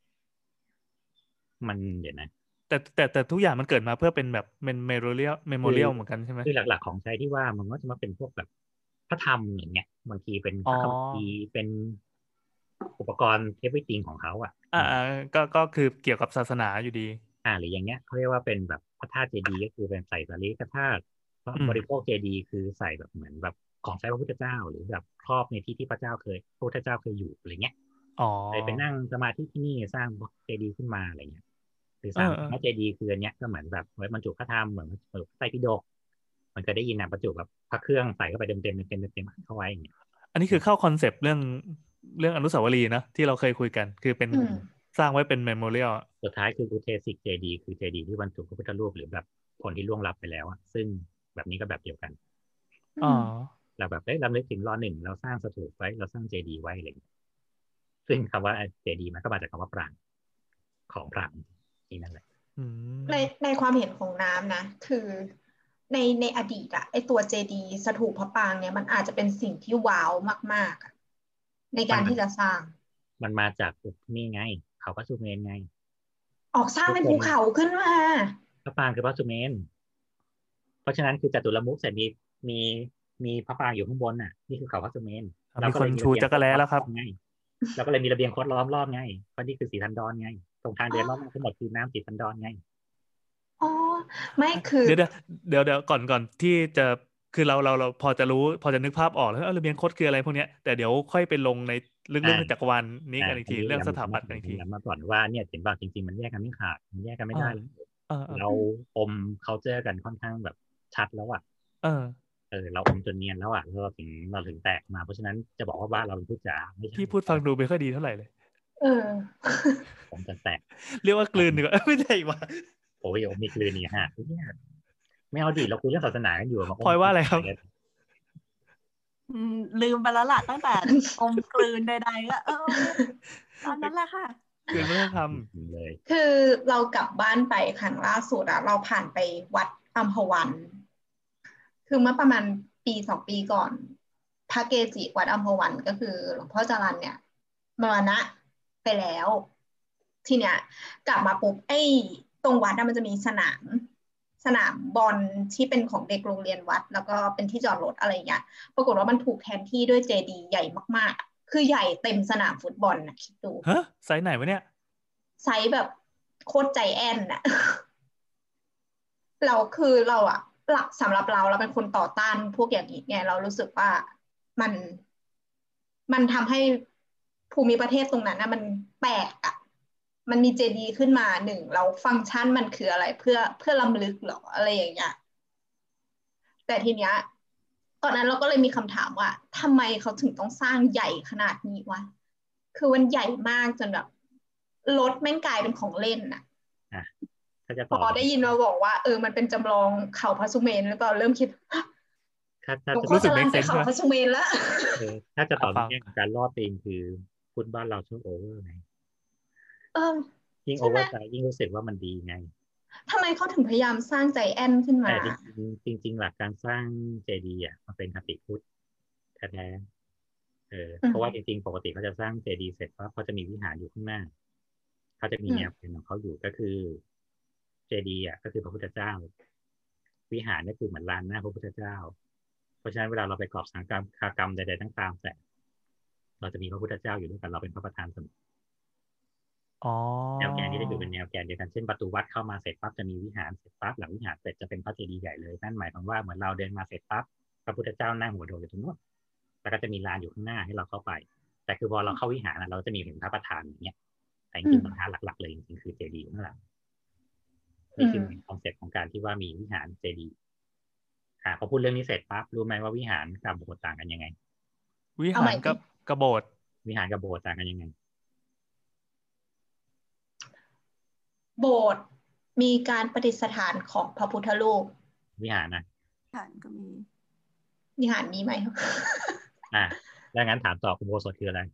มันเดี๋ยวนะแต่แต่แต่ทุกอย่างมันเกิดมาเพื่อเป็นแบบเป็นเมโมเรียลเมโมเรียลเหมือนกันใช่ไหมคือหลักๆของใช้ที่ว่ามันก็จะมาเป็นพวกแบบพระธรรมอย่างเงี้ยบางทีเป็นพระคัมภีร์เป็นอุปกรณ์เทปวิติงของเขาอ่ะอ่าก็ก็คือเกี่ยวกับศาสนาอยู่ดีอ่าหรืออย่างเงี้ยเขาเรียกว่าเป็นแบบพระธาตุเจดีย์ก็คือเป็นใส่สารีริกธาตุบริโภคเจดีย์คือใส่แบบเหมือนแบบของใช้พระพุทธเจ้าหรือแบบครอบในที่ที่พระเจ้าเคยพระพุทธเจ้าเคยอยู่อะไรเงี้ยอ๋อไปนั่งสมาธิที่นี่สร้างเจดีย์ขึ้นมาอะไรเงี้ยหรือสร้างพระเจดีย์คืออันเนี้ยก็เหมือนแบบไว้บรรจุพระธรรมเหมือนบรรจุไตรปิฎกมันก็ได้ยินนะบรรจุแบบพระเครื่องใส่เข้าไปเต็มเต็มเต็มเต็มเข้าไว้อย่างเงี้ยอันนี้คือเข้าคอนเซปต์เรื่องเรื่องอนุสาวรีย์นะที่เราเคยคุยกันคือเป็นสร้างไว้เป็นเมโมเรียลสุดท้ายคืออุเทศิกเจดีย์คือเจดีย์ที่บรรจุพระพุทธรูปหรือแบบคนที่ล่วงลับไปแล้วอ่ะซึ่งแบบนี้ก็แบบเดียวกันอ๋อเราแบบเอ้ยเรานึกถึงรอหนึ่งเราสร้างสถูปไว้เราสร้างเจดีย์ไว้อะไรซึ่งคำว่าเจดีย์มันก็มาจากคำว่าปรางของปรางนี่นั่นแหละในในความเห็นของน้ำนะคือในในอดีตอะไอตัวเจดีย์สถูปพระปรางเนี่ยมันอาจจะเป็นสิ่งที่ว้าวมากๆในการที่จะสร้างมันมาจากนี่ไงเขาพระสุเมนไงออกสร้างเป็นภูเขาขึ้นมาพระปรางคือพระสุเมนเพราะฉะนั้นคือจัตุรมุขเสร็จมีมีมีพระปรางอยู่ข้างบนน่ะนี่คือเขาพระสุเมนมีคนชูจักรแล้แล้วครับไงเราก็เลยมีระเบียงโคตรล้อมรอบไงเพราะนี่คือสีทันดอนไงตรงทางเดินรอบทั้งหมดคือน้ำสีทันดอนไงอ๋อไม่คือเดี๋ยวเดี๋ยวเดี๋ยวก่อนก่อนที่จะคือเราเราเราพอจะรู้พอจะนึกภาพออกแล้วระเบียงคดคืออะไรพวกนี้แต่เดี๋ยวค่อยไปลงในลึกๆในจักรวาลนี้กันอีกทีเรื่องสถาปัตย์กันอีกทีมาก่อนว่าเนี่ยเห็นว่าจริงๆมันแยกกันไม่ขาดมันแยกกันไม่ได้เราอมเขาเจอกันค่อนข้างแบบชัดแล้วอ่ะเออเออเราอมจนเนียนแล้วอ่ะเราถึงเราถึงแตกมาเพราะฉะนั้นจะบอกว่าบ้านเราเป็นพูดจ๋าไม่ใช่พี่พูดฟังดูไม่ค่อยดีเท่าไหร่เลยเออผมจะแตกเรียกว่ากลืนดีกว่าไม่ใช่ว่ะโอ้ยโอ้มีกลืนนี่ฮะไม่เอาดิเราคุยเรื่องศาสนากันอยู่มาพลอยว่าอะไรครับลืมไปแล้วล่ะตั้งแต่อมกลืนใดๆก็เออตอนนั้นแหละค่ะกลืนไม่ต้องทำเลยคือเรากลับบ้านไปครั้งล่าสุดอะเราผ่านไปวัดอัมพวันคือเมื่อประมาณปีสองปีก่อนพระเกจิวัดอัมพวันก็คือหลวงพ่อจรัญเนี่ยมรณะไปแล้วทีเนี้ยกลับมาปุ๊บไอ้ตรงวัดน่ะมันจะมีสนามสนามบอลที่เป็นของเด็กโรงเรียนวัดแล้วก็เป็นที่จอดรถอะไรเงี้ยปรากฏว่ามันถูกแทนที่ด้วยเจดีย์ใหญ่มากๆคือใหญ่เต็มสนามฟุตบอลนะคิดดูฮะไซส์ไหนวะเนี่ยไซส์แบบโคตรใจแอนน่ะเราคือเราอะสำหรับเราเราเป็นคนต่อต้านพวกอย่างนี้ไงเรารู้สึกว่ามันมันทำให้ภูมิประเทศตรงนั้นนะมันแปลกอ่ะมันมีเจดีย์ขึ้นมาหนึ่งแล้วฟังก์ชันมันคืออะไรเพื่อเพื่อล้ำลึกหรออะไรอย่างเงี้ยแต่ทีเนี้ยตอนนั้นเราก็เลยมีคำถามว่าทำไมเขาถึงต้องสร้างใหญ่ขนาดนี้วะคือมันใหญ่มากจนแบบรถแม่งกลายเป็นของเล่นน่ะอ่ะถ้าจะพอได้ยินมาบอกว่าเออมันเป็นจำลองเขาพระสุเมรุหรือเปล่าเริ่มคิดถ้าถ้าจะรู้สึกเมคเซนส์เขาพระสุเมรุแล้วถ้าจะตอบเรื่องการรอดเองคือฟุตบอลเราชอบโอเวอร์ไงเออยิ่งโอเวอร์ใจยิ่งรู้สึกว่ามันดีไงทำไมเขาถึงพยายามสร้างใจแอนขึ้นมาแต่จริงจริงๆหลักการสร้างเจดีย์อ่ะมันเป็นคติพุทธแท้ๆเออเพราะว่าจริงๆปกติเขาจะสร้างเจดีย์เสร็จปั๊บเขาจะมีวิหารอยู่ข้างหน้าเขาจะมีแนวเป็นของเขาอยู่ก็คือเจดีย์อ่ะก็คือพระพุทธเจ้าวิหารนี่คือเหมือนลานหน้าพระพุทธเจ้าเพราะฉะนั้นเวลาเราไปกรอบสังกรรมคากรรมใดๆทั้งตามแต่เราจะมีพระพุทธเจ้าอยู่ด้วยกันเราเป็นพระประธานเสมอแนวแกนที่ได้อยู่เป็นแนวแกนเดียวกันเช่นประตูวัดเข้ามาเสร็จปั๊บจะมีวิหารเสร็จปั๊บหลังวิหารเสร็จจะเป็นพระเจดีย์ใหญ่เลยนั่นหมายความว่าเหมือนเราเดินมาเสร็จปั๊บพระพุทธเจ้านั่งหัวโดดอยู่ตรงนู้นแล้วก็จะมีลานอยู่ข้างหน้าให้เราเข้าไปแต่คือพอเราเข้าวิหารเราจะมีเห็นพระประธานอย่างเงี้ยแต่จริงๆประธานหลักๆเลยจริงๆคือเจดีย์นั่นแหละนี่คือคอนเซ็ปต์ของการที่ว่ามีวิหารเจดีย์อ่าพอพูดเรื่องนี้เสร็จปั๊บรู้ไหมว่าวิหารกับโบสถ์ต่างกันยังไงวิหารกับกับโบสถ์วิหารกับโบสถ์ต่างกันยังไงโบสถ์มีการประดิษฐานของพระพุทธรูปวิหารนะวิหารก็มีวิหารมีไหมอ่ะแล้วงั้นถามต่ออุโบสถคืออะไร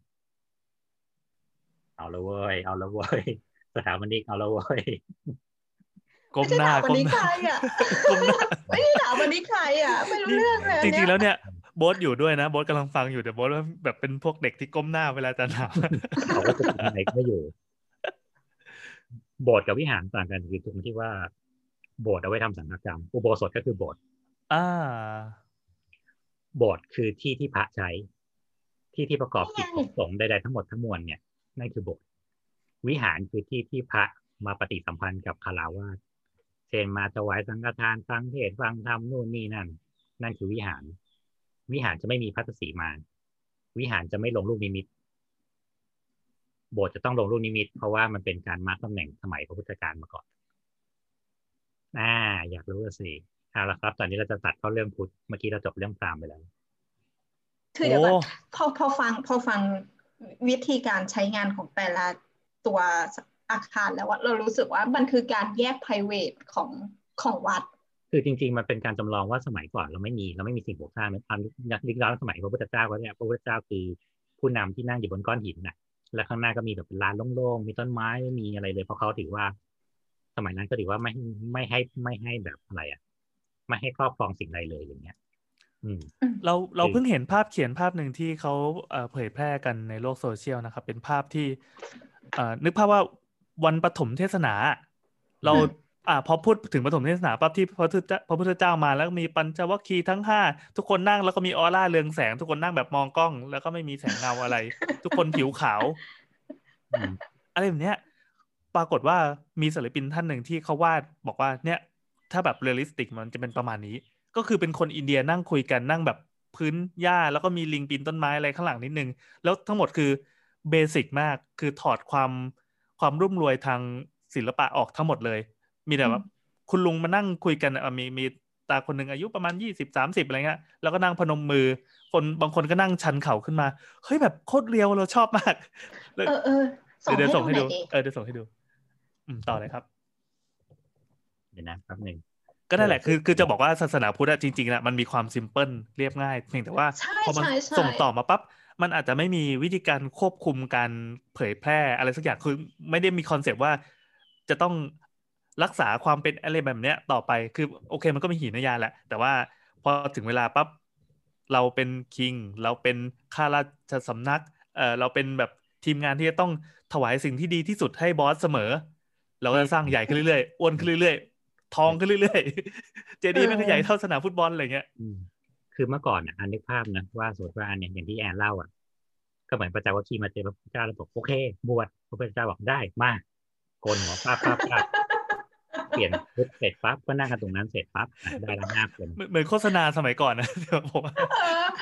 เอาละเว้ยเอาละเว้ยสถาปนิกเอาละเว้ยก้มหน้าก้มหน้าก้มหน้าไม่ได้ถามวันนี้ใครอ่ะไม่รู้เรื่องเลยจริงๆแล้วเนี่ยโบ๊ทอยู่ด้วยนะโบ๊ทกำลังฟังอยู่แต่โบ๊ทแบบเป็นพวกเด็กที่ก้มหน้าเวลาจะถามเขาก็จะทำอะไรไม่อยู่โบสถ์กับวิหารต่างกันคือตรงที่ว่าโบสถ์เอาไว้ทำสังฆกรรมอุโบสถก็คือโบสถ์อ่าโบสถ์คือที่ที่พระใช้ที่ที่ประกอบกิจของสงฆ์ใดๆทั้งหมดทั้งมวลเนี่ยนั่นคือโบสถ์วิหารคือที่ที่พระมาปฏิสัมพันธ์กับฆราวาสเช่นมาถวายสังฆทานฟังเทศน์ฟังธรรมนู่นนี่นั่นนั่นคือวิหารวิหารจะไม่มีพัตตสีมาวิหารจะไม่ลงลูกนิมิตโบสถ์จะต้องลงลูกนิมิตเพราะว่ามันเป็นการมาร์คตำแหน่งสมัยพระพุทธกาลมาก่อนอ่าอยากรู้สิเอาละครับตอนนี้เราจะตัดเข้าเรื่องพุทธเมื่อกี้เราจบเรื่องพราหมณ์ไปแล้วคือเดี๋ยวก่อนพอพอฟังพอฟังวิธีการใช้งานของแต่ละตัวอาคารแล้วว่าเรารู้สึกว่ามันคือการแยก private ของของวัดคือจริงๆมันเป็นการจำลองว่าสมัยก่อนเราไม่มีเราไม่มีสิ่งปลูกสร้างเหมือนตอนยุคย้อนสมัยพระพุทธเจ้าก็เนี่ยพระพุทธเจ้าคือผู้นำที่นั่งอยู่บนก้อนหินน่ะและข้างหน้าก็มีแบบเป็นลานโล่งๆมีต้นไม้ไม่มีอะไรเลยเพราะเขาถือว่าสมัยนั้นก็ถือว่าไม่ไม่ให้ไม่ให้แบบอะไรอ่ะไม่ให้ครอบครองสิ่งใดเลยอย่างเงี้ยเราเราเพิ่งเห็นภาพเขียนภาพหนึ่งที่เขาเผยแพร่กันในโลกโซเชียลนะครับเป็นภาพที่นึกภาพว่าวันปฐมเทศนาเราอ่าพอพูดถึงปฐมเทศนาปั๊บที่พระพุทธพระพุทธเจ้ามาแล้วมีปัญจวัคคีย์ทั้งห้าทุกคนนั่งแล้วก็มีออร่าเรืองแสงทุกคนนั่งแบบมองกล้องแล้วก็ไม่มีแสงเงาอะไรทุกคนผิวขาวอะไรแบบเนี้ยปรากฏว่ามีศิลปินท่านหนึ่งที่เขาวาดบอกว่าเนี่ยถ้าแบบเรียลลิสติกมันจะเป็นประมาณนี้ก็คือเป็นคนอินเดียนั่งคุยกันนั่งแบบพื้นหญ้าแล้วก็มีลิงปีนต้นไม้อะไรข้างหลังนิดนึงแล้วทั้งหมดคือเบสิกมากคือถอดความความรุ่มรวยทางศิลปะออกทั้งหมดเลยมีแต่ว่าคุณลุงมานั่งคุยกันมีมีตาคนหนึ่งอายุประมาณยี่สิบ สามสิบอะไรเงี้ยแล้วก็นั่งพนมมือคนบางคนก็นั่งชันเข่าขึ้นมาเฮ้ยแบบโคตรเรียวเราชอบมากเออเออเดี๋ยวส่งให้ดูเออเดี๋ยวส่งให้ดูอืมต่อเลยครับเดี๋ยวนะแป๊บนึงก็นั่นแหละคือคือจะบอกว่าศาสนาพุทธจริงๆนะมันมีความซิมเพิลเรียบง่ายเพียงแต่ว่าพอมันส่งต่อมาปั๊บมันอาจจะไม่มีวิธีการควบคุมการเผยแพร่อะไรสักอย่างคือไม่ได้มีคอนเซปต์ว่าจะต้องรักษาความเป็นอะไรแบบเนี้ยต่อไปคือโอเคมันก็มีหินยานแหละแต่ว่าพอถึงเวลาปั๊บเราเป็นคิงเราเป็นข้าราชสำนักเออเราเป็นแบบทีมงานที่จะต้องถวายสิ่งที่ดีที่สุดให้บอสเสมอเราก็จะสร้างใหญ่ขึ้นเรื่อยๆอ้วนขึ้นเรื่อยๆทองขึ้นเรื่อยๆเจดีย์ไม่ขยายเท่าสนามฟุตบอลอะไรเงี้ยคือเมื่อก่อนอ่ะอันนึกภาพนะว่าสมมติว่าอันเนี่ยอย่างที่แอนเล่าอ่ะก็เหมือนพระเจ้าวัคคีมาเจอพระพุทธเจ้าแล้วบอกโอเคบวชพระพุทธเจ้าบอกได้มาโกนหัวป้าป้าป้าเปลี่ยนชุดเสร็จปั๊บก็นั่งกันตรงนั้นเสร็จปั๊บได้ละห้าคนเหมือนโฆษณาสมัยก่อนนะเดี๋ยวผมภาพ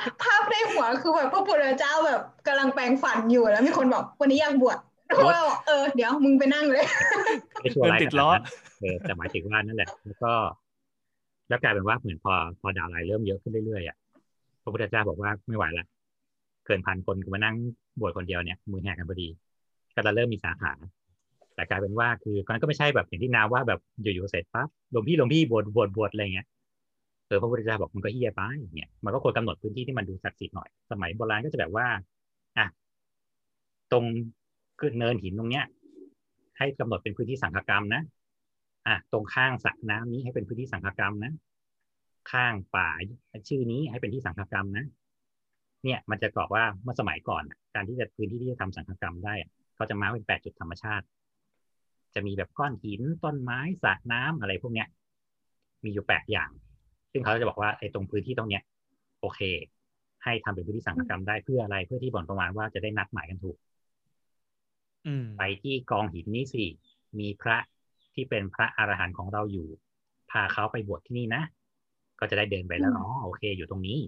ในหัวคือแบบพระพุทธเจ้าแบบกำลังแปลงฝันอยู่แล้วมีคนบอกวันนี้อยากบวชเราบอกเออเดี๋ยวมึงไปนั่งเลยไม่ชั่วร้ายติดล้อเออแต่หมายถึงว่านั่นแหละแล้วก็แล้วกลายเป็นว่าเหมือนพอพอดาวไลน์เริ่มเยอะขึ้นเรื่อยๆอ่ะพระพุทธเจ้าบอกว่าไม่ไหวละเกินพันคนกูมานั่งบวชคนเดียวเนี่ยมือแหกกันพอดีก็จะเริ่มมีสาขาแต่กลายเป็นว่าคือมันก็ไม่ใช่แบบอย่างที่นาว่าแบบอยู่ๆเสร็จปั๊บหลวงพี่หลวงพี่บวชบวชบวชอะไรเงี้ยเออพระพุทธเจ้าบอกมันก็เหี้ยไปเนี่ยมันก็ควรกำหนดพื้นที่ที่มันดูศักดิ์สิทธิ์หน่อยสมัยโบราณก็จะแบบว่าอ่ะตรงเนินหินตรงเนี้ยให้กำหนดเป็นพื้นที่สังฆกรรมนะอ่ะตรงข้างสระน้ำนี้ให้เป็นพื้นที่สังฆกรรมนะข้างป่าชื่อนี้ให้เป็นที่สังฆกรรมนะเนี่ยมันจะบอกว่าเมื่อสมัยก่อนการที่จะพื้นที่ที่จะทำสังฆกรรมได้ก็จะมาเป็นแปดจุดธรรมชาติจะมีแบบก้อนหินต้นไม้สระน้ำอะไรพวกเนี้ยมีอยู่แปดอย่างซึ่งเขาจะบอกว่าไอ้ตรงพื้นที่ตรงเนี้ยโอเคให้ทำเป็นพื้นที่สังฆกรรมได้เพื่ออะไรเพื่อที่บอกประมาณว่าจะได้นัดหมายกันถูกไปที่กองหินนี้สิมีพระที่เป็นพระอรหันต์ของเราอยู่พาเขาไปบวชที่นี่นะก็จะได้เดินไปแล้วอ๋อโอเคอยู่ตรงนี้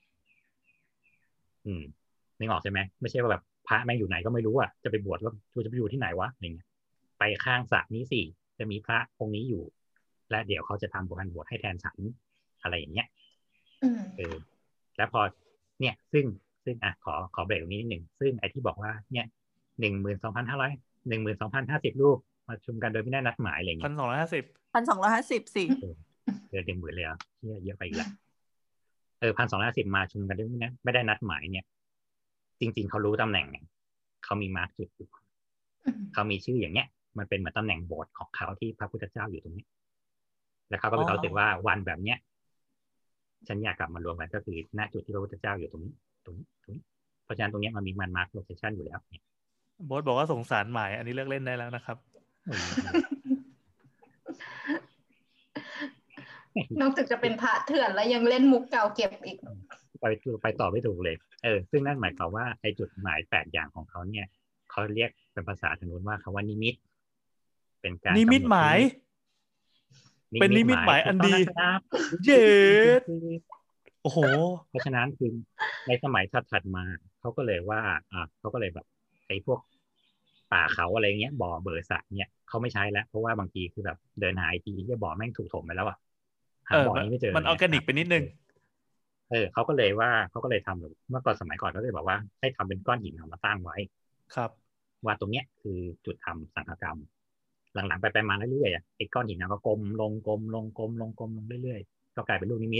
อืมนึกออกใช่ไหมไม่ใช่ว่าแบบพระแม่งอยู่ไหนก็ไม่รู้อ่ะจะไปบวชแล้วจะไปอยู่ที่ไหนวะอะไรเงี้ยไปข้างสระนี้สิจะมีพระองค์นี้อยู่และเดี๋ยวเขาจะทำบวชบวชให้แทนฉันอะไรอย่างเงี้ยเออแล้วพอเนี่ยซึ่งซึ่งอ่ะขอขอเบรกตรงนี้นิดหนึ่งซึ่งไอ้ที่บอกว่าเนี่ยหนึ่งหมื่นสองพันห้าร้อยหนึ่งหมื่นสองพันห้าสิบรูปมาชุมกันโดยไม่ได้นัดหมายอะไรเงี้ยพันสองร้อยห้าสิบพันสองร้อยห้าสิบสิเดือนเต็มหมื่นเลยอ่ะเยอะเยอะไปอีกแล้วเออพันสองร้อยห้าสิบมาชุมกันด้วยนะไม่ได้นัดหมายเนี่ยจริงๆเขารู้ตำแหน่งเขามีมาร์กจุดอยู่เขามีชื่ออย่างเงี้ยมันเป็นเหมือนตำแหน่งโบสถ์ของเขาที่พระพุทธเจ้าอยู่ตรงนี้แล้วเขาก็มีความรู้สึกว่าวันแบบเนี้ยฉันอยากกลับมารวมกันก็คือณจุดที่พระพุทธเจ้าอยู่ตรงนี้ตรงนี้ตรงนี้เพราะฉะนั้นตรงนี้มันมีมันมาร์กโลเคชั่นอยู่แล้วเนี่ยบอสบอกว่าสงสารหมายอันนี้เลิกเล่นได้แล้วนะครับนอกจากจะเป็นพระเถื่อนแล้วยังเล่นมุกเก่าเก็บอีกไปไปต่อไม่ถูกเลยเออซึ่งนั่นหมายความว่าไอ้จุดหมายแปดอย่างของเขาเนี่ยเขาเรียกเป็นภาษาทางนู้นว่าคำว่านิมิตเป็นการนิมิตหมายเป็นนิมิตหมายอันดีเย็ดโอ้โหเพราะฉะนั้นคือในสมัยถัดๆมาเขาก็เลยว่าอ่าเขาก็เลยแบบไอ้พวกป่าเขาอะไรเงี้ยบ่อเบอร์สระเนี่ยเขาไม่ใช้แล้วเพราะว่าบางทีคือแบบเดินหาไอ้ทีที่บ่อแม่งถูกถมไปแล้วอ่ะหาบ่อนี้ไม่เจอมันออร์แกนิกไปนิดนึงเออเขาก็เลยว่าเขาก็เลยทำเมื่อก่อนสมัยก่อนเขาเลยบอกว่าให้ทำเป็นก้อนหินเอามาตั้งไว้ครับว่าตรงเนี้ยคือจุดทำสังฆกรรมหลังๆไปไปมาเรื่อยๆไอ้ก้อนหินนั้นก็กลมลงกลมลงกลมลงกลมลงเรื่อยๆก็กลายเป็นลูกนิมิต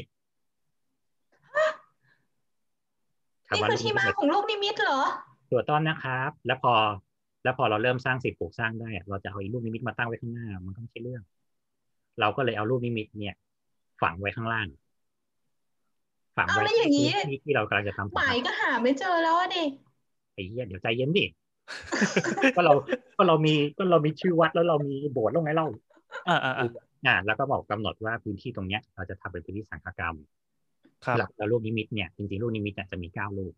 นี่คือที่มาของลูกนิมิตเหรอตัวต้นนะครับแล้วพอแล้วพอเราเริ่มสร้างสิ่งปลูกสร้างได้เราจะเอาอีลูกนิมิตมาตั้งไว้ข้างหน้ามันก็ไม่ใช่เรื่องเราก็เลยเอาลูกนิมิตเนี่ยฝังไว้ข้างล่างฝังไว้ที่ที่เรากำลังจะทำหมายก็หาไม่เจอแล้วดิไอ้เหี้ยเดี๋ยวใจเย็นดิก็เราก็เรามีก็เรามีชื่อวัดแล้วเรามีโบสถ์แล้วไงเล่าอ่าอ่าอ่าแล้วก็บอกกำหนดว่าพื้นที่ตรงเนี้ยเราจะทำเป็นพื้นที่สังฆกรรมครับแล้วลูกนิมิตเนี่ยจริงๆลูกนิมิตเนี่ยจะมีเก้าลูก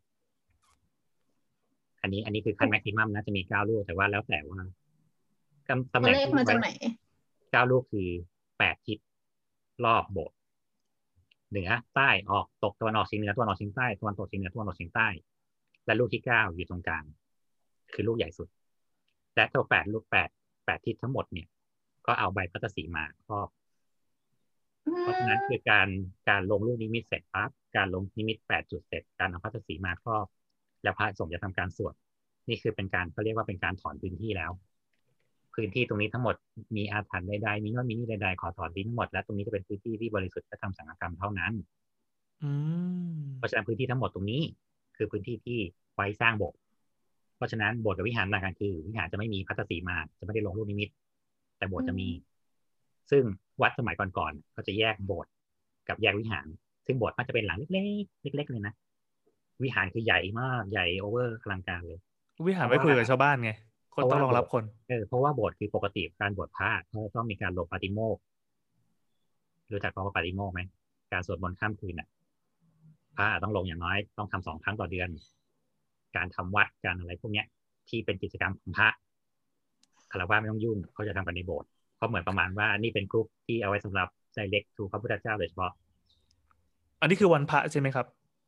อันนี้อันนี้คือขั้นแม็กซิมัมนะจะมีเก้าลูกแต่ว่าแล้วแต่ว่าตำแหน่งเลขมาจากไหนเก้าลูกคือแปดทิศรอบโบสถ์เหนือใต้ออกตกตะวันออกเฉียงเหนือตะวันออกเฉียงใต้ตะวันตกเฉียงเหนือตะวันออกเฉียงใต้และลูกที่เก้าอยู่ตรงกลางคือลูกใหญ่สุดและทั้งแปดลูกแปดแปดทิศทั้งหมดเนี่ยก็เอาใบพัตสีมาครอบเพราะฉะนั้นคือการการลงลูกนิมิตเสร็จปั๊บการลงนิมิตแปดจุดเสร็จการเอาพัตสีมาครอบแล้วพระสงฆ์จะทำการสวดนี่คือเป็นการเขาเรียกว่าเป็นการถอนพื้นที่แล้วพื้นที่ตรงนี้ทั้งหมดมีอาถรรพ์ใดๆมีโน่นมีนี่ใดๆขอถอนทิ้งทั้งหมดและตรงนี้จะเป็นพื้นที่ที่บริสุทธิ์และทำสังฆกรรมเท่านั้นเพราะฉะนั้นพื้นที่ทั้งหมดตรงนี้คือพื้นที่ที่ไว้สร้างโบสถ์เพราะฉะนั้นโบสถ์กับวิหารต่างกันคือวิหารจะไม่มีพัตสีมาจะไม่ได้ลงลูกนิมิตแต่โบสถ์จะมีซึ่งวัดสมัยก่อนๆก็จะแยกโบสถ์กับแยกวิหารซึ่งโบสถ์มันจะเป็นหลังเล็กๆเล็กๆเลยนะวิหารคือใหญ่มากใหญ่โอเวอร์อลังการเลยวิหารไว้คุยกับชาวบ้านไงคนต้องรองรับคนเออเพราะว่าโบสถ์คือปกติการบวชพระเขาต้องมีการลงปาฏิโมกข์รู้จักคำว่าปาฏิโมกข์ไหมการสวดมนต์ข้ามคืนน่ะพระต้องลงอย่างน้อยต้องทำสองครั้งต่อเดือนการทำวัดการอะไรพวกเนี้ยที่เป็นกิจกรรมของพระฆราวาสไม่ต้องยุ่งเขาจะทำกันในโบสถ์เพราะเหมือนประมาณว่านี่เป็นกลุ่มที่เอาไว้สำหรับ direct to พระพุทธเจ้าโดยเฉพาะอันนี้คือวันพระใช่ไหมครับ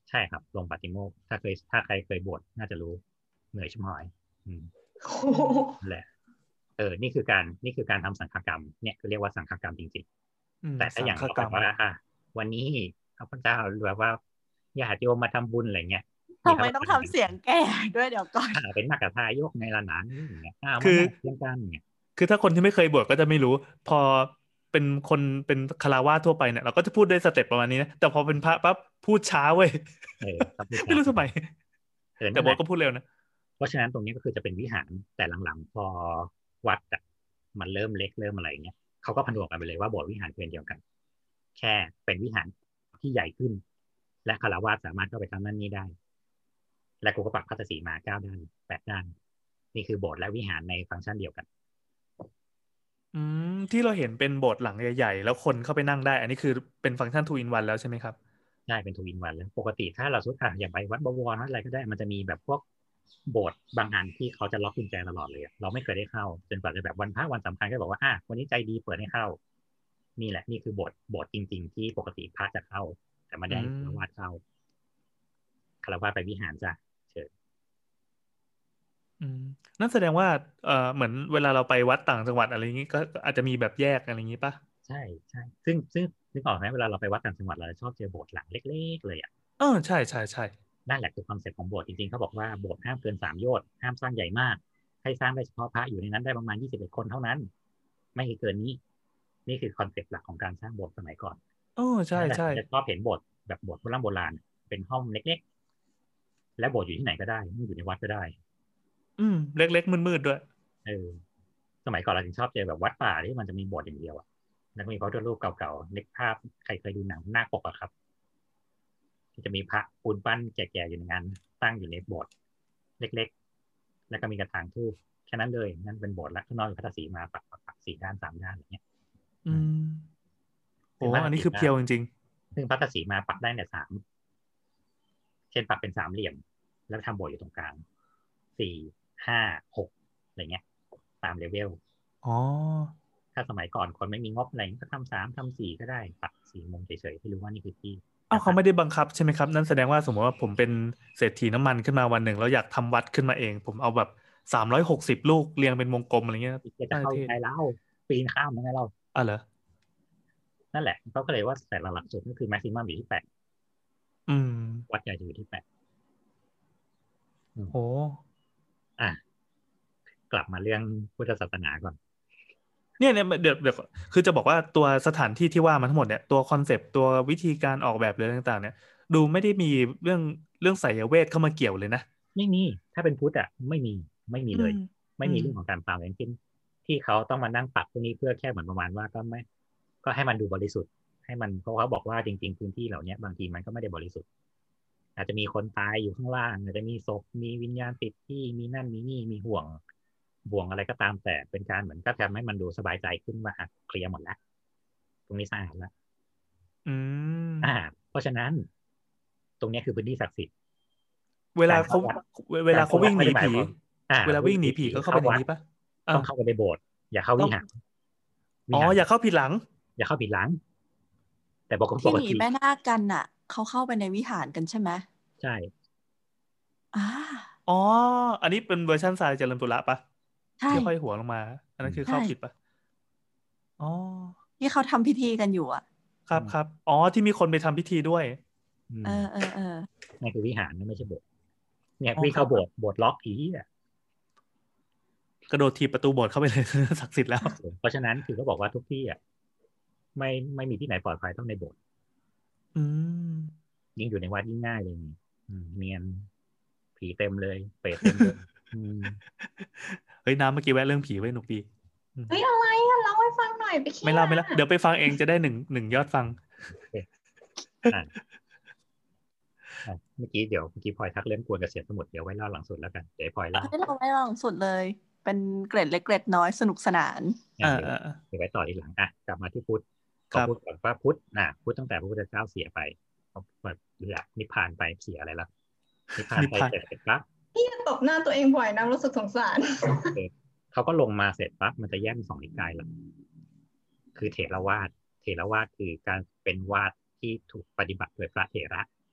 ใช่ครับลงปาฏิโมกข์ถ้าเคยถ้าใครเคยบวชน่าจะรู้เหนื่อยชิบหายอืมแหละเออนี่คือการนี่คือการทำสังฆกรรมเนี่ยคือเรียกว่าสังฆกรรมจริงๆแต่ถ้าอย่างเราแบบว่าอ่ะวันนี้ข้าพเจ้าแบบว่าญาติโยมมาทำบุญอะไรเงี้ยทำไมต้องทำเสียงแก่ด้วยเดี๋ยวก่อนเป็นมากระทายกในละหนานอย่างเงี้ยอ้าวคือเรื่องการเงี้ยคือถ้าคนที่ไม่เคยบวชก็จะไม่รู้พอเป็นคนเป็นคฤหัสถ์ทั่วไปเนี่ยเราก็จะพูดได้สเต็ปประมาณนี้นะแต่พอเป็นพระปั๊บพูดช้าเว้ยเออไม่รู้ทำไมแต่บอกก็พูดเร็วนะเพราะฉะนั้นตรงนี้ก็คือจะเป็นวิหารแต่หลังๆพอวัดอ่ะมันเริ่มเล็กเริ่มอะไรเงี้ยเขาก็ผนวกกันไปเลยว่าโบสถ์วิหารเป็นเดียวกันแค่เป็นวิหารที่ใหญ่ขึ้นและคฤหัสถ์สามารถเข้าไปทำนั่นนี่ได้และกูก็ปักพระตศีมาเก้าด้านแปดด้านนี่คือโบสถ์และวิหารในฟังก์ชันเดียวกันอืมที่เราเห็นเป็นโบสถ์หลังใหญ่ๆแล้วคนเข้าไปนั่งได้อันนี้คือเป็นฟังก์ชัน ทู อิน วัน แล้วใช่ไหมครับใช่เป็นทูอินวันแล้วปกติถ้าเราสุดอ่ะอย่างไปวัดบวรอะไรก็ได้มันจะมีแบบพวกโบสถ์บางอันที่เขาจะล็อกกุญแจตลอดเลยเราไม่เคยได้เข้าจนกว่าจะแบบวันพระวันสำคัญก็บอกว่าอ่ะวันนี้ใจดีเปิดให้เข้านี่แหละนี่คือโบสถ์โบสถ์จริงๆที่ปกติพระจะเข้าแต่ไม่ได้ให้ฆราวาสเข้าฆราวาสไปวิหารจ้ะเชิญอืมนั่นแสดงว่าเอ่อเหมือนเวลาเราไปวัดต่างจังหวัดอะไรอย่างงี้ก็อาจจะมีแบบแยกอะไรอย่างงี้ป่ะใช่ใช่ซึ่งซึ่งนึกออกไหมเวลาเราไปวัดต่างจังหวัดเราชอบเจอโบสถ์หลังเล็กๆเลยอ่ะเออใช่ใช่ใช่นั่นแหละคือคอนเซ็ปต์ของโบสถ์จริงๆเขาบอกว่าโบสถ์ห้ามเกินสามโยชน์ห้ามสร้างใหญ่มากให้สร้างได้เฉพาะพระอยู่ในนั้นได้ประมาณยี่สิบเอ็ดคนเท่านั้นไม่เกินนี้นี่คือคอนเซ็ปต์หลักของการสร้างโบสถ์สมัยก่อนเออใช่ใช่จะชอบเห็นโบสถ์แบบโบสถ์โบราณโบราณเป็นห้องเล็กๆและโบสถ์อยู่ที่ไหนก็ได้ไม่อยู่ในวัดก็ได้อืมเล็กๆมืดๆด้วยเออสมัยก่อนเราถึงชอบเจอแบบวัดป่าที่มันจะมีโบสถ์อย่างเดียวอ่ะแล้วก็มีพระพุทธรูปเก่าๆนึกภาพใครเคยดูหนังหน้าปกอะครับที่จะมีพระปูนปั้นแก่ๆอยู่ในงานตั้งอยู่ในโบสถ์เล็กๆแล้วก็มีกระถางธูปแค่นั้นเลยนั่นเป็นโบสถ์แล้วข้างนอกมีพระตศีมาปักปักสี่ด้านสามด้านอย่างเงี้ยอืมโอ้อันนี้คือเพียวจริงๆซึ่งพระตศีมาปักได้เนี่ยสามเช่นปักเป็นสามเหลี่ยมแล้วทำโบสถ์อยู่ตรงกลางสี่ห้าหกอะไรเงี้ยตามเลเวลอ๋อถ้าสมัยก่อนคนไม่มีงบอะไรก็ทำสามทำสี่ก็ได้ปักสี่มุมเฉยๆที่รู้ว่านี่คือที่อ้าวเขาไม่ได้บังคับใช่ไหมครับนั่นแสดงว่าสมมติว่าผมเป็นเศรษฐีน้ำมันขึ้นมาวันหนึ่งแล้วอยากทำวัดขึ้นมาเองผมเอาแบบสามร้อยหกสิบลูกเรียงเป็นวงกลมอะไรเงี้ยจะเข้าใจเล่าปีนข้ามยังไงเราอ่ะเหรอนั่นแหละเขาก็เลยว่าแต่ละหลักสุดก็คือแม็กซิมัมอยู่ที่แปดอืมวัดใหญ่จะอยู่ที่แปดโอ้อ่ะกลับมาเรื่องพุทธศาสนาก่อนเนี่ยเนี่ยเดี๋ยวเดี๋ยวคือจะบอกว่าตัวสถานที่ที่ว่ามาทั้งหมดเนี่ยตัวคอนเซปต์ตัววิธีการออกแบบเลยต่างๆเนี่ยดูไม่ได้มีเรื่องเรื่องไสยเวทเข้ามาเกี่ยวเลยนะไม่มีถ้าเป็นพุทธอ่ะไม่มีไม่มีเลยไม่มีเรื่องของการปราบอย่างเช่นที่เขาต้องมานั่งปักตรงนี้เพื่อแค่เหมือนประมาณว่าก็ไม่ก็ให้มันดูบริสุทธิ์ให้มันเพราะเขาบอกว่าจริงๆพื้นที่เหล่านี้บางทีมันก็ไม่ได้บริสุทธิ์อาจจะมีคนตายอยู่ข้างล่างอาจจะมีศพมีวิญญาณติดที่มีนั่นมีนี่มีห่วงบ่วงอะไรก็ตามแต่เป็นการเหมือนก็ทำให้มันดูสบายใจขึ้นว่าเคลียร์หมดแล้วตรงนี้สะอาดแล้วอืมอ่าเพราะฉะนั้นตรงนี้คือพื้นที่ศักดิ์สิทธิ์เวลาเขาเวลาเขาวิ่งหนีผีเวลาวิ่งหนีผีก็เข้าไปในนี้ปะต้องเข้าไปในโบสถ์อย่าเข้าวิหารอ๋ออย่าเข้าผิดหลังอย่าเข้าผิดหลังแต่ปกติที่หนีแม่นาคกันน่ะเขาเข้าไปในวิหารกันใช่ไหมใช่อ่าอ๋ออันนี้เป็นเวอร์ชันทรายเจริญปุระปะที่ค่อยหัวลงมาอันนั้นคือเข้าผิดปะอ๋อที่เขาทำพิธีกันอยู่อ่ะครับครับอ๋อที่มีคนไปทำพิธีด้วยเออเออเออนี่คือวิหารไม่ใช่โบสถ์เนี่ยวิ่งเข้าโบสถ์โบสถ์ล็อกผีอ่ะกระโดดถีบประตูโบสถ์เข้าไปเลยศักดิ์สิทธิ์แล้วเพราะฉะนั้นคือเขาบอกว่าทุกที่อ่ะไม่ไม่มีที่ไหนปลอดภัยต้องในโบสถ์อืมยิ่งอยู่ในวัดยิ่งง่ายเลยเนียนผีเต็มเลยเปรตเต็มเลยเฮ้ยน้ำเมื่อกี้แวะเรื่องผีไว้หนุกดีเฮ้ยอะไรอ่ะเล่าให้ฟังหน่อยไปไม่เล่าไม่เล่าเดี๋ยวไปฟังเองจะได้หนึ่งหนึ่งยอดฟังเมื่อกี้เดี๋ยวเมื่อกี้พลอยทักเรื่องกวนเกษียณสมุทรเดี๋ยวไว้เล่าหลังสุดแล้วกันเดี๋ยวพลอยเล่าให้เราไว้หลังสุดเลยเป็นเกร็ดเล็กเกร็ดน้อยสนุกสนานเดี๋ยวไว้ต่อทีหลังอ่ะกลับมาที่พุทธเขาพูดก่อนว่าพุทธนะพุทธตั้งแต่พระพุทธเจ้าเสียไปเขาแบบเรือนิพพานไปเสียอะไรละนิพพานไปเสร็จเสร็จปั๊บพี่ตบหน้าตัวเองบ่อยนะรู้สึกสงสารเขาก็ลงมาเสร็จปั๊บมันจะแยกเป็นสองนิกายละคือเถรวาทเถรวาทคือการเป็นวาทที่ถูกปฏิบัติโดยพระเถระ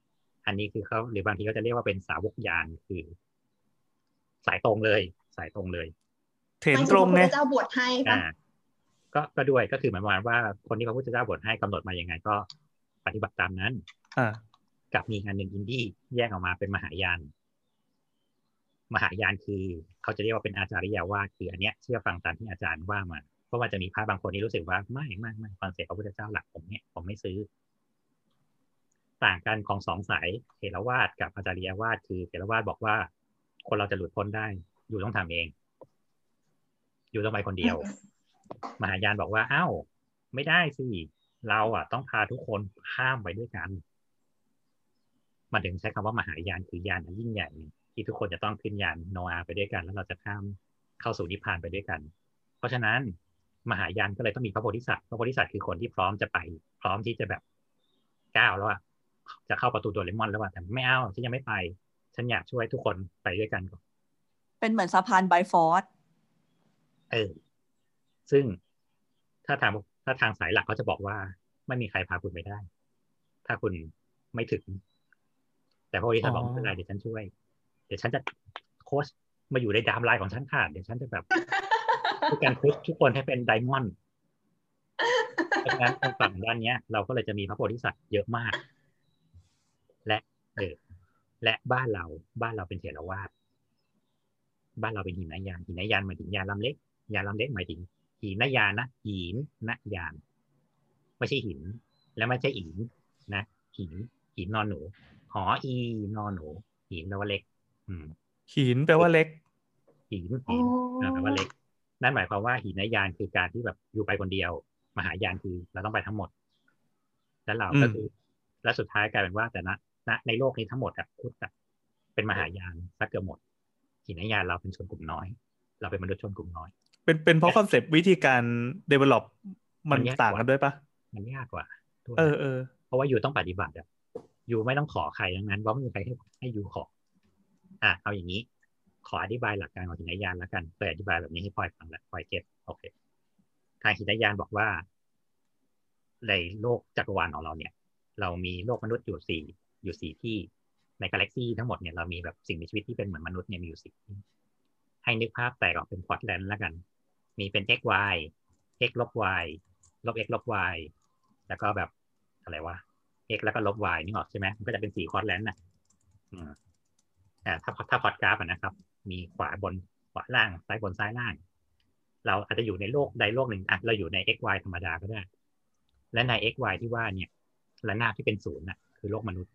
อันนี้คือเขาหรือบางทีเขาจะเรียกว่าเป็นสาวกญาณคือสายตรงเลยสายตรงเลยเถนตรงไงพระพุทธเจ้าบวชให้ป่ะก็ก็ด้วยก็คือหมายความว่าคนที่พระพุทธเจ้าบวชให้กำหนดมายังไงก็ปฏิบัติตามนั้นอ่ากับมีงานหนึ่งอินดี้แยกออกมาเป็นมหายานมหายานคือเขาจะเรียกว่าเป็นอาจาริยวาทคืออันเนี้ยเชื่อฟังตามที่อาจารย์ว่ามาเพราะว่าจะมีพระบางคนที่รู้สึกว่าไม่ไม่ไม่คอนเซ็ปต์พระพุทธเจ้าหลักผมเนี่ยผมไม่ซื้อต่างกันของสองสายเถรวาทกับอาจาริยวาทคือเถรวาทบอกว่าคนเราจะหลุดพ้นได้อยู่ต้องทำเองอยู่ต้องไปคนเดียวมหายานบอกว่าอ้าวไม่ได้สิเราอ่ะต้องพาทุกคนข้ามไปด้วยกันมันถึงใช้คำว่ามหายานคือยานอันยิ่งใหญ่ที่ทุกคนจะต้องขึ้นยานโนอาห์ไปด้วยกันแล้วเราจะข้ามเข้าสู่นิพพานไปด้วยกันเพราะฉะนั้นมหายานก็เลยต้องมีพระโพธิสัตว์พระโพธิสัตว์คือคนที่พร้อมจะไปพร้อมที่จะแบบก้าวแล้วอ่ะจะเข้าประตูโดเรมอนแล้วอ่ะแต่ไม่เอาฉันยังไม่ไปฉันอยากช่วยทุกคนไปด้วยกันก่อนเป็นเหมือนสะพานไบฟอร์สเออซึ่งถ้าทางถ้าทางสายหลักเขาจะบอกว่าไม่มีใครพาคุณไปได้ถ้าคุณไม่ถึงแต่พระโพธิสัตว์บอกไม่เป็นไรเดี๋ยวฉันช่วยเดี๋ยวฉันจะโค้ชมาอยู่ในดามไลน์ของฉันค่ะเดี๋ยวฉันจะแบบทุกการโค้ชทุกคนให้เป็นไดมอนด์เพราะฉะนั้นทางฝั่งด้านนี้เราก็เลยจะมีพระโพธิสัตว์เยอะมากและเออและบ้านเราบ้านเราเป็นเถรวาทบ้านเราเป็นหินยานหินยานหมายถึงยานลำเล็กยานลำเล็กหมายถึงหินยานนะหินนยานไม่ใช่หินและไม่ใช่อินนะหินหินนอนหนูหออีนอนหนูหินแปลว่าเล็กอืมหินแปลว่าเล็กหินหินแปลว่าเล็กนั่นหมายความว่าหินยานคือการที่แบบอยู่ไปคนเดียวมหายานคือเราต้องไปทั้งหมดแล้วเราก็คือและสุดท้ายกลายเป็นว่าแต่นะในโลกนี้ทั้งหมดอ่ะพุทธะเป็นมหายานสักเกือบหมดหินยานเราเป็นชนกลุ่มน้อยเราเป็นมนุษย์ชนกลุ่มน้อยเป็นเป็นเพราะคอนเซปต์วิธีการ develop มันต่างกันด้วยปะมันยากกว่าเออเออเพราะว่าอยู่ต้องปฏิบัติอ่ะอยู่ไม่ต้องขอใครทั้งนั้นว่าไม่มีใครให้ให้อยู่ขออ่ะเอาอย่างนี้ขออธิบายหลักการของหินยานแล้วกันเปิดอธิบายแบบนี้ให้พลอยฟังแล้วพลอยเก็ตโอเคทางหินยานบอกว่าในโลกจักรวาลของเราเนี่ยเรามีโลกมนุษย์อยู่สี่อยู่สี่ที่ในกาแล็กซี่ทั้งหมดเนี่ยเรามีแบบสิ่งมีชีวิตที่เป็นเหมือนมนุษย์เนี่ยมีอยู่สี่ที่ให้นึกภาพแตกออกเป็นควอดแลนด์แล้วกันมีเป็น x y x ลบ y ลบ x ลบ y แล้วก็แบบอะไรวะ x แล้วก็ลบ y นี่ออกใช่ไหมมันก็จะเป็นสี่ควอดแลนด์น่ะอืมอ่าถ้าถ้าพอดกราฟนะครับมีขวาบนขวาล่างซ้ายบนซ้ายล่างเราอาจจะอยู่ในโลกใดโลกหนึ่งอ่ะเราอยู่ใน x y ธรรมดาก็ได้และใน x y ที่ว่าเนี่ยระนาบที่เป็นศูนย์น่ะคือโลกมนุษย์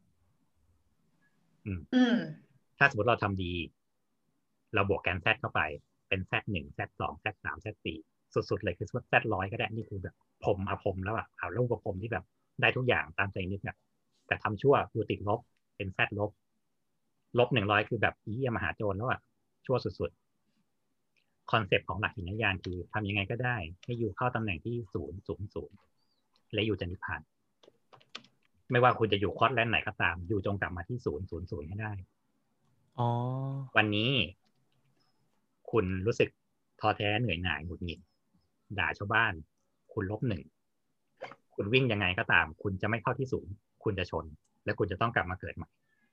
อืมอืมถ้าสมมติเราทำดีเราบวกแกน z เข้าไปเป็น z หนึ่ง z สอง z สาม z สี่สุดๆเลยคือ z ร้อยก็ได้นี่คือแบบพรมอาพรมแล้วอ่ะเอาลูกประพรมที่แบบได้ทุกอย่างตามใจนึกอ่ะแต่ทำชั่วคือติดลบเป็น z ลบลบหนึ่งร้อยคือแบบอีมหาโจรแล้วอ่ะชั่วสุดๆคอนเซปต์ของหลักหินยานคือทำยังไงก็ได้ให้อยู่เข้าตำแหน่งที่ศูนย์ศูนย์ศูนย์และอยู่จะนิพพานไม่ว่าคุณจะอยู่ควอดแลนด์ไหนก็ตามอยู่จงกลับมาที่ศูนย์ศูนย์ศูนย์ให้ได้อ๋อวันนี้คุณรู้สึกท้อแท้เหนื่อยหน่ายหงุดหงิดด่าชาวบ้านคุณลบหนึ่งคุณวิ่งยังไงก็ตามคุณจะไม่เข้าที่ศูนย์คุณจะชนและคุณจะต้องกลับมาเกิดใหม่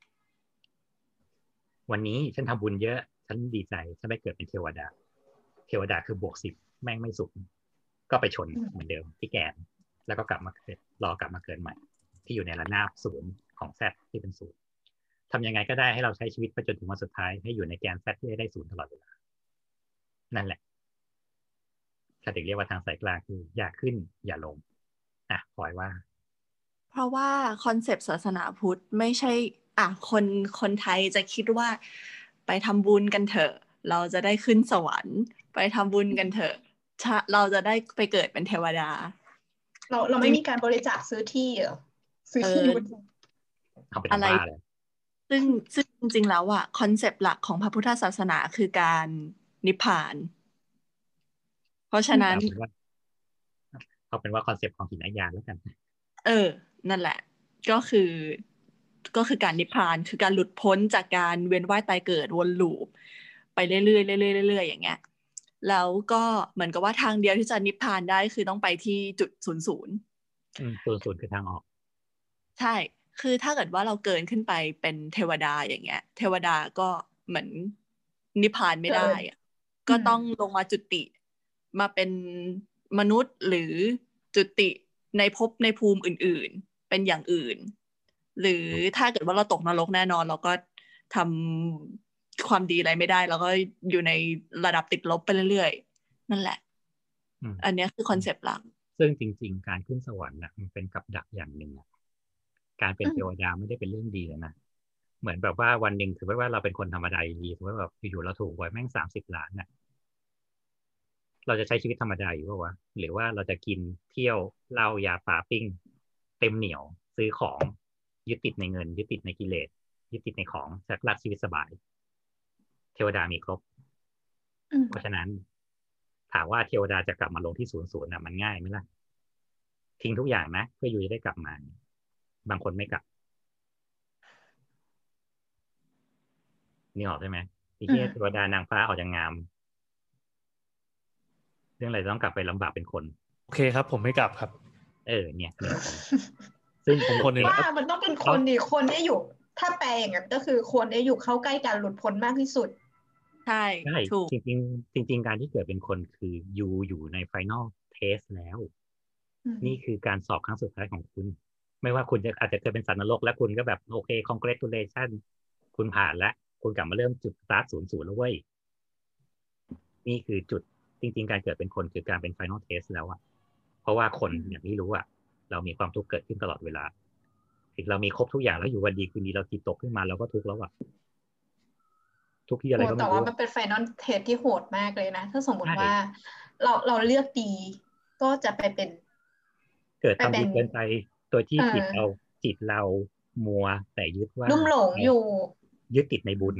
วันนี้ฉันทำบุญเยอะฉันดีใจฉันได้เกิดเป็นเทวดาเทวดาคือบวกสิบแม่งไม่สุขก็ไปชนเหมือนเดิมที่แกนแล้วก็กลับมาเกิดรอกลับมาเกิดใหม่ที่อยู่ในระนาบศูนย์ของแซดที่เป็นศูนย์ทำยังไงก็ได้ให้เราใช้ชีวิตไปจนถึงวันสุดท้ายให้อยู่ในแกนแซดที่ได้ศูนย์ตลอดเวลานั่นแหละถ้าถึงเรียกว่าทางสายกลางคืออย่าขึ้นอย่าลงอ่ะปล่อยว่าเพราะว่าคอนเซปต์ศาสนาพุทธไม่ใช่อ่ะคนคนไทยจะคิดว่าไปทำบุญกันเถอะเราจะได้ขึ้นสวรรค์ไปทำบุญกันเถอะเราจะได้ไปเกิดเป็นเทวดาเราเราไม่มีการบริจาคซื้อที่เหรอซื้อที่อะไรซึ่งซึ่งจริงๆแล้วอ่ะคอนเซปต์หลักของพระพุทธศาสนาคือการนิพพานเพราะฉะนั้นเอาเป็นว่าคอนเซปต์ของหินยานแล้วกันเออนั่นแหละก็คือก็คือการนิพพานคือการหลุดพ้นจากการเวียนว่ายตายเกิดวนลูปไปเรื่อยๆเรื่อยๆเรื่อยๆอย่างเงี้ยแล้วก็เหมือนกับว่าทางเดียวที่จะนิพพานได้คือต้องไปที่จุดศูนย์ศูนย์อืมศูนย์ศูนย์คือทางออกใช่คือถ้าเกิดว่าเราเกินขึ้นไปเป็นเทวดาอย่างเงี้ยเทวดาก็เหมือนนิพพานไม่ได้อะก็ต้องลงมาจุติมาเป็นมนุษย์หรือจุติในภพในภูมิอื่นๆเป็นอย่างอื่นหรือถ้าเกิดว่าเราตกนรกแน่นอนเราก็ทำความดีอะไรไม่ได้แล้วก็อยู่ในระดับติดลบไปเรื่อยๆนั่นแหละอันนี้คือคอนเซปต์หลักซึ่งจริงๆการขึ้นสวรรค์นะมันเป็นกับดักอย่างหนึ่งนะการเป็นเทวดาไม่ได้เป็นเรื่องดีเลยนะเหมือนแบบว่าวันหนึ่งถือว่าเราเป็นคนธรรมดาดีถือว่าแบบอยู่ๆเราถูกหวยแม่งสามสิบล้านน่ะเราจะใช้ชีวิตธรรมดาอยู่ป่าวะหรือว่าเราจะกินเที่ยวเหล้ายาปาปิ้งเต็มเหนียวซื้อของยึดติดในเงินยึดติดในกิเลสยึดติดในของสักรักชีวิตสบายเทวดามีครบเพราะฉะนั้นถามว่าเทวดาจะกลับมาลงที่ศูนย์ศูนย์น่ะมันง่ายไหมล่ะทิ้งทุกอย่างนะเพื่ออยู่จะได้กลับมาบางคนไม่กลับนี่ออกใช่ไหมที่เทวดานางฟ้าออกจากงามเรื่องอะไรต้องกลับไปลำบากเป็นคนโอเคครับผมไม่กลับครับเออเนี่ยหนึ่งคนซึ่งผมคนว่ามันต้องเป็นคนดีคนที่อยู่ถ้าแปลอย่างนั้นก็คือคนที่อยู่เข้าใกล้การหลุดพ้นมากที่สุดใช่ใช่จริงจริงจริงๆการที่เกิดเป็นคนคือยูอยู่ในไฟนอลเทสแล้วนี่คือการสอบครั้งสุดท้ายของคุณไม่ว่าคุณจะอาจจะเคยเป็นสัตว์นรกแล้วคุณก็แบบโอเค congratulation คุณผ่านแล้วคุณกลับมาเริ่มจุดสตาร์ทศูนย์ศูนย์แล้วเว้ยนี่คือจุดจริงๆการเกิดเป็นคนคือการเป็นไฟนอลเทสแล้วอะเพราะว่าคนอย่างที่รู้อะเรามีความทุกข์เกิดขึ้นตลอดเวลาถึงเรามีครบทุกอย่างแล้วอยู่วันดีคืนดีเราจิตตกขึ้นมาเราก็ทุกข์แล้วอะทุกที่อะไรก็ไม่รู้แต่ว่ามันเป็นไฟนอลเทสที่โหดมากเลยนะถ้าสมมติว่าเราเราเลือกดีก็จะไปเป็นเกิดทำดีเกินไปโดยที่จิตเราจิตเรามัวแต่ยึดว่าลุ่มหลงอยู่ยึดติดในบุญ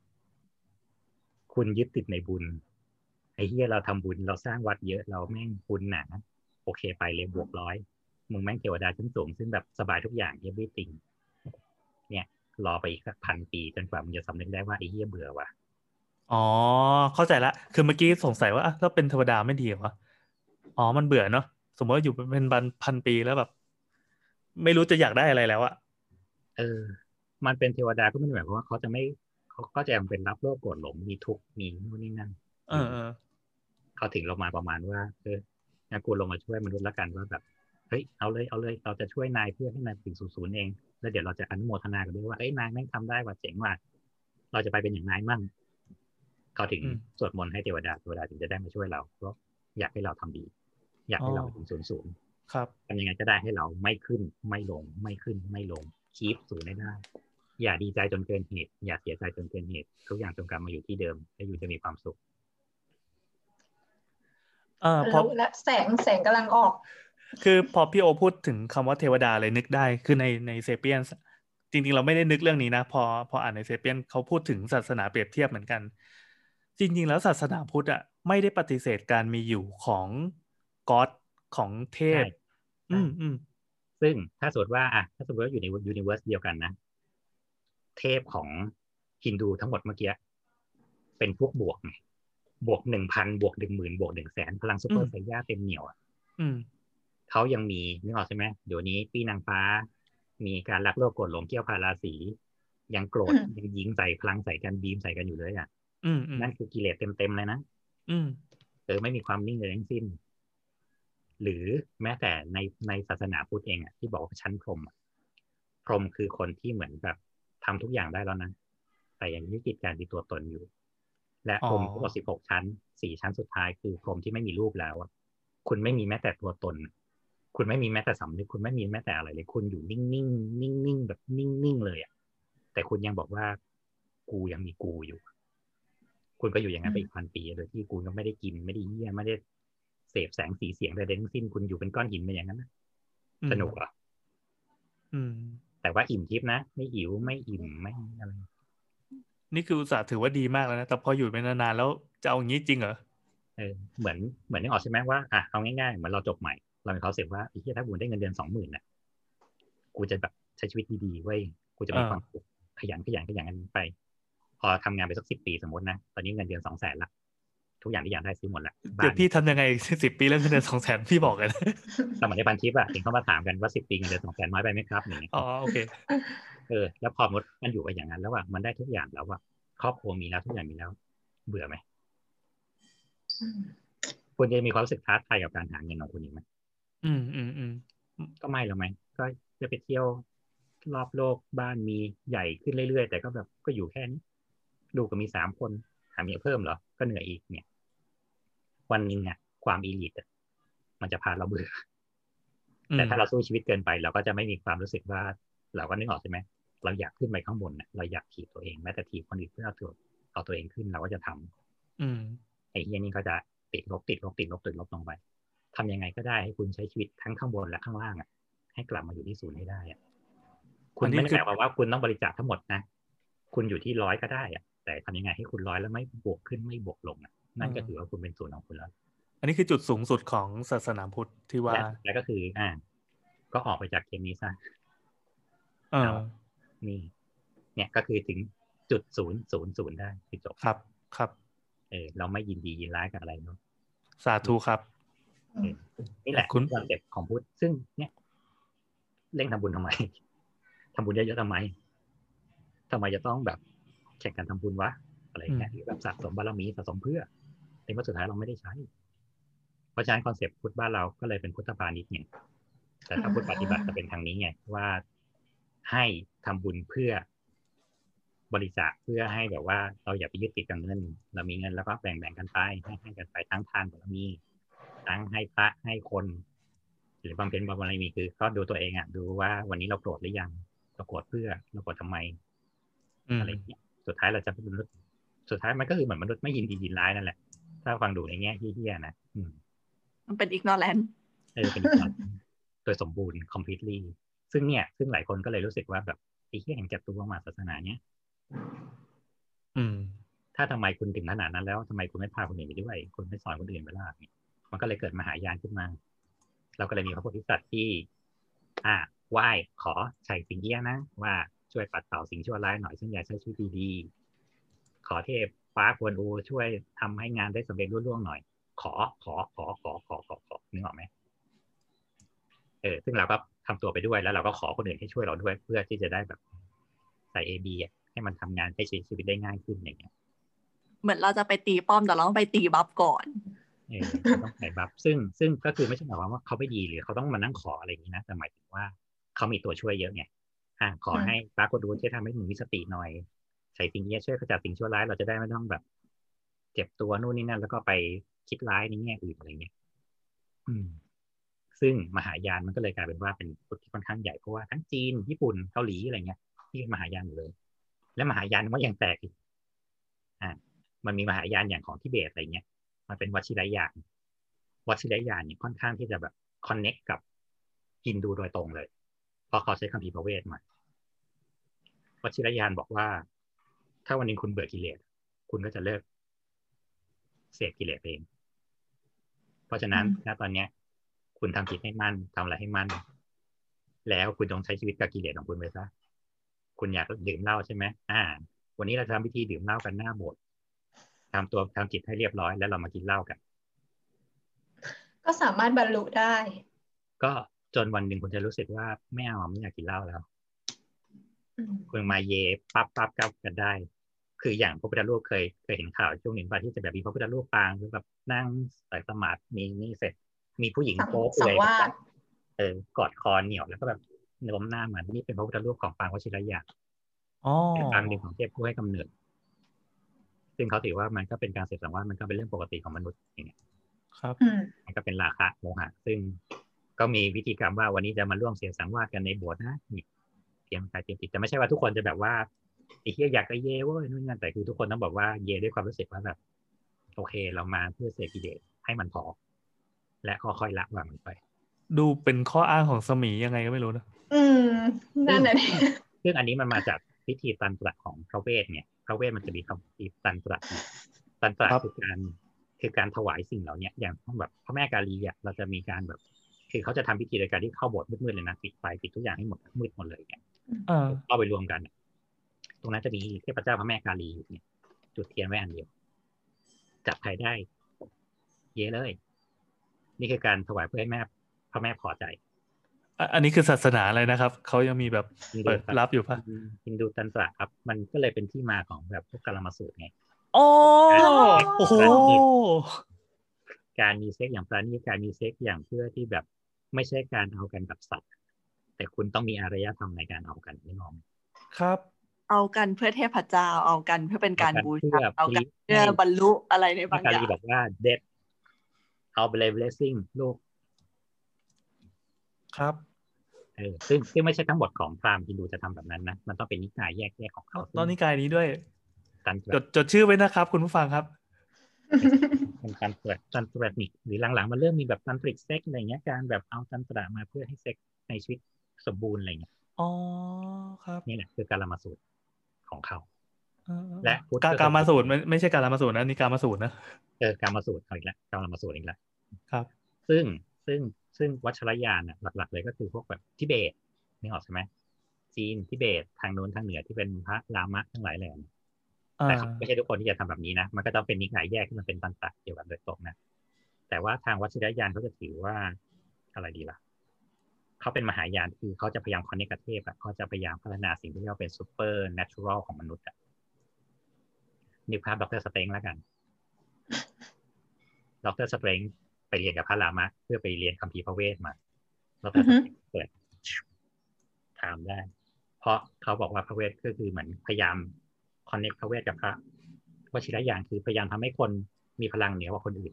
คุณยึดติดในบุญไอ้เหี้ยเราทำบุญเราสร้างวัดเยอะเราแม่งบุญหนาโอเคไปเลยบวกร้อยมึงแม่งเทวดาชั้นสูงซึ่งแบบสบายทุกอย่าง everything เนี่ยรอไปอีกสักพันปีจนกว่ามึงจะสำนึกได้ว่าไอ้เหี้ยเบื่อว่ะอ๋อเข้าใจละคือเมื่อกี้สงสัยว่าอ่ะแล้วเป็นเทวดาไม่ดีเหรออ๋อมันเบื่อเนาะสมมติว่าอยู่เป็นพันพันปีแล้วแบบไม่รู้จะอยากได้อะไรแล้วอะเออมันเป็นเทวดาก็ไม่ได้หมายความว่าเขาจะไม่เขาก็จะยังเป็นรับโลภโกรธหลงมีทุกข์มีนู่นนี่นั่นเออเออเขาถึงลงมาประมาณว่าเอองั้นกูลงมาช่วยมนุษย์ละกันว่าแบบเฮ้ยเอาเลยเอาเลยเราจะช่วยนายเพื่อให้นายถึงศูนย์ศูนย์เองแล้วเดี๋ยวเราจะอนุโมทนากันด้วยว่าเอ้ยนายแม่งทำได้ว่าเจ๋งว่ะเราจะไปเป็นอย่างนายมั่งเขาถึงสวดมนต์ให้เทวดาเทวดาถึงจะได้มาช่วยเราเพราะอยากให้เราทำดีอยากให้เราถึงศูนย์ศูนย์ครับทำยังไงก็ได้ให้เราไม่ขึ้นไม่ลงไม่ขึ้นไม่ลงคีปศูนย์ได้ได้อย่าดีใจจนเกินเหตุอย่าเสียใจจนเกินเหตุทุกอย่างจงกลับมาอยู่ที่เดิมและอยู่จะมีความสุขเออพอและแสงแสงกำลังออกคือพอพี่โอพูดถึงคำว่าเทวดาเลยนึกได้คือในในเซเปียนจริงๆเราไม่ได้นึกเรื่องนี้นะพอพออ่านในเซเปียนเขาพูดถึงศาสนาเปรียบเทียบเหมือนกันจริงๆแล้วศาสนาพุทธอ่ะไม่ได้ปฏิเสธการมีอยู่ของก็อดของเทพอืมอืมซึ่งถ้าสมมติว่าอ่ะถ้าสมมติว่าอยู่ในยูนิเวอร์สเดียวกันนะเทพของฮินดูทั้งหมดเมื่อกี้เป็นพวกบวกไงบวกหนึ่งพันบวกหนึ่งหมื่นบวกหนึ่งแสนพลังซูเปอร์ไซย่าเต็มเหนียวอ่ะเขายังมีนึกออกใช่ไหมเดี๋ยวนี้ปีนางฟ้ามีการรักโลกโกรธหลงเกี่ยวพาราสียังโกรธยังยิงใส่พลังใส่กันบีมใส่กันอยู่เลยอ่ะนั่นคือกิเลสเต็มๆเลยนะเออไม่มีความนิ่งเลยทั้งสิ้นหรือแม้แต่ในในศาสนาพุทธเองอ่ะที่บอกว่าชั้นพรหมพรหมคือคนที่เหมือนแบบทำทุกอย่างได้แล้วนะแต่ยังยึดติดการมีตัวตนอยู่และพรหมทั้งหมดสิบหกชั้นสี่ชั้นสุดท้ายคือพรหมที่ไม่มีรูปแล้วอ่ะคุณไม่มีแม้แต่ตัวตนคุณไม่มีแม้แต่สำนึกคุณไม่มีแม้แต่อะไรเลยคุณอยู่นิ่งๆนิ่งๆแบบนิ่งๆเลยอ่ะแต่คุณยังบอกว่ากูยังมีกูอยู่คุณก็อยู่อย่างนั้นไปอีกพันปีโดยที่คุณก็ไม่ได้กินไม่ได้เยี่ยไม่ได้เสพแสงสีเสียงใดๆทั้งสิ้นคุณอยู่เป็นก้อนหินไปอย่างนั้นนะสนุกเหรอแต่ว่าอิ่มทิพย์นะไม่หิวไม่อิ่มไม่อะไรนี่คืออุตส่าห์ถือว่าดีมากแล้วนะแต่พออยู่ไปนานๆแล้วจะเอาอย่างนี้จริงเหรอเออเหมือนเหมือนนึกออกใช่ไหมว่าอ่ะเอาง่ายๆเหมือนเราจบใหม่เรามีเขาเสร็จว่าไอ้ที่ถ้าบุญได้เงินเดือนสองหมื่นน่ะกูจะแบบใช้ชีวิตดีๆเว้ยกูจะมีความขยันขยันขยันกันไปพอทำงานไปสักสิบปีสมมตินะตอนนี้เงินเดือนสองแสนละทุกอย่างที่อยากได้ซื้อหมดละเดี๋ยวพี่ทำยังไงสิบปีแล้วเงินเดือนสองแสนพี่บอกกันสมัยในพันทิปอะถึงเขามาถามกันว่าสิบปีเงินเดือนสองแสนน้อยไปไหมครับอย่างเงี้ยอ๋อโอเคเออแล้วพอมันอยู่ไปอย่างนั้นแล้วว่ามันได้ทุกอย่างแล้วว่าครอบครัวมีแล้วทุกอย่างมีแล้วเบื่อไหมคุณจะมีความรู้สึกท้าทายกับการหาเงินของคุณอีกไหมอืมอืมอืมก็ไม่หรอกไหมก็จะไปเที่ยวรอบโลกบ้านมีใหญ่ขึ้นเรื่อยๆแต่ก็แบบก็อยู่แค่นี้ดูก็มีสามคนหาเมียเพิ่มเหรอก็เหนื่อยอีกเนี่ยวันนึงเนี่ยความอีลิทมันจะพาเราเบื่อแต่ถ้าเราสู้ชีวิตเกินไปเราก็จะไม่มีความรู้สึกว่าเราก็นึกออกใช่ไหมเราอยากขึ้นไปข้างบนเนี่ยเราอยากถีบตัวเองแม้แต่ถีบคนอื่นเพื่อเอาตัวเอาตัวเองขึ้นเราก็จะทำอืมไอ้เหี้ยนี่ก็จะติดลบติดลบติดลบติดลบลงไปทำยังไงก็ได้ให้คุณใช้ชีวิตทั้งข้างบนและข้างล่างอ่ะให้กลับมาอยู่ที่ศูนย์ให้ได้อ่ะคุณไม่ได้แปลว่าคุณต้องบริจาคทั้งหมดนะคุณอยู่ที่ร้อยก็ได้อ่ะแต่ทำยังไงให้คุณร้อยแล้วไม่บวกขึ้นไม่บวกลงอ่ะนั่นก็ถือว่าคุณเป็นศูนย์ของคุณแล้วอันนี้คือจุดสูงสุดของศาสนาพุทธที่ว่าและก็คืออ่าก็ออกไปจากเกมนี้ซะเออนี่เนี่ยก็คือถึงจุดศูนย์ศูนย์ศูนย์ได้คือจบครับครับเออเราไม่ยินดียินร้ายกับอะไรเนาะสาธุครับนี่แหละคอนเซ็ปต์ของพุทธซึ่งเนี่ยเร่งทำบุญทำไมทำบุญเยอะๆทำไมทำไมจะต้องแบบแข่งกันทำบุญวะอะไรเงี้ยหรือแบบสะสมบารมีสะสมเพื่อแต่ว่าสุดท้ายเราไม่ได้ใช้เพราะฉะนั้นคอนเซ็ปต์พุทธบ้านเราก็เลยเป็นพุทธพาณิชย์เนี่ยแต่ถ้าพุทธปฏิบัติจะเป็นทางนี้ไงว่าให้ทำบุญเพื่อบริจาคเพื่อให้แบบว่าเราอย่าไปยึดติดกับเงินเรามีเงินแล้วก็แบ่งๆกันไปให้ให้กันไปทั้งทานบารมีทั้งให้พระให้คนหรือบำเพ็ญบารมีคือก็ดูตัวเองอ่ะดูว่าวันนี้เราโกรธหรือยังเราโกรธเพื่อเราโกรธทำไมอะไรอย่างเงี้ยสุดท้ายเราจะเป็นมนุษย์สุดท้ายมันก็คือเหมือนมนุษย์ไม่ยินดียินร้ายนั่นแหละถ้าฟังดูในแง่ที่เหี้ยนะมันเป็น ignorant เออเป็น ignorant โดยสมบูรณ์ completely ซึ่งเนี่ยซึ่งหลายคนก็เลยรู้สึกว่าแบบไอ้เหี้ยแห่งจัตุวมาศาสนาเนี้ยอืมถ้าทำไมคุณถึงขนาดนั้นแล้วทำไมคุณไม่พาคนอื่นไปด้วยคุณไม่สอนคนอื่นไปล่ะเนี่ยมันก็เลยเกิดมหายานขึ้นมาเราก็เลยมีพระโพธิสัตว์ที่อ่าไหว้ขอชัยสิงเอี้ยนะว่าช่วยปัดเป่าสิ่งชั่วร้ายหน่อยฉันอยากใช้ชีวิตดีๆขอเทพฟ้ากวนอูช่วยทำให้งานได้สำเร็จรุ่งๆหน่อยขอขอขอขอขอขอขอนึกออกไหมเออซึ่งเราก็ทำตัวไปด้วยแล้วเราก็ขอคนอื่นให้ช่วยเราด้วยเพื่อที่จะได้แบบใส่ เอ บี อ่ะให้มันทำงานให้ใช้ชีวิตได้ง่ายขึ้นอย่างเงี้ยเหมือนเราจะไปตีป้อมแต่เราต้องไปตีบัฟก่อนเออต้องใส่บัฟซึ่งซึ่งก็คือไม่ใช่หมายความว่าเขาไม่ดีหรือเขาต้องมานั่งขออะไรอย่างนี้นะแต่หมายถึงว่าเขามีตัวช่วยเยอะไงอ่าขอให้ปรากฏดูช่วยทำให้หนูมีสติหน่อยใส่สิ่งนี้ช่วยขจัดสิ่งชั่วร้ายเราจะได้ไม่ต้องแบบเจ็บตัวนู่นนี่นั่นแล้วก็ไปคิดร้ายในแง่อื่นอะไรเงี้ยอืมซึ่งมหายานมันก็เลยกลายเป็นว่าเป็นพุทธที่ค่อนข้างใหญ่เพราะว่าทั้งจีนญี่ปุ่นเกาหลีอะไรเงี้ยที่เป็นมหายานหมดเลยและมหายานมันยังแตกอีกอ่ามันมีมหายานอย่างของทิเบตอะไรเงี้ยมันเป็นวชิรยานวชิรยานเนี่ยค่อนข้างที่จะแบบคอนเน็กกับฮินดูโดยตรงเลยเพราะเขาใช้คัมภีร์พระเวทมาวชิรยานบอกว่าถ้าวันนึงคุณเบื่อกิเลสคุณก็จะเลิกเสพกิเลสเองเพราะฉะนั้นณตอนนี้คุณทำจิตให้มั่นทำอะไรให้มั่นแล้วคุณต้องใช้ชีวิตกับกิเลสของคุณไปซะคุณอยากดื่มเหล้าใช่ไหมอ่าวันนี้เราทำพิธีดื่มเหล้ากันหน้าโบสถ์ทำตัวทำจิตให้เรียบร้อยแล้วเรามากินเหล้ากันก็สามารถบรรลุได้ก็จนวันหนึ่งคุณจะรู้สึกว่าไม่เอาไม่อยากกินเหล้าแล้วคุณมาเยปั๊บปั๊บกับกันได้คืออย่างพระพุทธรูปเคยเคยเห็นข่าวช่วงหนึ่งว่าที่จะแบบมีพระพุทธรูปปางหรือแบบนั่งใส่สมาธิมีนี่เสร็จมีผู้หญิงโป๊เลยเออกอดคอเหนียวแล้วก็แบบล้มหน้ามันนี่เป็นพระพุทธรูปของปางวชิรยานเป็นปางหนึ่งของเทพผู้ให้กำเนิดซึ่งเขาถือว่ามันก็เป็นการเสพสังวาสมันก็เป็นเรื่องปกติของมนุษย์อย่างเงี้ยครับมันก็เป็นราคะโมหะซึ่งก็มีวิธีกรรมว่าวันนี้จะมาร่วมเสพสังวาสกันในโบสถ์นะเตรียมกายเตรียมจิตแต่ไม่ใช่ว่าทุกคนจะแบบว่าไอ้เหี้ยอยากจะเย่เว้ยนู่นนั่นแต่คือทุกคนต้องบอกว่าเย่ด้วยความรู้สึกว่าแบบโอเคเรามาเพื่อเสพกิเลสให้มันพอและค่อยๆละวางมันไปดูเป็นข้ออ้างของสมียังไงก็ไม่รู้นะอืมนั่นแหละซึ่งอันนี้มันมาจากพิธีตันตระของพระเวทเนี่ยพระเวทมันจะมีคำพิธีตันตระตันตระคือการคือการถวายสิ่งเหล่านี้อย่างแบบพระแม่กาลีอ่ะเราจะมีการแบบคือเขาจะทำพิธีโดยการที่เข้าโบสถ์มืดๆเลยนะปิดไฟปิดทุกอย่างให้หมดมืดหมดเลยเนี่ยเข้าไปรวมกันตรงนั้นจะมีเทพเจ้าพระแม่กาลีอยู่เนี่ยจุดเทียนไว้อันเดียวจับใครได้เยอะเลยนี่คือการถวายเพื่อให้แม่พระแม่พอใจอันนี้คือศาสนาอะไรนะครับเขายังมีแบบเปิดรับอยู่ปะฮินดูตันตระครับมันก็เลยเป็นที่มาของแบบพวกกาลามสูตรไงโอ้โอ้โหการมีเซ็กอย่างปราณีตการมีเซ็กอย่างเพื่อที่แบบไม่ใช่การเอากันแบบสัตว์แต่คุณต้องมีอารยธรรมในการเอากันนี่มองครับเอากันเพื่อเทพเจ้าเอากันเพื่อเป็นการบูชาเอากันเพื่อบรรลุอะไรในบางอย่างกาลีบอกว่าเด็ดเอาไปเลย blessing ลูกครับเออซึ่งซึ่งไม่ใช่ทั้งหมดของพราหมณ์ฮินดูจะทำแบบนั้นนะมันต้องเป็นนิกายแยกๆของเขาตอนนิกายนี้ด้วยจดจดชื่อไว้นะครับคุณผู้ฟังครับเป็นการเปิดตันตระนิกหรือหลังๆมันเริ่มมีแบบตันตริกเซ็กอะไรเงี้ยการแบบเอาตันตระมาเพื่อให้เซ็กในชีวิตสมบูรณ์อะไรเงี้ยอ๋อครับนี่แหละคือการละมาสูตรของเขาและการมาสูตรไม่ไม่ใช่การมาสูตรนะนี่การมาสูตรนะเออการมาสูตรอีกแล้วการมาสูตรอีกแล้วครับซึ่งซึ่งซึ่งวัชรยานหลักๆเลยก็คือพวกแบบทิเบตนี่ออกใช่ไหมจีนทิเบตทางโน้นทางเหนือที่เป็นพระรามะทั้งหลายแหล่แต่ไม่ใช่ทุกคนที่จะทำแบบนี้นะมันก็ต้องเป็นนิกายแยกที่มันเป็นตันตระเกี่ยวกับโดยตรงนะแต่ว่าทางวัชรยานเขาจะถือว่าอะไรดีล่ะเขาเป็นมหายานคือเขาจะพยายามคอนเนคกับเทพอ่ะเขาจะพยายามพัฒนาสิ่งที่เรียกว่าเป็นซูเปอร์เนเชอรัลของมนุษย์อ่ะนึกภาพดร.สเตงแล้วกันดร.สเตงไปเรียนกับพระรามะเพื่อไปเรียนคัมภีร์พระเวทมาดร.สเตงเปิดถามได้เพราะเขาบอกว่าพระเวทก็คือเหมือนพยายามคอนเนคพระเวทกับพระวชิรยานคือพยายามทำให้คนมีพลังเหนือกว่าคนอื่น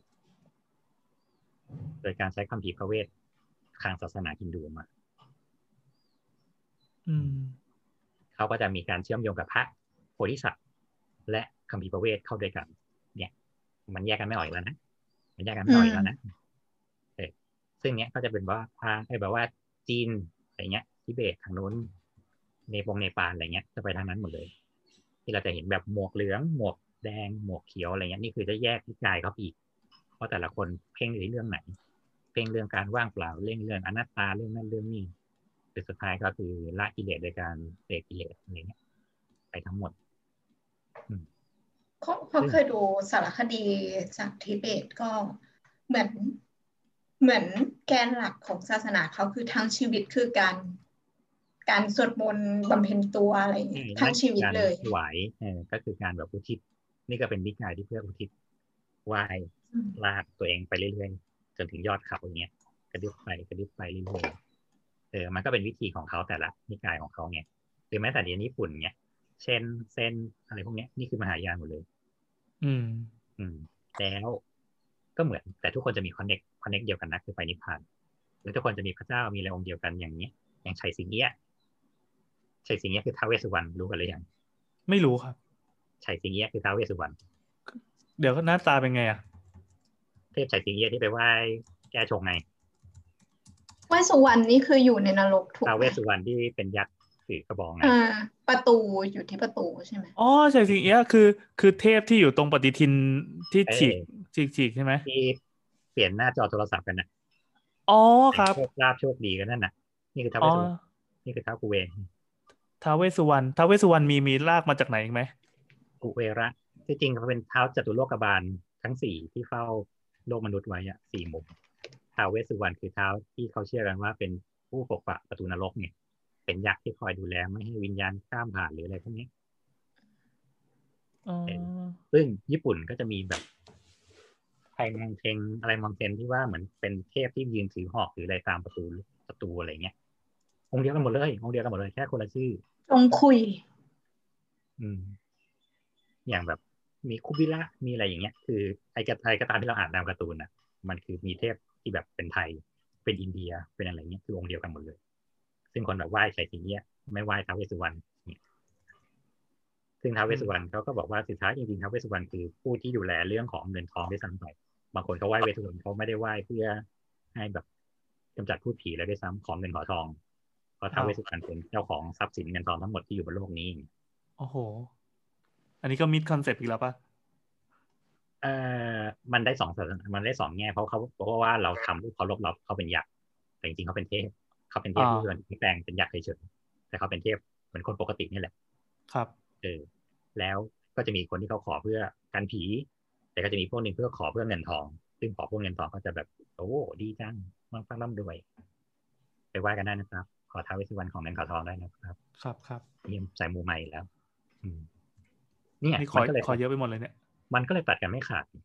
โดยการใช้คัมภีร์พระเวททางศาสนาฮินดูมาเขาก็จะมีการเชื่อมโยงกับพระโพธิสัตว์และคัมภีร์พระเวทเข้าด้วยกันเนี่ยมันแยกกันไม่ออกแล้วนะมันแยกกันไม่ออกแล้วนะเออซึ่งเนี้ยก็จะเป็นว่าพาให้แบบว่าจีนอะไรเงี้ยทิเบตทางโน้นเนปงเนปาลอะไรเงี้ยจะไปทางนั้นหมดเลยที่เราจะเห็นแบบหมวกเหลืองหมวกแดงหมวกเขียวอะไรเงี้ยนี่คือจะแยกนิกายเขาอีกเพราะแต่ละคนเพ่งในเรื่องไหนเพ่งเรื่องการว่างเปล่าเรื่องเรื่องอนัตตาเรื่องนั้นเรื่องนี้สุดท้ายก็คือละกิเลสโดยการเสกกิเลสอะไรเงี้ยไปทั้งหมดเขาเขาเคยดูสารคดีจากทิเบตก็เหมือนเหมือนแกนหลักของศาสนาเขาคือทั้งชีวิตคือการการสวดมนต์บำเพ็ญตัวอะไรอย่างเงี้ยทั้งชีวิตเลยถวายเออก็คือการแบบอุทิศนี่ก็เป็นนิกายที่เพื่ออุทิศไหว้ลากตัวเองไปเรื่อยๆจนถึงยอดเขาอย่างเงี้ยกระดึ๊บไปกระดึ๊บไปเรื่อยๆเออมันก็เป็นวิธีของเขาแต่ละนิกายของเขาไงหรือแม้แต่เดี๋ยวญี่ปุ่นเงี้ยเช่นเซนอะไรพวกนี้นี่คือมหายานหมดเลยอืมอืมแล้วก็เหมือนแต่ทุกคนจะมีคอนเนคคอนเนคเดียวกันนะคือไปนิพพานหรือทุกคนจะมีพระเจ้ามีอะไรองค์เดียวกันอย่างนี้อย่างชัยสิงเอี้ยชัยสิงเอี้ยคือท้าวเวสสุวรรณรู้กันหรือยังไม่รู้ครับชัยสิงเอี้ยคือท้าวเวสสุวรรณเดี๋ยวหน้าตาเป็นไงอ่ะเทพชัยสิงเอี้ยที่ไปไหว้แก้ชงไงไหว้สุวรรณนี่คืออยู่ในนรกถูกท้าวเวสสุวรรณที่เป็นยักษ์ถือกระบองไงอ่าประตูอยู่ที่ประตูใช่ไหมอ๋อชัยสิงเอี้ยคือคือเทพที่อยู่ตรงปฏิทินที่ฉีกฉีกฉีกใช่ไหมที่เปลี่ยนหน้าจอโทรศัพท์กันนะอ๋อครับโชคลาภโชคดีกันนั่นน่ะนี่คือท้าวเวสสุวรรณนี่คือท้าวกุเวรท้าวเวสสุวรรณท้าวเวสสุวรรณมีมีรากมาจากไหนอีกไหมกุเวระที่จริงเขาเป็นท้าวจตุโลกบาลทั้งสี่ที่เฝ้าโลกมนุษย์ไว้อะสี่มุมท้าวเวสสุวรรณคือท้าวที่เขาเชื่อกันว่าเป็นผู้ปกปักประตูนรกเนี่ยเป็นยักษ์ที่คอยดูแลไม่ให้วิญญาณข้ามผ่านหรืออะไรพวกนี้ซึ่งญี่ปุ่นก็จะมีแบบไทมองเทงอะไรมองเทนที่ว่าเหมือนเป็นเทพที่ยืนถือหอกหรืออะไรตามประตูประตูอะไรเงี้ยองค์เดียวกันหมดเลยองค์เดียวกันหมดเลยแค่คนละชื่อจงคุยอืมอย่างแบบมีคุบิระมีอะไรอย่างเงี้ยคือไอ้กระไอ้กระตามที่เราอ่านตามการ์ตูนน่ะมันคือมีเทพที่แบบเป็นไทยเป็นอินเดียเป็นอะไรเงี้ยคือองค์เดียวกันหมดเลยซึ่งคนแบบไหว้ใส่สิ่งเนี้ยไม่ไหว้ท้าวเวสสุวรรณซึ่งท้าวเวสสุวรรณเขาก็บอกว่าสุดท้ายจริงๆท้าวเวสสุวรรณคือผู้ที่ดูแลเรื่องของเงินทองด้วยซ้ำไปบางคนเขาไหว้เวสสุวรรณเขาไม่ได้ไหว้เพื่อให้แบบกำจัดพูดผีอะไรด้วยซ้ำของเงินขอทองเพราะท้าวเวสสุวรรณเป็นเจ้าของทรัพย์สินเงินทองทั้งหมดที่อยู่บนโลกนี้โอ้โหอันนี้ก็มิดคอนเซ็ปต์อีกแล้วป่ะเอ่อมันได้สองมันได้สองแง่เพราะเขาเพราะว่าเราทำด้วยเขาลบเราเขาเป็นยักษ์แต่จริงๆเขาเป็นเทพเขาเป็นเทพที่เกินที่แปลงเป็นยักษ์เฉยๆแต่เขาเป็นเทพเหมือนคนปกตินี่แหละครับเออแล้วก็จะมีคนที่เขาขอเพื่อกันผีแต่ก็จะมีพวกนึงเพื่อขอเพื่อเงินทองซึ่งขอพวกเงินทองก็จะแบบโอ้ดีจังมั่งคั่งร่ำรวยไปไหว้กันได้นะครับขอท้าวเวสสุวรรณของเงินขอทองได้นะครับครับครับเยี่ยมใส่มูใหม่แล้วเนี่ยนี่ขมัอนก็เลยขอเยอะไปหมดเลยเนี่ยมันก็เลยตัดกันไม่ขาด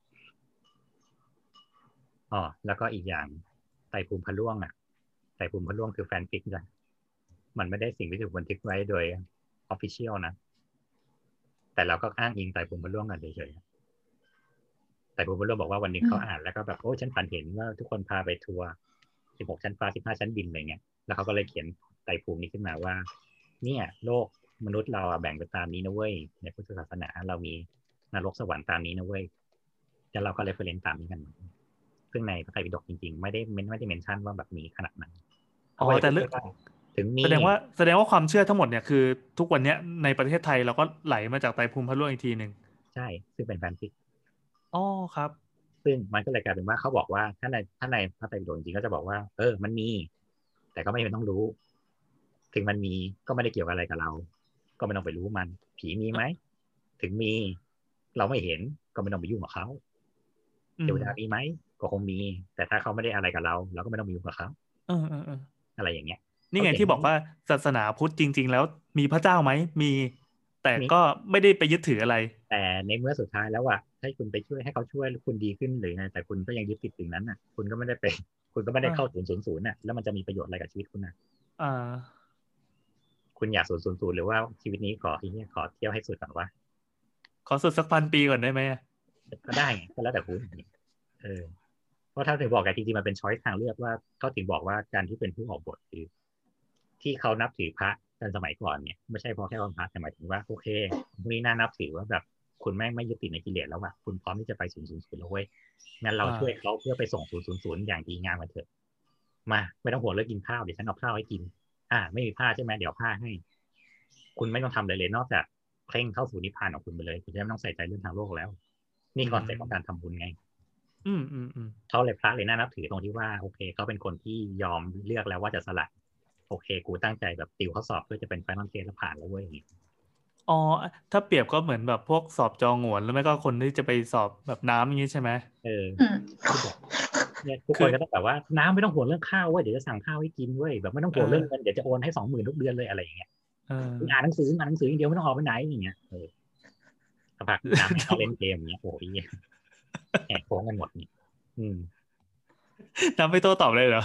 อ๋อแล้วก็อีกอย่างไตรภูมิพระร่วงอ่ะไตรภูมิพระร่วงคือแฟนฟิกจ้ะมันไม่ได้สิ่งที่ถูกบันทึกไว้โดย official นะแต่เราก็อ้างอิงไตรภูมิพระร่วงกันเฉยๆไตรภูมิพระร่วงบอกว่าวันนี้เขาอ่านแล้วก็แบบโอ้ฉันฝันเห็นว่าทุกคนพาไปทัวร์สิบหกชั้นฟ้าสิบห้าชั้นดินอะไรเงี้ยแล้วเขาก็เลยเขียนไตรภูมินี้ขึ้นมาว่าเนี่ยโลกมนุษย์เราแบ่งเป็นตามนี้นะเว้ยในพุทธศาสนาเรามีนรกสวรรค์ตามนี้นะเว้ยแล้วเราก็เลยเฟรนตามนี้กันซึ่งในพระไตรปิฎกจริงๆไม่ได้ไม่ได้เมนชั่นว่าแบบมีขนาดนั้นอ๋อแต่เรื่องถึงมีแสดงว่าแสดงว่าความเชื่อทั้งหมดเนี่ยคือทุกวันนี้ในประเทศไทยเราก็ไหลมาจากไตรภูมิพระร่วงอีกทีหนึ่งใช่ซึ่งเป็นแฟนฟิกอ๋อครับซึ่งมันก็เลยกลายเป็นว่าเขาบอกว่าถ้าในถ้าในพระไตรปิฎกจริงก็จะบอกว่าเออมันมีแต่ก็ไม่เป็นต้องรู้ถึงมันมีก็ไม่ได้เกี่ยวอะไรกับเราก็ไม่ต้องไปรู้มันผีมีไหมถึงมีเราไม่เห็นก็ไม่ต้องไปยุ่งกับเขาเทวดามีไหมก็คงมีแต่ถ้าเขาไม่ได้อะไรกับเราเราก็ไม่ต้องไปยุ่งกับเขาเออเออเอออะไรอย่างเงี้ยนี่ไงที่บอกว่าศาสนาพุทธจริงๆแล้วมีพระเจ้าไหมมีแต่ก็ไม่ได้ไปยึดถืออะไรแต่ในเมื่อสุดท้ายแล้วอะให้คุณไปช่วยให้เขาช่วยคุณดีขึ้นหรือไงแต่คุณก็ยังยึดติดสิ่งนั้นน่ะคุณก็ไม่ได้ไปคุณก็ไม่ได้เข้าศูนย์ศูนย์ศูนย์น่ะแล้วมันจะมีประโยชน์อะไรกับชีวิตคุณน่ะอ่าคุณอยากศูนย์ศูนย์ศูนย์หรือว่าชีวิตนี้ขอที่นี่ขอเที่ยวให้สุดก่อนวะขอสุดสักพันปีก่อนได้ไหมก็ได้ก็แล้วแต่คุณเออเพราะถ้าถึงบอกกันจริงๆมันเป็นช้อยส์ทางเลือกว่าเขาถึงบอกว่าการที่เป็นผู้ออกบทคือที่เขานับถือพระในสมัยก่อนเนี่ยไม่ใช่เพราะแค่วันพระแต่หมายถึงว่าโอเคนี่น่านับถือว่าแบบคุณแม่งไม่ยึดติดในกิเลสแล้วอะคุณพร้อมที่จะไปศูนย์ศูนย์ศูนย์แล้วเว้ยงั้นเราช่วยเขาเพื่อไปส่งศูนย์ศูนย์ศูนย์อย่างดีงามมาเถอะมาไม่ต้องห่วงเรื่องกินข้าวเดี๋ยวฉันเอาข้าวให้กินอ่าไม่มีผ้าใช่ไหมเดี๋ยวผ้าให้คุณไม่ต้องทำอะไรเลยนอกจากเพ่งเข้าสู่นิพพานของคุณไปเลยคุณจะไม่ต้องใส่ใจเรื่องทางโลกแล้วนี่คอนเซ็ปต์ของการทำบุญไงอืมอืมอืมเขาเลยพระเลยน่านับถือตรงที่ว่าโอเคเขาเป็นคนที่ยอมเลือกแล้วว่าจะสละโอเคกูตั้งใจแบบติวข้อสอบเพื่อจะเป็นไฟนอลเทสแล้วผ่านแล้วเว้ยอ๋อถ้าเปรียบก็เหมือนแบบพวกสอบจองหวนแล้วไม่ก็คนที่จะไปสอบแบบน้ำอย่างนี้ใช่ไหมเออเนี่ยทุกคนก็ต้องแบบว่าน้ำไม่ต้องห่วงเรื่องข้าวเว้ยเดี๋ยวจะสั่งข้าวให้กินเว้ยแบบไม่ต้องห่วงเรื่องเงินเดี๋ยวจะโอนให้สองหมื่นทุกเดือนเลยอะไรอย่างเงี้ยอ่านหนังสืออ่านหนังสืออย่างเดียวไม่ต้องออกไปไหนอย่างเงี้ยเออสักพักน้ำให้เขาเล่นเกมอย่างเงี้ยโอ้ยแหกโค้งกันหมดนี่อืมน้ำไม่โต้ตอบเลยเหรอ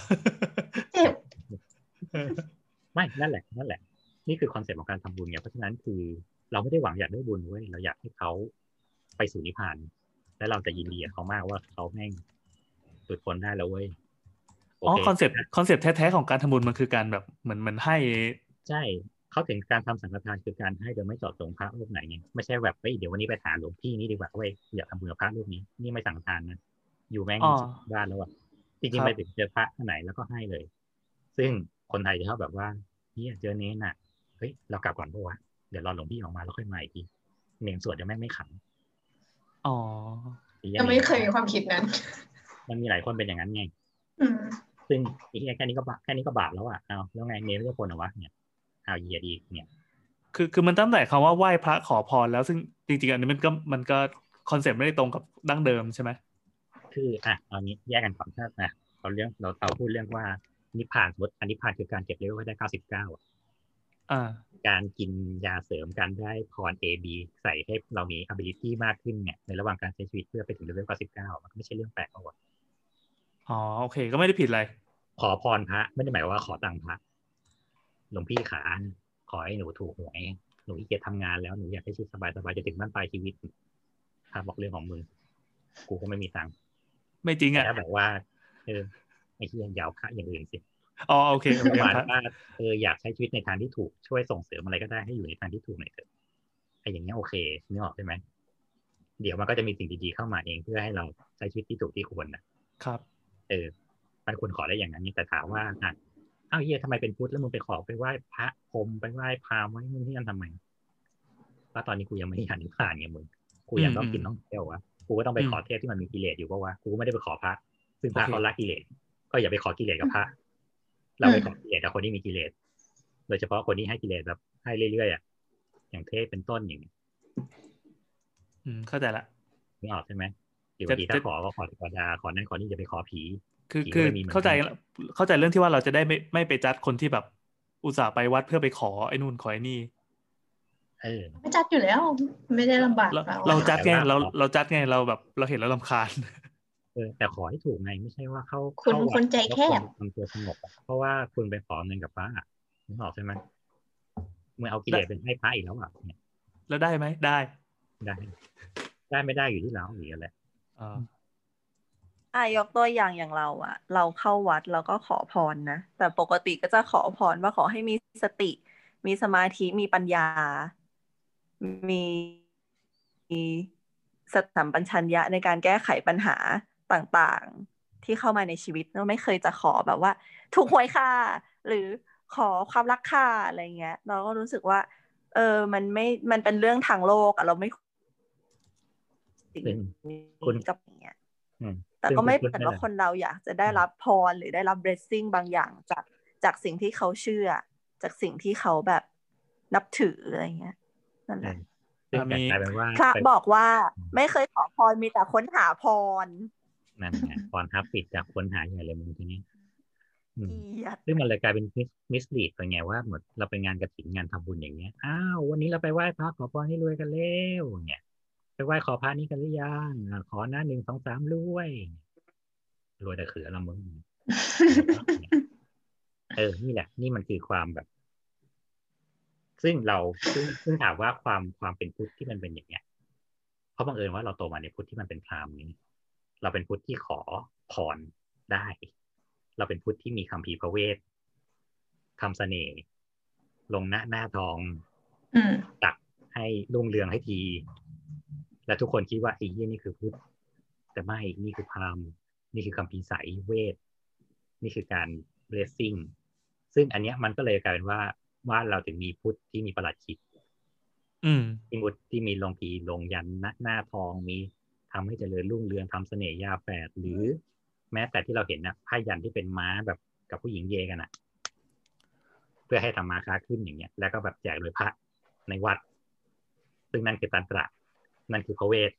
ไม่นั่นแหละนั่นแหละนี่คือคอนเซ็ปต์ของการทำบุญไงเพราะฉะนั้นคือเราไม่ได้หวังอยากได้บุญเว้ยเราอยากให้เขาไปสู่นิพพานและเราจะยินดีกับเขามากว่าเขาแม่งหลุดพ้นได้แล้วเว้ยอ๋อคอนเซ็ปต์คอนเซ็ปต์แท้ๆของการทำบุญมันคือการแบบเหมือนเหมือนให้ใช่เขาถึงการทำสังฆทานคือการให้โดยไม่เจาะจงพระรูปไหนไงไม่ใช่แบบเฮ้ยเดี๋ยววันนี้ไปหาหลวงพี่นี่ดีกว่าเว้ยอยากทำบุญกับพระรูปนี้นี่ไม่สังฆทานนะอยู่แม่งบ้านแล้วอ่ะจริงๆไปถึงเจอพระที่ไหนแล้วก็ให้เลยซึ่งคนไทยจะชอบแบบว่าเนี่ยเจอเน้นอ่ะเฮ้ยเรากลับก่อนเพราะว่าเดี๋ยวรอหลวงพี่ออกมาแล้วค่อยมาอีกทีเน้นสวดจะแม่งไม่ขังอ๋อยังไม่เคยมีความคิดนั้นมันมีหลายคนเป็นอย่างนั้นไงซึ่งอีกแค่นี้ก็แค่นี้ก็บาปแล้วอ่ะเอาแล้วไงเน้นเรื่องคนเหรอวะเนี่ยเอาเหยียดอีกเนี่ยคือคือมันตั้งแต่คำว่าไหว้พระขอพรแล้วซึ่งจริงๆอันนี้มันก็มันก็คอนเซ็ปต์ไม่ได้ตรงกับดั้งเดิมใช่ไหมคืออ่ะเอานี้แยกกันก่อนถ้านะเราเรื่องเราเราพูดเรื่องว่านิพพานสมมติอันนิพพานคือการเก็บเลเวลให้ได้เก้าสิบเก้าอ่าการกินยาเสริมการได้พร A B ใส่ให้เรามี ability มากขึ้นเนี่ยในระหว่างการใช้ชีวิตเพื่อไปถึงเลเวลเก้าสิบเก้ามันไม่ใช่เรื่องแปลกหรอกอ๋อโอเคก็ไม่ได้ผิดอะไรขอพรพระไม่ได้หมายว่าขอตังค์พระหลวงพี่ขาขอให้หนูถูกหวยหนูอีเกียรทำงานแล้วหนูอยากให้ชีวิตสบายๆจะถึงบ้านปลายชีวิตพระบอกเรื่องของมึงกูก็ไม่มีตังค์ไม่จริงอ่ะแต่แบบว่าเออไอ้ที่ยังยาวพระอย่างอื่นสิอ๋อโอเคประมาณว่าเอออยากใช้ชีวิตในทางที่ถูกช่วยส่งเสริมอะไรก็ได้ให้อยู่ในทางที่ถูกหน่อยเถอะไอ้อย่างเงี้ยโอเคนึกออกใช่ไหมเดี๋ยวมันก็จะมีสิ่งดีๆเข้ามาเองเพื่อให้เราใช้ชีวิตที่ถูกที่ควรนะครับเออมันควรขอได้อย่างนั้นแต่ถามว่าอ่ะอ้าวเฮียทำไมเป็นพุทธแล้วมึงไปขอไปไหว้พระพรหมไปไหว้พราหมณ์ไว้นู่นนี่นั่นทำไมเพราะตอนนี้กูยังไม่ได้หันนิพพานไงมึงกูยังต้องกินต้องเที่ยววะกูก็ต้องไปขอเทพที่มันมีกิเลสอยู่เพราะว่ากูไม่ได้ไปขอพระซึ่งพระเขาละกิเลสก็อย่าไปขอกิเลสกับพระเราไปขอกิเลสกับคนที่มีกิเลสโดยเฉพาะคนที่ให้กิเลสแบบให้เรื่อยๆอ่ะอย่างเทพเป็นต้นอย่างนี้อืมเข้าใจละนึกออกใช่ไหมหรือบางทีถ้าขอก็ขอเทวดาขอนั่นขอนี่จะไปขอผีคือคือเข้าใจเข้าใจเรื่องที่ว่าเราจะได้ไม่ไม่ไปจัดคนที่แบบอุตส่าห์ไปวัดเพื่อไปขอไอ้นู่นขอไอ้นี่เออไม่จัดอยู่แล้วไม่ได้ลำบากเราเราจัดไงเราเราจัดไงเราแบบเราเห็นแล้วรำคาญเออแต่ขอให้ถูกไงไม่ใช่ว่าเข้าคุณคนใจแคบทำตัวสงบเพราะว่าคุณไปขอเงินกับพระนึกออกใช่ไหมเมื่อเอากิเลสเป็นให้พระอีกแล้วอ่ะเนี่ยแล้วได้ไหมได้ได้ได้ไม่ได้อยู่ที่เราอย่างนี้แหละอ่าอ่ะยกตัวอย่างอย่างเราอะเราเข้าวัดแล้วก็ขอพรนะแต่ปกติก็จะขอพรว่าขอให้มีสติมีสมาธิมีปัญญามีสติสัมปชัญญะในการแก้ไขปัญหาต่างๆที่เข้ามาในชีวิตเราไม่เคยจะขอแบบว่าถูกหวยค่ะหรือขอความรักค่ะอะไรเงี้ยเราก็รู้สึกว่าเออมันไม่มันเป็นเรื่องทางโลกอะเราไม่สิ่งนี้กับอย่างเงี้ยแต่ก็ไม่เป็นว่าคนเราอยากจะได้รับพรหรือได้รับ blessing บางอย่างจากจากสิ่งที่เขาเชื่อจากสิ่งที่เขาแบบนับถืออะไรเงี้ยนั่นแหละมีพระบอกว่าไม่เคยขอพรมีแต่ค้นหาพรนั่นไงพรทับปิดจากค้นหาอย่างไรมึงทีนี้ซึ่งมันเลยกลายเป็นมิสลีดไปไงว่าเหมือนเราไปงานกฐินงานทำบุญอย่างเงี้ยอ้าววันนี้เราไปไหว้พระขอพรให้รวยกันเร็วเนี่ยไปไหว้ขอพระนี่กันหรือยังขอหน้าหนึ่งสองสามรวยรวยแต่เขือละมึงเออนี่แหละนี่มันคือความแบบซึ่งเราซึ่งซึ่งถามว่าความความเป็นพุทธที่มันเป็นอย่างเงี้ยเพราะบังเอิญว่าเราโตมาในพุทธที่มันเป็นพราหมณ์นี้เราเป็นพุทธที่ขอพรได้เราเป็นพุทธที่มีคัมภีร์พระเวททำเสน่ห์ลงหน้าหน้าทองตักให้รุ่งเรืองให้ทีและทุกคนคิดว่าไอ้ยี่นี่คือพุทธแต่ไม่นี่คือพราหมณ์นี่คือคัมภีร์ไสยเวทนี่คือการ blessing ซึ่งอันเนี้ยมันก็เลยกลายเป็นว่าว่าเราถึงมีพุทธที่มีประหลัดขิกที่มุดที่มีลงพีลงยันหน้าหน้าทองมีทำให้เจริญรุ่งเรืองทำเสน่ห์ยาแฝดหรือแม้แต่ที่เราเห็นนะผ้ายันที่เป็นม้าแบบกับผู้หญิงเยกันนะเพื่อให้ทำมาค้าขึ้นอย่างเงี้ยแล้วก็แบบแจกโดยพระในวัดซึ่งนั่นคือตันตระนั่นคือพระเวท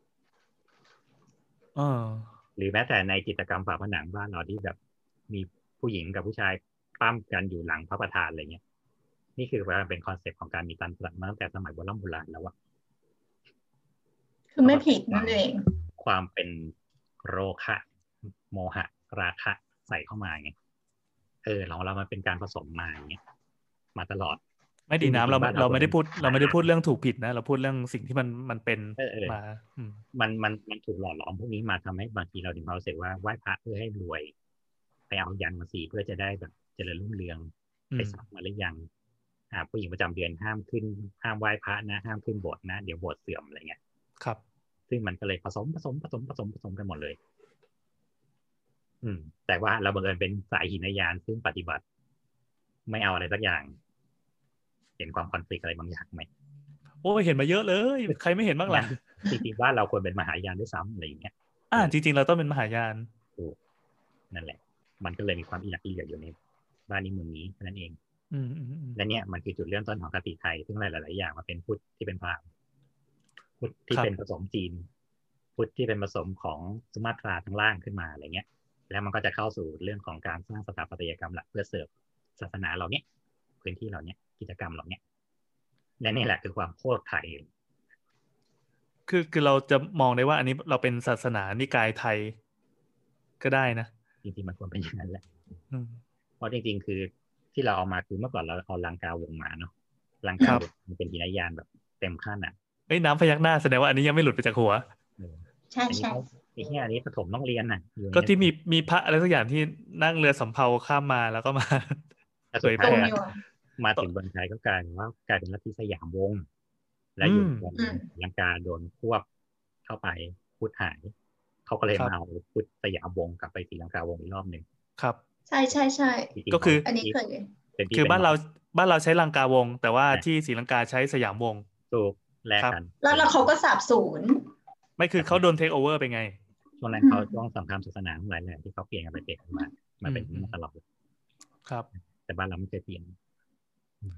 หรือแม้แต่ในจิตรกรรมฝาผนังบ้านเราที่แบบมีผู้หญิงกับผู้ชายปั้มกันอยู่หลังพระประธานอะไรเงี้ยนี่คือเป็นคอนเซ็ปต์ของการมีตันตระมาตั้งแต่สมัยโบราณโบราณแล้วอะคือไม่ผิดนั่นเองความเป็นโรคะโมหะราคะใส่เข้ามาไงเออเราเรามันเป็นการผสมมาอย่างเงี้ยมาตลอดไม่ดีน้ำเราเราไม่ได้พูดเราไม่ได้พูดเรื่องถูกผิดนะเราพูดเรื่องสิ่งที่มันมันเป็นมามันมันมันถูกหล่อหลอมพวกนี้มาทำให้บางทีเราถึงเราเสกว่าไหว้พระเพื่อให้รวยไปเอายันมาสีเพื่อจะได้แบบเจริญรุ่งเรืองไปสักมาหรือยังอ่าผู้หญิงประจำเดือนห้ามขึ้นห้ามไหว้พระนะห้ามขึ้นโบสถ์นะเดี๋ยวโบสถ์เสื่อมอะไรเงี้ยครับซึ่งมันก็เลยผสมผสมผสมผสมผสมกันหมดเลยอืมแต่ว่าเราบังเอิญเป็นสายหินยานซึ่งปฏิบัติไม่เอาอะไรสักอย่างเห็นความคอนฟลิกต์อะไรบางอย่างไหมโอ้ยเห็นมาเยอะเลยใครไม่เห็นบ้างล่ะจริงๆว่าเราควรเป็นมหายานด้วยซ้ำอะไรอย่างเงี้ยอ่าจริงๆเราต้องเป็นมหายานถูกนั่นแหละมันก็เลยมีความอีหลักอีเหลืออยู่ในบ้านนี้เมืองนี้นั่นเองอืมและเนี่ยมันคือจุดเริ่มต้นของคติไทยซึ่งหลายๆอย่างมาเป็นพุทธที่เป็นพราหมณ์พุทธที่เป็นผสมจีนพุทธที่เป็นผสมของสุมาตราทั้งล่างขึ้นมาอะไรเงี้ยแล้วมันก็จะเข้าสู่เรื่องของการสร้างสถาปัตยกรรมหลักเพื่อเสิร์ฟศาสนาเราเนี้ยพื้นที่เราเนี้ยกิจกรรมเราเนี้ยและนี่แหละคือความโคตรไทยคือคือเราจะมองได้ว่าอันนี้เราเป็นศาสนานิกายไทยก็ได้นะจริงๆมันควรเป็นอย่างนั้นแหละเพราะจริงๆคือที่เราเอามาคือเมื่อก่อนเราเอาลังกาวงมาเนาะลังกาวมันเป็นหินยานแบบเต็มขั้นอ่ะเอ้ยน้ำพยักหน้าแสดงว่าอันนี้ยังไม่หลุดไปจากหัวใช่ใช่ไอ้ที่อันนี้ปฐมต้องเรียนน่ะก็ที่มีมีพระอะไรสักอย่างที่นั่งเรือสำเภาข้ามมาแล้วก็มาเผยแพร่มาถึงบนไทยก็กลายว่ากลายเป็นลัทธิสยามวงศ์และอยู่บนลังกาโดนควบเข้าไปพุทธหายเขาก็เลยมาเอาพุทธสยามวงศ์กลับไปศรีลังกาวงศ์อีกรอบหนึ่งครับใช่ใช่ใช่ก็คืออันนี้เคยคือบ้านเราบ้านเราใช้ลังกาวงศ์แต่ว่าที่ศรีลังกาใช้สยามวงศ์ถูกแลกกันแล้วแล้วเขาก็สาบสูญไม่คือเขาโดนเทคโอเวอร์ไปไงช่วงนั้นเขาช่วงสงครามศาสนาหลายแหล่ที่เขาเปลี่ยนกันไปเปลี่ยนกันมามาเป็นมาตลอดครับแต่บ้านเราไม่เคยเปลี่ยน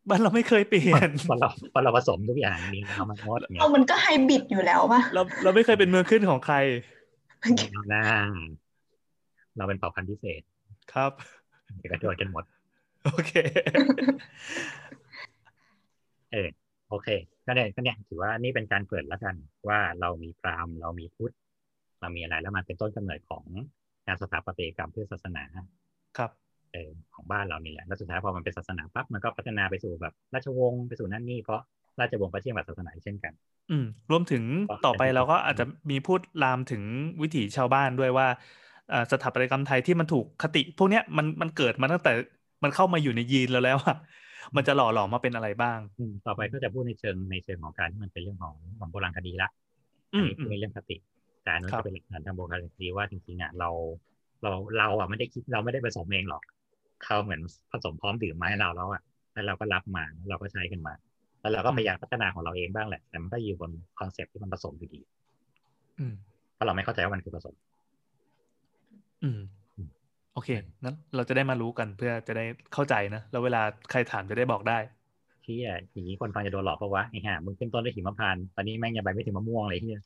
บ้านเราไม่เคยเปลี่ยนพอเราพอเราผสมทุกอย่างนี้เรามันงดไงเอามันก็ไฮบริดอยู่แล้วป่ะเราเราไม่เคยเป็นเมืองขึ้นของใครเราหน้าเราเป็นเผ่าพันธุ์พิเศษครับกระโดดกันหมดโอเคเออโอเคก็เนี่ยก็เนี่ยถือว่านี่เป็นการเปิดแล้วกันว่าเรามีพราหมณ์เรามีพุทธเรามีอะไรแล้วมันเป็นต้นกำเนิดของงานสถาปัตยกรรมเพื่อศาสนาครับเออของบ้านเรานี่แหละแล้วสุดท้ายพอมันเป็นศาสนาปั๊บมันก็พัฒนาไปสู่แบบราชวงศ์ไปสู่นั่นนี่เพราะราชวงศ์ก็เชื่อแบบศาสนาเช่นกันอืมรวมถึงต่อไปเราก็อาจจะมีพูดลามถึงวิถีชาวบ้านด้วยว่าสถาปัตยกรรมไทยที่มันถูกคติพวกเนี้ยมันมันเกิดมาตั้งแต่มันเข้ามาอยู่ในยีนเราแล้วอะมันจะหล่อหลอมมาเป็นอะไรบ้างต่อไปก็จะพูดในเชิงในเชิงของการที่มันเป็นเรื่องของของโบราณคดีละอันนี้คือเรื่องคติแต่อันนั้นจะเป็นหลักฐานทางโบราณคดีว่าจริงๆอ่ะเราเราเราอ่ะไม่ได้คิดเราไม่ได้ผสมเองหรอกเขาเหมือนผสมพร้อมดื่มมาให้เราแล้วอ่ะแล้วเราก็รับมาเราก็ใช้กันมาแล้วเราก็พยายามพัฒนาของเราเองบ้างแหละแต่มันก็อยู่บนคอนเซ็ปต์ที่มันผสมอยู่ดีเพราะเราไม่เข้าใจว่ามันคือผสมอืมโอเคงั้นเราจะได้มารู้กันเพื่อจะได้เข้าใจนะแล้วเวลาใครถามจะได้บอกได้ที่อย่างนี้คนฟังจะโดนหลอกเพราะว่าไอ้ห่ามึงขึ้นต้นด้วยหิมพานต์ตอนนี้แม่งยังไปไม่ถึงมะม่วงเลยที่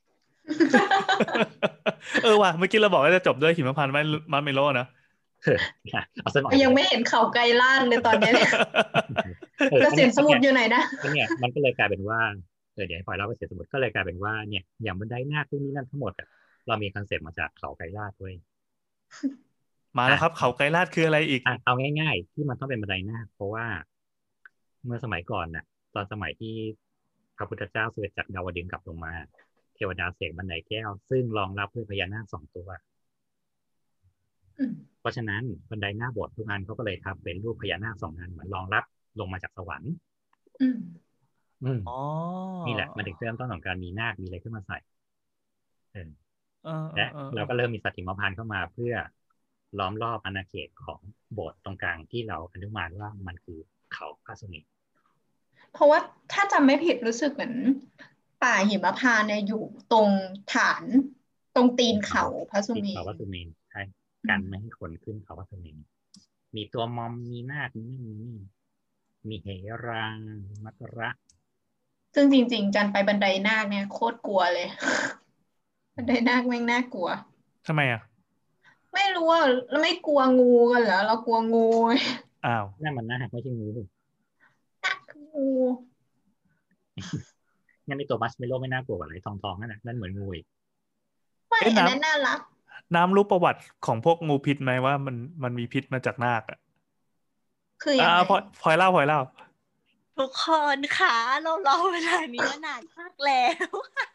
เออว่ะเมื่อกี้เราบอกว่าจะจบด้วยหิมพานต์มัดเมโลนะยังไม่เห็นเขาไกลล่างเลยตอนนี้เลยเกษตรสมุทรอยู่ไหนนะเนี่ยมันก็เลยกลายเป็นว่าเดี๋ยวให้ปล่อยเล่าเกษตรสมุทรก็เลยกลายเป็นว่าเนี่ยอย่างบันไดนาคพวกนี้นั่นทั้งหมดอ่ะเรามีคอนเซ็ปต์มาจากเขาไกลลาดด้วยมาแล้วครับเขาไกลลาดคืออะไรอีกเอาง่ายๆที่มันต้องเป็นบันไดนาคเพราะว่าเมื่อสมัยก่อนน่ะตอนสมัยที่พระพุทธเจ้าเสด็จจากดาวดึงส์กลับลงมาเทวดาเสกบันไดแก้วซึ่งรองรับด้วยพญานาคสองตัวเพราะฉะนั้นบันไดหน้าโบสถ์ทุกอันเขาก็เลยทำเป็นรูปพญานาคสองอันเหมือนรองรับลงมาจากสวรรค์นี่แหละมันถึงเริ่มต้นของการมีนาคมีอะไรขึ้นมาใส่และเราก็เริ่มมีสัตว์หิมพานต์เข้ามาเพื่อล้อมรอบอาณาเขตของโบสถ์ตรงกลางที่เราอนุมานว่ามันคือเขาพระสุเมรุเพราะว่าถ้าจำไม่ผิดรู้สึกเหมือนป่าหิมพานต์เนี่ยอยู่ตรงฐานตรงตีนเขาพระสุเมรุเขาพระสุเมรุใช่กันไม่ให้คนขึ้นเขาพระสุเมรุมีตัวมอมมีนาคมีนี่มีเหรามักระซึ่งจริงๆจันไปบันไดนาคเนี่ยโคตรกลัวเลยบันไดนาคแม่งน่ากลัวทำไมอ่ะไม่รู้ว่าเราไม่กลัวงูกันเหรอเรากลัวงูอ้าวนั่นมันนาคไม่ใช่งูนาคงูงั้นในตัวมัชเมโลไม่น่ากลัวกว่าอะไรทองๆนั่นแหละนั่นเหมือนงูอีกไม่อันนั้นน่ารักน้ำรู้ประวัติของพวกงูพิษไหมว่ามันมันมีพิษมาจากนาคอ่ะคือยังไงพอพอยเล่าพอยเล่าทุกคนค่ะเรารอเวลานี้มานานมากแล้ว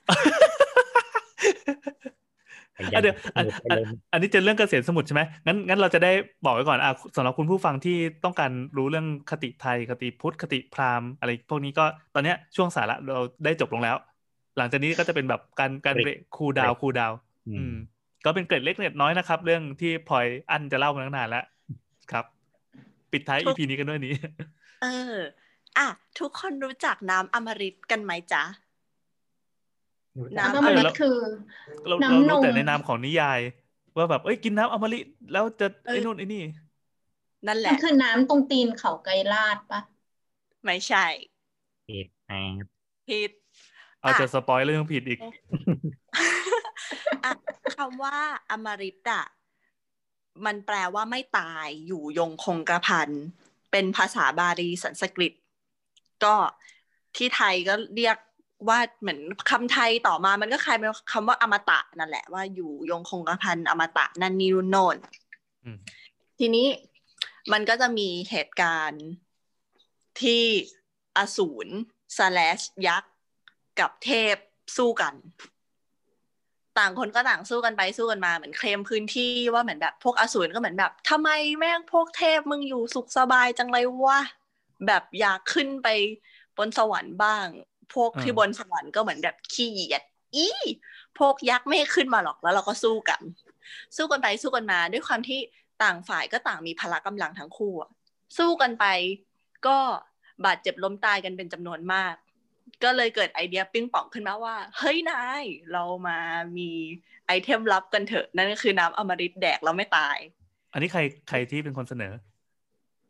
เดี๋ยวอันนี้จะเรื่องเกษตรสมุทรใช่ไหมงั้นงั้นเราจะได้บอกไว้ก่อนอ่ะสำหรับคุณผู้ฟังที่ต้องการรู้เรื่องคติไทยคติพุทธคติพราหมณ์อะไรพวกนี้ก็ตอนเนี้ยช่วงสาระเราได้จบลงแล้วหลังจากนี้ก็จะเป็นแบบการการคูลดาวน์คูลดาวน์อืมก็เป็นเกร็ดเล็กเกร็ดน้อยนะครับเรื่องที่พลอยอันจะเล่ามาตั้งนานแล้วครับปิดท้าย อี พี นี้กันด้วยนี้เอออ่ะทุกคนรู้จักน้ำอมฤตกันไหมจ๊ะน้ำอมฤตคือน้ำนมแต่ในนามของนิยายว่าแบบเอ้ยกินน้ำอมฤตแล้วจะไอ้นู่นไอ้นี่นั่นแหละมันคือน้ำตรงตีนเขาไกรลาดปะไม่ใช่ผิดแอบผิดเอาจะสปอยเรื่องผิดอีกคำว่าอมฤตอ่ะมันแปลว่าไม่ตายอยู่ยงคงกระพันเป็นภาษาบาลีสันสกฤตก็ที่ไทยก็เรียกว่าเหมือนคำไทยต่อมามันก็คล้ายเป็นคำว่าอมตะนั่นแหละว่าอยู่ยงคงกระพันอมตะนันนีรุ่นโนนทีนี้มันก็จะมีเหตุการณ์ที่อสูรสแลชยักษ์กับเทพสู้กันต่างคนก็ต่างสู้กันไปสู้กันมาเหมือนเคลมพื้นที่ว่าเหมือนแบบพวกอสูรก็เหมือนแบบทำไมแม่งพวกเทพมึงอยู่สุขสบายจังเลยวะแบบอยากขึ้นไปบนสวรรค์บ้างพวกที่บนสวรรค์ก็เหมือนแบบขี้เกียจอีพวกยักษ์ไม่ขึ้นมาหรอกแล้วเราก็สู้กันสู้กันไปสู้กันมาด้วยความที่ต่างฝ่ายก็ต่างมีพละกำลังทั้งคู่สู้กันไปก็บาดเจ็บล้มตายกันเป็นจำนวนมากก็เลยเกิดไอเดียปิ้งป่องขึ้นมาว่าเฮ้ยนายเรามามีไอเทมลับกันเถอะนั่นก็คือน้ำอมฤตแดกเราไม่ตายอันนี้ใครใครที่เป็นคนเสนอ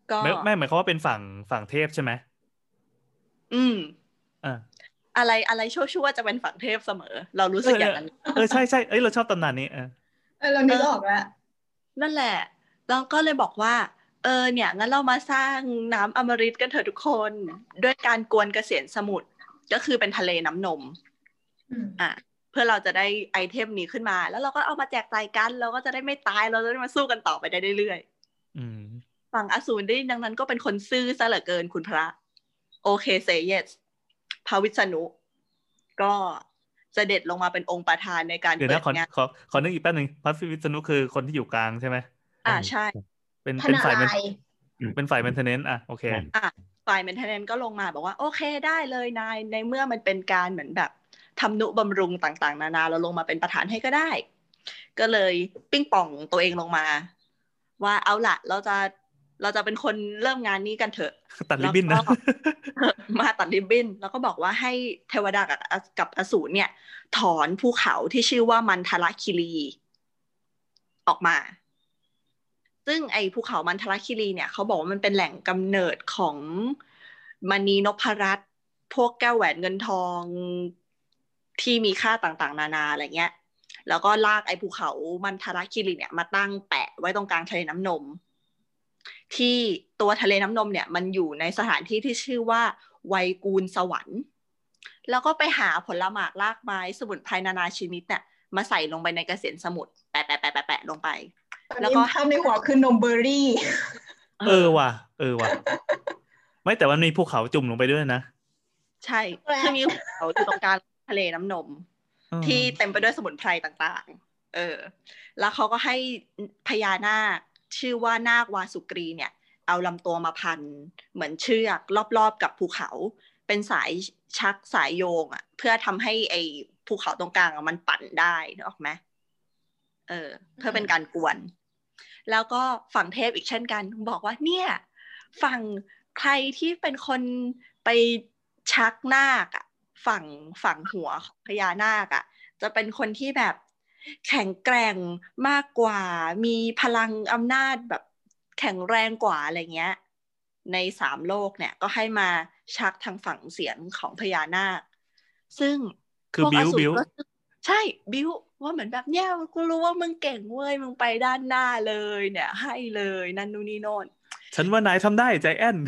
ก็ไม่ไม่หมายความว่าเป็นฝั่งฝั่งเทพใช่ไหมอืมอ่าอะไรอะไรชั่วๆจะเป็นฝั่งเทพเสมอเรารู้สึกอย่างนั้นเออใช่ใช่เอ้ยเราชอบตำนานนี้เออเออเรานึกออกแล้วนั่นแหละเราก็เลยบอกว่าเออเนี่ยงั้นเรามาสร้างน้ำอมฤตกันเถอะทุกคนด้วยการกวนเกษียณสมุทรก็คือเป็นทะเลน้ำนมอ่ะเพื่อเราจะได้ไอเทมนี้ขึ้นมาแล้วเราก็เอามาแจกจ่ายกันเราก็จะได้ไม่ตายเราจะได้มาสู้กันต่อไปได้เรื่อยๆฝั่งอสูรได้ดังนั้นก็เป็นคนซื่อซะเหลือเกินคุณพระโอเคเซเยสพระวิษณุก็เสด็จลงมาเป็นองค์ประธานในการเปิดงานขอขอนึกอีกแป๊บนึงพระวิษณุคือคนที่อยู่กลางใช่ไหมอ่าใช่เป็นเป็นฝ่ายเป็นฝ่ายเมนเทนเนนซ์อ่ะโอเคอ่ะฝ่ายเมนเทนเนนซ์ก็ลงมาบอกว่าโอเคได้เลยนายในเมื่อมันเป็นการเหมือนแบบทำนุบำรุงต่างๆนานาเราลงมาเป็นประธานให้ก็ได้ก็เลยปิ้งป่องตัวเองลงมาว่าเอาละเราจะเราจะเป็นคนเริ่มงานนี้กันเถอะตัดริบบิ้นนะมาตัดริบบิ้นแล้วก็บอกว่าให้เทวดากับกับอสูรเนี่ยถอนภูเขาที่ชื่อว่ามันทรคิรีออกมาซึ่งไอ้ภูเขามันทรคิรีเนี่ยเขาบอกว่ามันเป็นแหล่งกำเนิดของมณีนพรัตน์พวกแก้วแหวนเงินทองที่มีค่าต่างๆนานาอะไรเงี้ยแล้วก็ลากไอ้ภูเขามันทรคิรีเนี่ยมาตั้งแปะไว้ตรงกลางทะเลน้ำนมที่ตัวทะเลน้ำนมเนี่ยมันอยู่ในสถานที่ที่ชื่อว่าไวกูลสวรรค์แล้วก็ไปหาผลหมากรากไม้สมุนไพรนานาชนิดเนี่ยมาใส่ลงไปในเกษียณสมุทรแปะแปะแปะแปะลงไปแล้วก็ภาพในหัวคือนมเบอร์รี่เออว่ะเออว่ะไม่แต่ว่ามีภูเขาจุ่มลงไปด้วยนะใช่คือมีภูเขาอยู่ตรงกลางทะเลน้ำนมที่เต็มไปด้วยสมุนไพรต่างๆเออแล้วเขาก็ให้พญานาคชื่อว่านาควาสุกรีเนี่ยเอาลำตัวมาพันเหมือนเชือกรอบๆกับภูเขาเป็นสายชักสายโยงอ่ะเพื่อทำให้ไอ้ภูเขาตรงกลางมันปั่นได้นึกออกไหมเออเพื่อเป็นการกวนแล้วก็ฝั่งเทพอีกเช่นกันบอกว่าเนี่ยฝั่งใครที่เป็นคนไปชักนาคอ่ะฝั่งฝั่งหัวของพญานาคอ่ะจะเป็นคนที่แบบแข็งแกร่งมากกว่ามีพลังอำนาจแบบแข็งแรงกว่าอะไรเงี้ยในสามโลกเนี่ยก็ให้มาชักทางฝั่งเสียงของพญานาคซึ่งคือบิวบิวใช่บิวว่าเหมือนแบบเนี่ยกูรู้ว่ามึงเก่งเว้ยมึงไปด้านหน้าเลยเนี่ยให้เลยนั่นนู่นนี่โน่นฉันว่านายทำได้ใจแอน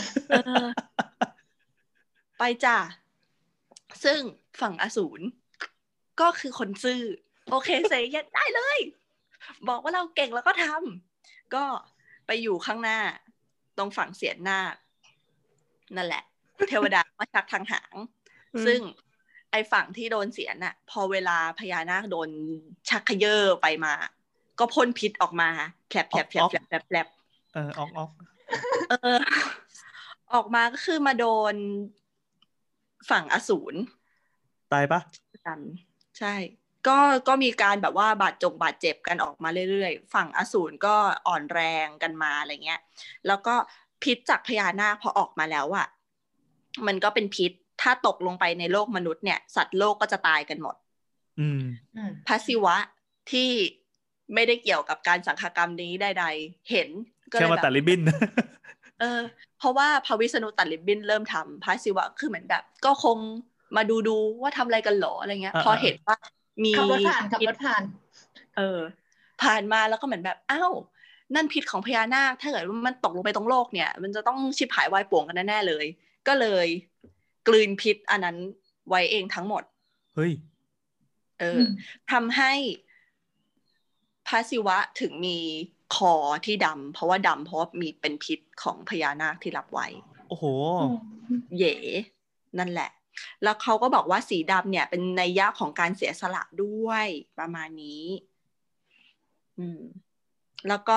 ไปจ้ะซึ่งฝั่งอสูรก็คือคนซื่อโอเคเซย์ได้เลยบอกว่าเราเก่งแล้วก็ทำก็ไปอยู่ข้างหน้าตรงฝั่งเสียนหน้านั่นแหละเทวดามาชักทางหางซึ่งไอ้ฝั่งที่โดนเสียนน่ะพอเวลาพญานาคโดนชักเขย่อไปมาก็พ่นพิษออกมาแผลบแผลบแผลบแผลบแผลบแผลบเออออกออกเออออกมาก็คือมาโดนฝั่งอสูรตายปะกันใช่ก็ก็มีการแบบว่าบาดจงบาดเจ็บกันออกมาเรื่อยๆฝั่งอสูรก็อ่อนแรงกันมาอะไรเงี้ยแล้วก็พิษจากพญานาคพอออกมาแล้วอ่ะมันก็เป็นพิษถ้าตกลงไปในโลกมนุษย์เนี่ยสัตว์โลกก็จะตายกันหมดอืมพระศิวะที่ไม่ได้เกี่ยวกับการสังฆกรรมนี้ใดๆเห็นก็เลยแบบแค่มาตัดริบบิ้นเออเพราะว่าพระวิษณุตัดริบบิ้นเริ่มทำพระศิวะคือเหมือนแบบก็คงมาดูดูว่าทำอะไรกันหรออะไรเงี้ยพอเห็นว่ามีขับรถผ่านขับรถผ่านเออผ่านมาแล้วก็เหมือนแบบอ้าวนั่นพิษของพญานาคถ้าเกิดว่ามันตกลงไปตรงโลกเนี่ยมันจะต้องชิบหายวายป่วงกันแน่ๆเลยก็เลยกลืนพิษอันนั้นไว้เองทั้งหมดเฮ้ยเออทำให้พระศิวะถึงมีคอที่ดำเพราะว่าดำเพราะมีเป็นพิษของพญานาคที่รับไว้โอ้โหเย่นั่นแหละแล้วเขาก็บอกว่าสีดำเนี่ยเป็นนัยยะของการเสียสละด้วยประมาณนี้อืมแล้วก็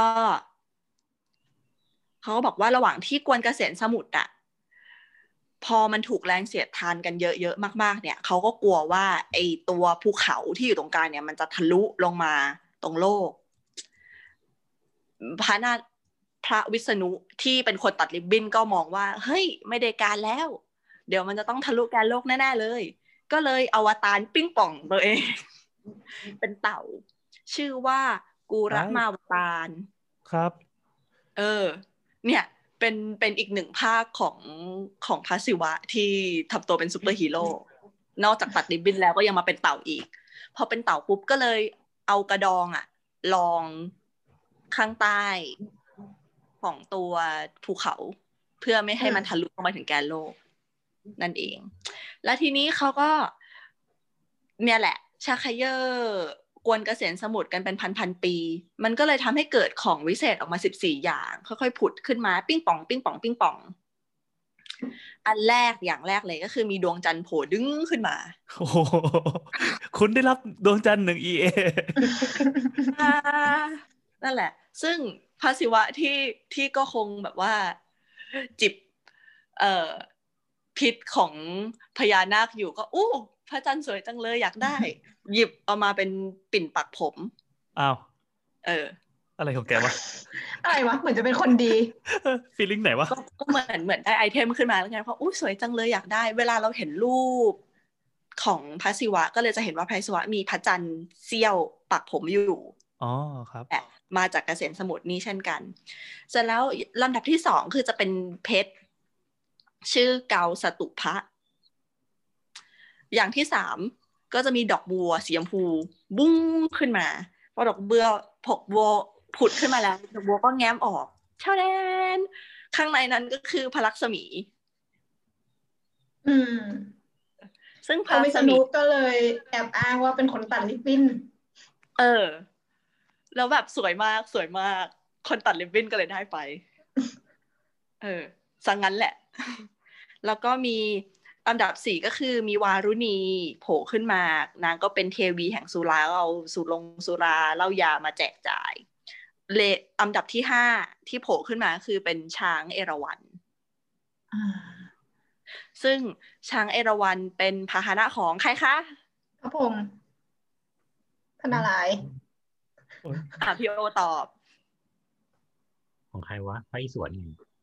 เขาก็บอกว่าระหว่างที่กวนเกษียณสมุทรอ่ะพอมันถูกแรงเสียดทานกันเยอะๆมากๆเนี่ยเขาก็กลัวว่าไอ้ตัวภูเขาที่อยู่ตรงกลางเนี่ยมันจะทะลุลงมาตรงโลกพระนาพระวิษณุที่เป็นคนตัดริบบิ้นก็มองว่าเฮ้ยไม่ได้การแล้วเดี๋ยวมันจะต้องทะลุแกนโลกแน่ๆเลยก็เลยอวตารปิ้งป่องตัวเองเป็นเต่าชื่อว่ากูรมาวตารครับเออเนี่ยเป็นเป็นอีกหนึ่งภาคของของพระศิวะที่ทำตัวเป็นซูเปอร์ฮีโร่นอกจากตัดริบบิ้นแล้วก็ยังมาเป็นเต่าอีกพอเป็นเต่าปุ๊บก็เลยเอากระดองอ่ะลองข้างใต้ของตัวภูเขาเพื่อไม่ให้มันทะลุลงมาถึงแกนโลกนั่นเองและทีนี้เขาก็เนี่ยแหละชาคเยอร์กวนเกษียณสมุทรกันเป็นพันๆปีมันก็เลยทำให้เกิดของวิเศษออกมาสิบสี่อย่างค่อยๆผุดขึ้นมาปิ้งป่องปิ้งป่องปิ้งป่องอันแรกอย่างแรกเลยก็คือมีดวงจันทร์โผล่ดึงขึ้นมาโอ้คุณได้รับดวงจันทร์หนึ่ง อี เอนั่นแหละซึ่งพระศิวะที่ที่ก็คงแบบว่าจิบเอ่อพิษของพญานาคอยู่ก็อู้พระจันทร์สวยจังเลยอยากได้หยิบเอามาเป็นปิ่นปักผมอ้าวเอออะไรของแกวะอะไรวะเหมือนจะเป็นคนดีฟีลลิ่งไหนวะก็เหมือนเหมือนได้ไอเทมขึ้นมาแล้วไงเพราะอู้สวยจังเลยอยากได้เวลาเราเห็นรูปของพระศิวะก็เลยจะเห็นว่าพระศิวะมีพระจันทร์เสี้ยวปักผมอยู่อ๋อครับแต่มาจากเกษตรสมุทรนี่เช่นกันเสร็จแล้วลำดับที่สองคือจะเป็นเพชรชื่อเกาสตุพะอย่างที่สามก็จะมีดอกบัวสีชมพูบุ้งขึ้นมาพอดอกบัวผกบัวผุดขึ้นมาแล้วดอกบัวก็แง้มออกเท่านั้นข้างในนั้นก็คือพระลักษมีอืมซึ่งพระวิษณุก็เลยแอบอ้างว่าเป็นคนตัดริบบิ้นเออแล้วแบบสวยมากสวยมากคนตัดริบบิ้นก็เลยได้ไปเออสังงั้นแหละแล้วก็มีอันดับสี่ก็คือมีวารุณีโผล่ขึ้นมานางก็เป็นเทวีแห่งสุราเอาสุรงสุราเหล้ายามาแจกจ่ายเลอันดับที่ห้าที่โผล่ขึ้นมาคือเป็นช้างเอราวัณซึ่งช้างเอราวัณเป็นพาหนะของใครคะพระพรหมพระนารายณ์อ่ะพี่โอตอบของใครวะพระอิศวร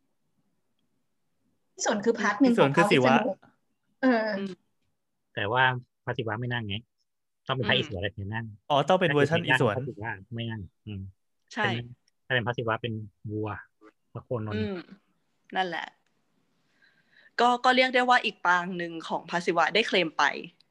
อิศวรคือพาร์ทหนึ่งของพระวิษณุเออแต่ว่าพระศิวะไม่นั่งไงต้องเป็นพระอิศวรอะไรที่นั่งอ๋อต้องเป็นเวอร์ชันอิศวรพระศิวะไม่นั่งอืมใช่ถ้าเป็นพระศิวะเป็นวัวพระโคนนท์นั่นแหละก็ก็เรียกได้ว่าอีกปางหนึ่งของพระศิวะได้เคลมไป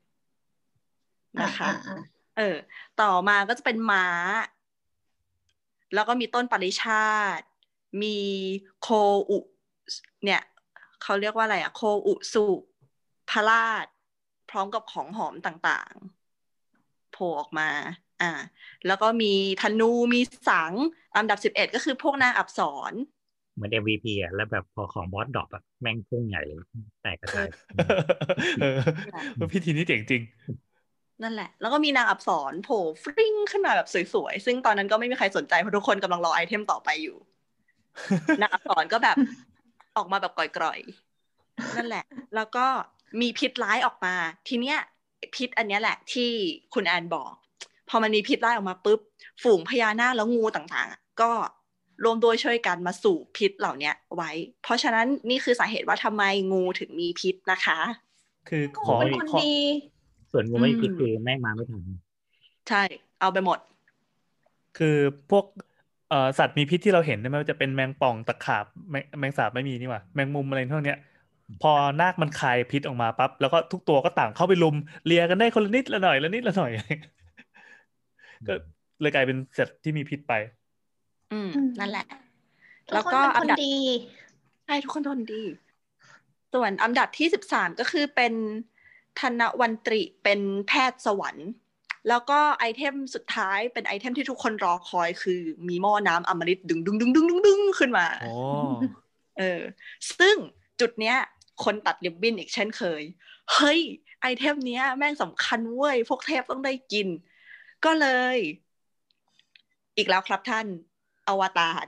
นะคะเออต่อมาก็จะเป็นม้าแล้วก็มีต้นปริชาติมีโคอุเนี่ยเขาเรียกว่าอะไรอะโคอุสุพราชพร้อมกับของหอมต่างๆโผล่ออกมาอ่าแล้วก็มีธนูมีสังอันดับสิบเอ็ดก็คือพวกนางอับสรเหมือน เอ็ม วี พี อ่ะแล้วแบบพอของบอสดรอปอ่ะแม่งพุ่งใหญ่เลยแตกกระจายเออพิธีนี้เจ๋งจริงนั่นแหละแล้วก็มีนางอับสรโผล่ฟริ้งขึ้นมาแบบสวยๆซึ่งตอนนั้นก็ไม่มีใครสนใจเพราะทุกคนกำลังรอไอเทมต่อไปอยู่นางอับสรก็แบบออกมาแบบก่อยๆนั่นแหละแล้วก็มีพิษร้ายออกมาทีเนี้ยพิษอันนี้แหละที่คุณแอนบอกพอมันมีพิษร้ายออกมาปุ๊บฝูงพญานาคแล้วงูต่างๆก็รวมด้วยช่วยกันมาสูบพิษเหล่านี้ไว้เพราะฉะนั้นนี่คือสาเหตุว่าทำไมงูถึงมีพิษนะคะคือขอเป็นคนดีส่วนงูไม่พิษคือแม่งมาไม่ถึงใช่เอาไปหมดคือพวกเอ่อสัตว์มีพิษที่เราเห็นไม่ว่าจะเป็นแมงป่องตะขาบแมงสาบไม่มีนี่หว่าแมงมุมอะไรพวกเนี้ยพอนาคมันคายพิษออกมาปั๊บแล้วก็ทุกตัวก็ต่างเข้าไปลุมเลียกันได้คนละนิดละหน่อยละนิดละหน่อยก็เลยกลายเป็นสัตว์ที่มีพิษไปอืมนั่นแหละแล้วก็อันดับดีใช่ทุกคนทนดีส่วนอันดับที่สิบสามก็คือเป็นธนวันตรีเป็นแพทย์สวรรค์แล้วก็ไอเทมสุดท้ายเป็นไอเทมที่ทุกคนรอคอยคือมีหม้อน้ำอมฤตดึงดึงดึงดึงดึงดึงขึ้นมาอ๋อเออซึ่งจุดเนี้ยคนตัดริบบิ้นอีกเช่นเคยเฮ้ยไอเทมเนี้ยแม่งสำคัญเว้ยพวกเทพต้องได้กินก็เลยอีกแล้วครับท่านอวตาร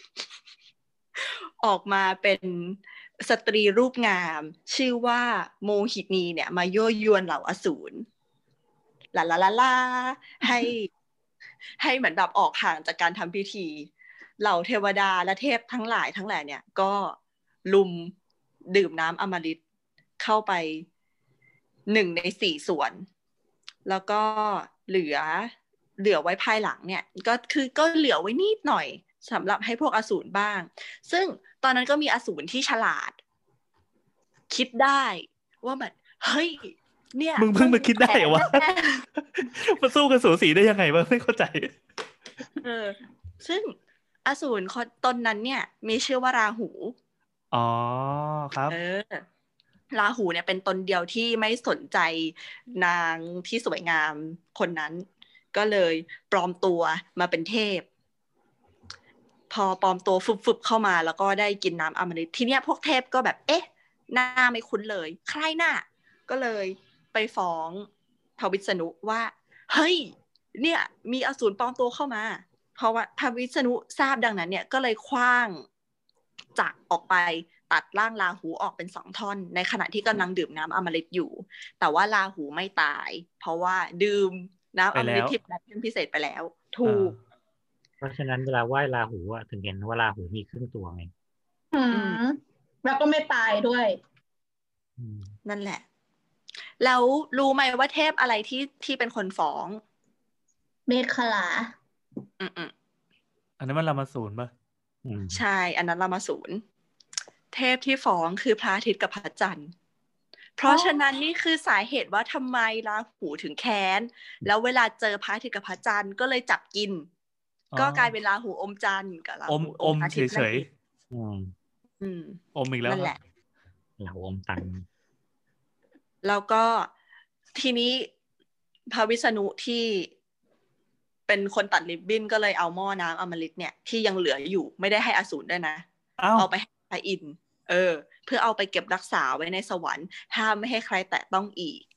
ออกมาเป็นสตรีรูปงามชื่อว่าโมหินีเนี่ยมายั่วยวนเหล่าอสูรลาลาลาลาให้ให้เหมือนแบบออกห่างจากการทำพิธีเหล่าเทวดาและเทพทั้งหลายทั้งแหล่เนี่ยก็ลุมดื่มน้ำอมฤตเข้าไปหนึ่งในสี่ส่วนแล้วก็เหลือเหลือไว้ภายหลังเนี่ยก็คือก็เหลือไว้นิดหน่อยสำหรับให้พวกอสูรบ้างซึ่งตอนนั้นก็มีอสูรที่ฉลาดคิดได้ว่าแบบเฮ้ยเนี่ยมึงเพิ่งมาคิดได้เหรอวะมาสู้กับสูสีได้ยังไงวะไม่เข้าใจเออซึ่งอสูรคนตนนั้นเนี่ยมีชื่อว่าราหูอ๋อครับเออราหูเนี่ยเป็นตนเดียวที่ไม่สนใจนางที่สวยงามคนนั้นก็เลยปลอมตัวมาเป็นเทพพอปลอมตัวฟึบๆเข้ามาแล้วก็ได้กินน้ำอมฤตทีเนี้ยพวกเทพก็แบบเอ๊ะหน้าไม่คุ้นเลยใครน่ะก็เลยไปฟ้องพระวิษณุว่าเฮ้ยเนี่ยมีอสูรปลอมตัวเข้ามาเพราะว่าพระวิษณุทราบดังนั้นเนี่ยก็เลยขว้างจักรออกไปตัดร่างราหูออกเป็นสองท่อนในขณะที่กำลังดื่มน้ำอมฤตอยู่แต่ว่าราหูไม่ตายเพราะว่าดื่มน้ำอมฤตที่เป็นพิเศษไปแล้วถูกเพราะฉะนั้นเวลาไหว้ราหูอ่ะถึงเห็นว่าราหูมีครึ่งตัวไงอืมแล้วก็ไม่ตายด้วยนั่นแหละแล้วรู้ไหมว่าเทพอะไรที่ที่เป็นคนฟ้องเมขลาอืมอืมอันนั้นมันรามาสูรป่ะใช่อันนั้นรามาสูรเทพที่ฟ้องคือพระอาทิตย์กับพระจันทร์เพราะฉะนั้นนี่คือสาเหตุว่าทำไมราหูถึงแค้นแล้วเวลาเจอพระอาทิตย์กับพระจันทร์ก็เลยจับกินก็กลายเป็นราหูอมจันทร์กับราหูอมพระอาทิตย์เฉยๆอืมอืมอมอีกแล้วนั่นแหละเราอมตังแล้วก็ทีนี้พระวิษณุที่เป็นคนตัดริบบิ้นก็เลยเอาหม้อน้ำอมฤตเนี่ยที่ยังเหลืออยู่ไม่ได้ให้อสูรด้วยนะเอาไปให้พระอินทร์เออเพื่อเอาไปเก็บรักษาไว้ในสวรรค์ห้ามไม่ให้ใครแตะต้องอีก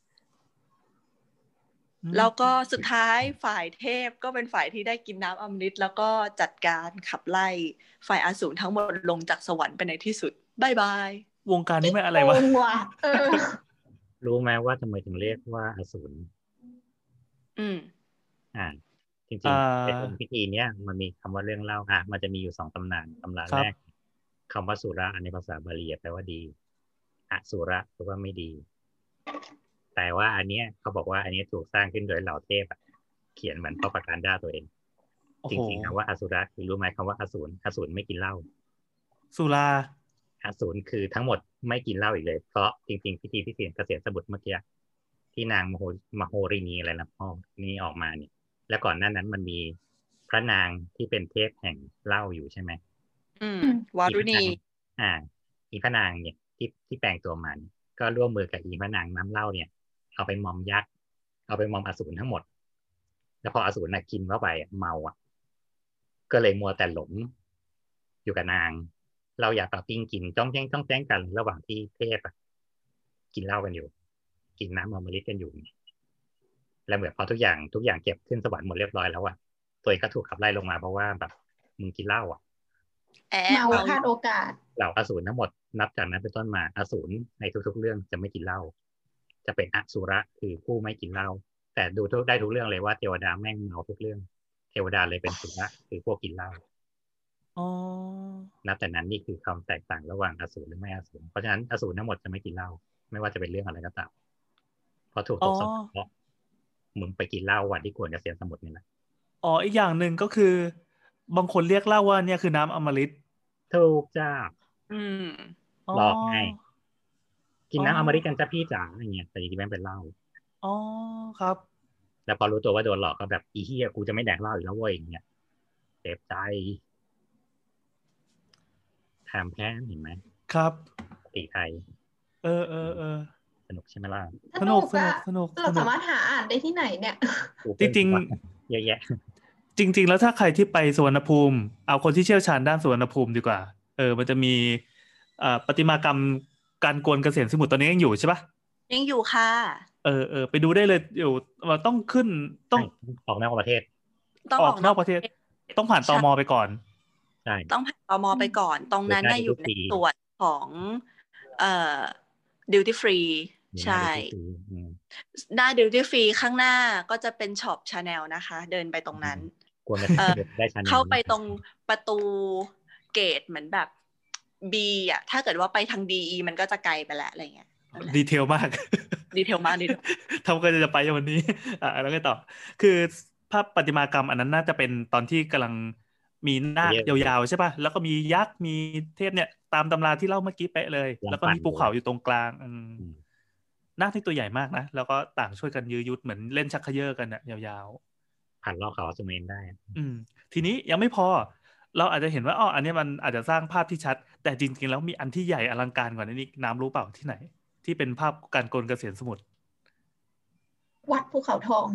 แล้วก็สุดท้ายฝ่ายเทพก็เป็นฝ่ายที่ได้กินน้ำอมฤตแล้วก็จัดการขับไล่ฝ่ายอสูรทั้งหมดลงจากสวรรค์ไปในที่สุดบ๊ายบายวงการนี้ไม่อะไรวะรู้ไหมว่าทำไมถึงเรียกว่าอสูรอืมอ่าจริงๆในองค์พิธีเนี้ยมันมีคำว่าเรื่องเล่าอ่ะมันจะมีอยู่สองตำนานตำราแรกคำว่าสุระในภาษาบาลีแปลว่าดีอสุระแปลว่าไม่ดีแต่ว่าอันเนี้ยเขาบอกว่าอันนี้ถูกสร้างขึ้นโดยเหล่าเทพเขียนเหมือนพระประการด้าตัวเองจริงๆคำว่าอสุระคือรู้ไหมคำว่าอสูรอสูรไม่กินเหล้าสุราอสูรคือทั้งหมดไม่กินเหล้าอีกเลยเพราะจริงๆพิธีพิเศษเกษียณสมุทรเมื่อกี้ที่นางมโหมโหรินีอะไรนะพ่อนี่ออกมาเนี่ยแล้วก่อนหน้านั้นมันมีพระนางที่เป็นเทพแห่งเหล้าอยู่ใช่ไหมอืมวารุณีอ่าอีพระนางเนี่ยที่ที่แปลงตัวมันก็ร่วมมือกับอีพระนางน้ำเหล้าเนี่ยเอาไปมอมยักษ์เอาไปมอมอสูรทั้งหมดแล้วพออสูรน่ะกินเข้าไปเมาอ่ะก็เลยมัวแต่หลงอยู่กับนางเราอยากต่อปิ้งกินจ้องแจ้งจ้องแจ้งกันระหว่างที่เทพกินเหล้ากันอยู่กินน้ำอมฤตกันอยู่แล้วเหมือนพอทุกอย่างทุกอย่างเก็บขึ้นสวรรค์หมดเรียบร้อยแล้วอ่ะตัวเองก็ถูกขับไล่ลงมาเพราะว่าแบบมึงกินเหล้าอ่ะเมาพลาดโอกาสเหล่าอสูรทั้งหมดนับจากนั้นเป็นต้นมาอสูรในทุกๆเรื่องจะไม่กินเหล้าจะเป็นอสุระคือผู้ไม่กินเหล้าแต่ดูทุกได้ทุกเรื่องเลยว่าเทวดาแม่งเมาทุกเรื่องเทวดาเลยเป็นสุระคือพวกกินเหล้าอ๋อนับแต่นั้นนี่คือคำแตกต่างระหว่างอสูรหรือไม่อสูรเพราะฉะนั้นอสูรทั้งหมดจะไม่กินเหล้าไม่ว่าจะเป็นเรื่องอะไรก็ตามเพราะถูกตกสอบเพราะมึงไปกินเหล้าวันที่ควรเกษียณสมุทรนี่แหละอ๋ออีกอย่างหนึ่งก็คือบางคนเรียกเหล้าว่าเนี่ยคือน้ำอมฤตถูกจ้าอืมหลอกไงกินน้ำอมฤตกันจ้าพี่จ๋าอย่างเงี้ยแต่จริงๆแม่งเป็นเหล้าอ๋อครับแล้วพอรู้ตัวว่าโดนหลอกก็แบบอีเหี้ยกูจะไม่แดกเหล้าอีกแล้วเว้ยอย่างเงี้ยเจ็บใจทำแพ้เห็นไหมครับตีไทยเออเออเออสนุกใช่ไหมล่ะสนุกสนุกสนุกเราสามารถหาอ่านได้ที่ไหนเนี่ยจริงๆเยอะแยะจริงๆแล้วถ้าใครที่ไปสุวรรณภูมิเอาคนที่เชี่ยวชาญด้านสุวรรณภูมิดีกว่าเออมันจะมีอ่าประติมากรรมการกวนเกษียณสมุทรตอนนี้ยังอยู่ใช่ปะยังอยู่ค่ะเออเออไปดูได้เลยอยู่เราต้องขึ้นต้องออกนอกประเทศต้องออกนอกประเทศต้องผ่านตม.ไปก่อนใช่ต้องผ่านตม.ไปก่อนตรงนั้นน่ะอยู่ในส่วนของเอ่อ duty free ใช่หน้า duty free ข้างหน้าก็จะเป็นช็อป Chanel นะคะเดินไปตรงนั้นเอ่อเข้าไปตรงประตูเกตเหมือนแบบ B อ่ะถ้าเกิดว่าไปทาง ดี อี มันก็จะไกลไปแล้วอะไรเงี้ยดีเทลมากดีเทลมากดีเทลทำกันจะไปวันนี้อ่ะแล้วก็ต่อคือภาพประติมากรรมอันนั้นน่าจะเป็นตอนที่กำลังมีนาคยาวๆใช่ป่ะแล้วก็มียักษ์มีเทพเนี่ยตามตำราที่เล่าเมื่อกี้เป๊ะเลยแล้วก็มีภูเขาอยู่ตรงกลางนาคที่ตัวใหญ่มากนะแล้วก็ต่างช่วยกันยื้อยุดเหมือนเล่นชักเขย่อกันน่ะยาวๆผ่านรอบเขาสุเมนได้อืมทีนี้ยังไม่พอเราอาจจะเห็นว่าอ๋ออันนี้มันอาจจะสร้างภาพที่ชัดแต่จริงๆแล้วมีอันที่ใหญ่อลังการกว่านี้น้ำรู้เปล่าที่ไหนที่เป็นภาพการโกนเกษียณสมุทรวัดภูเขาทอง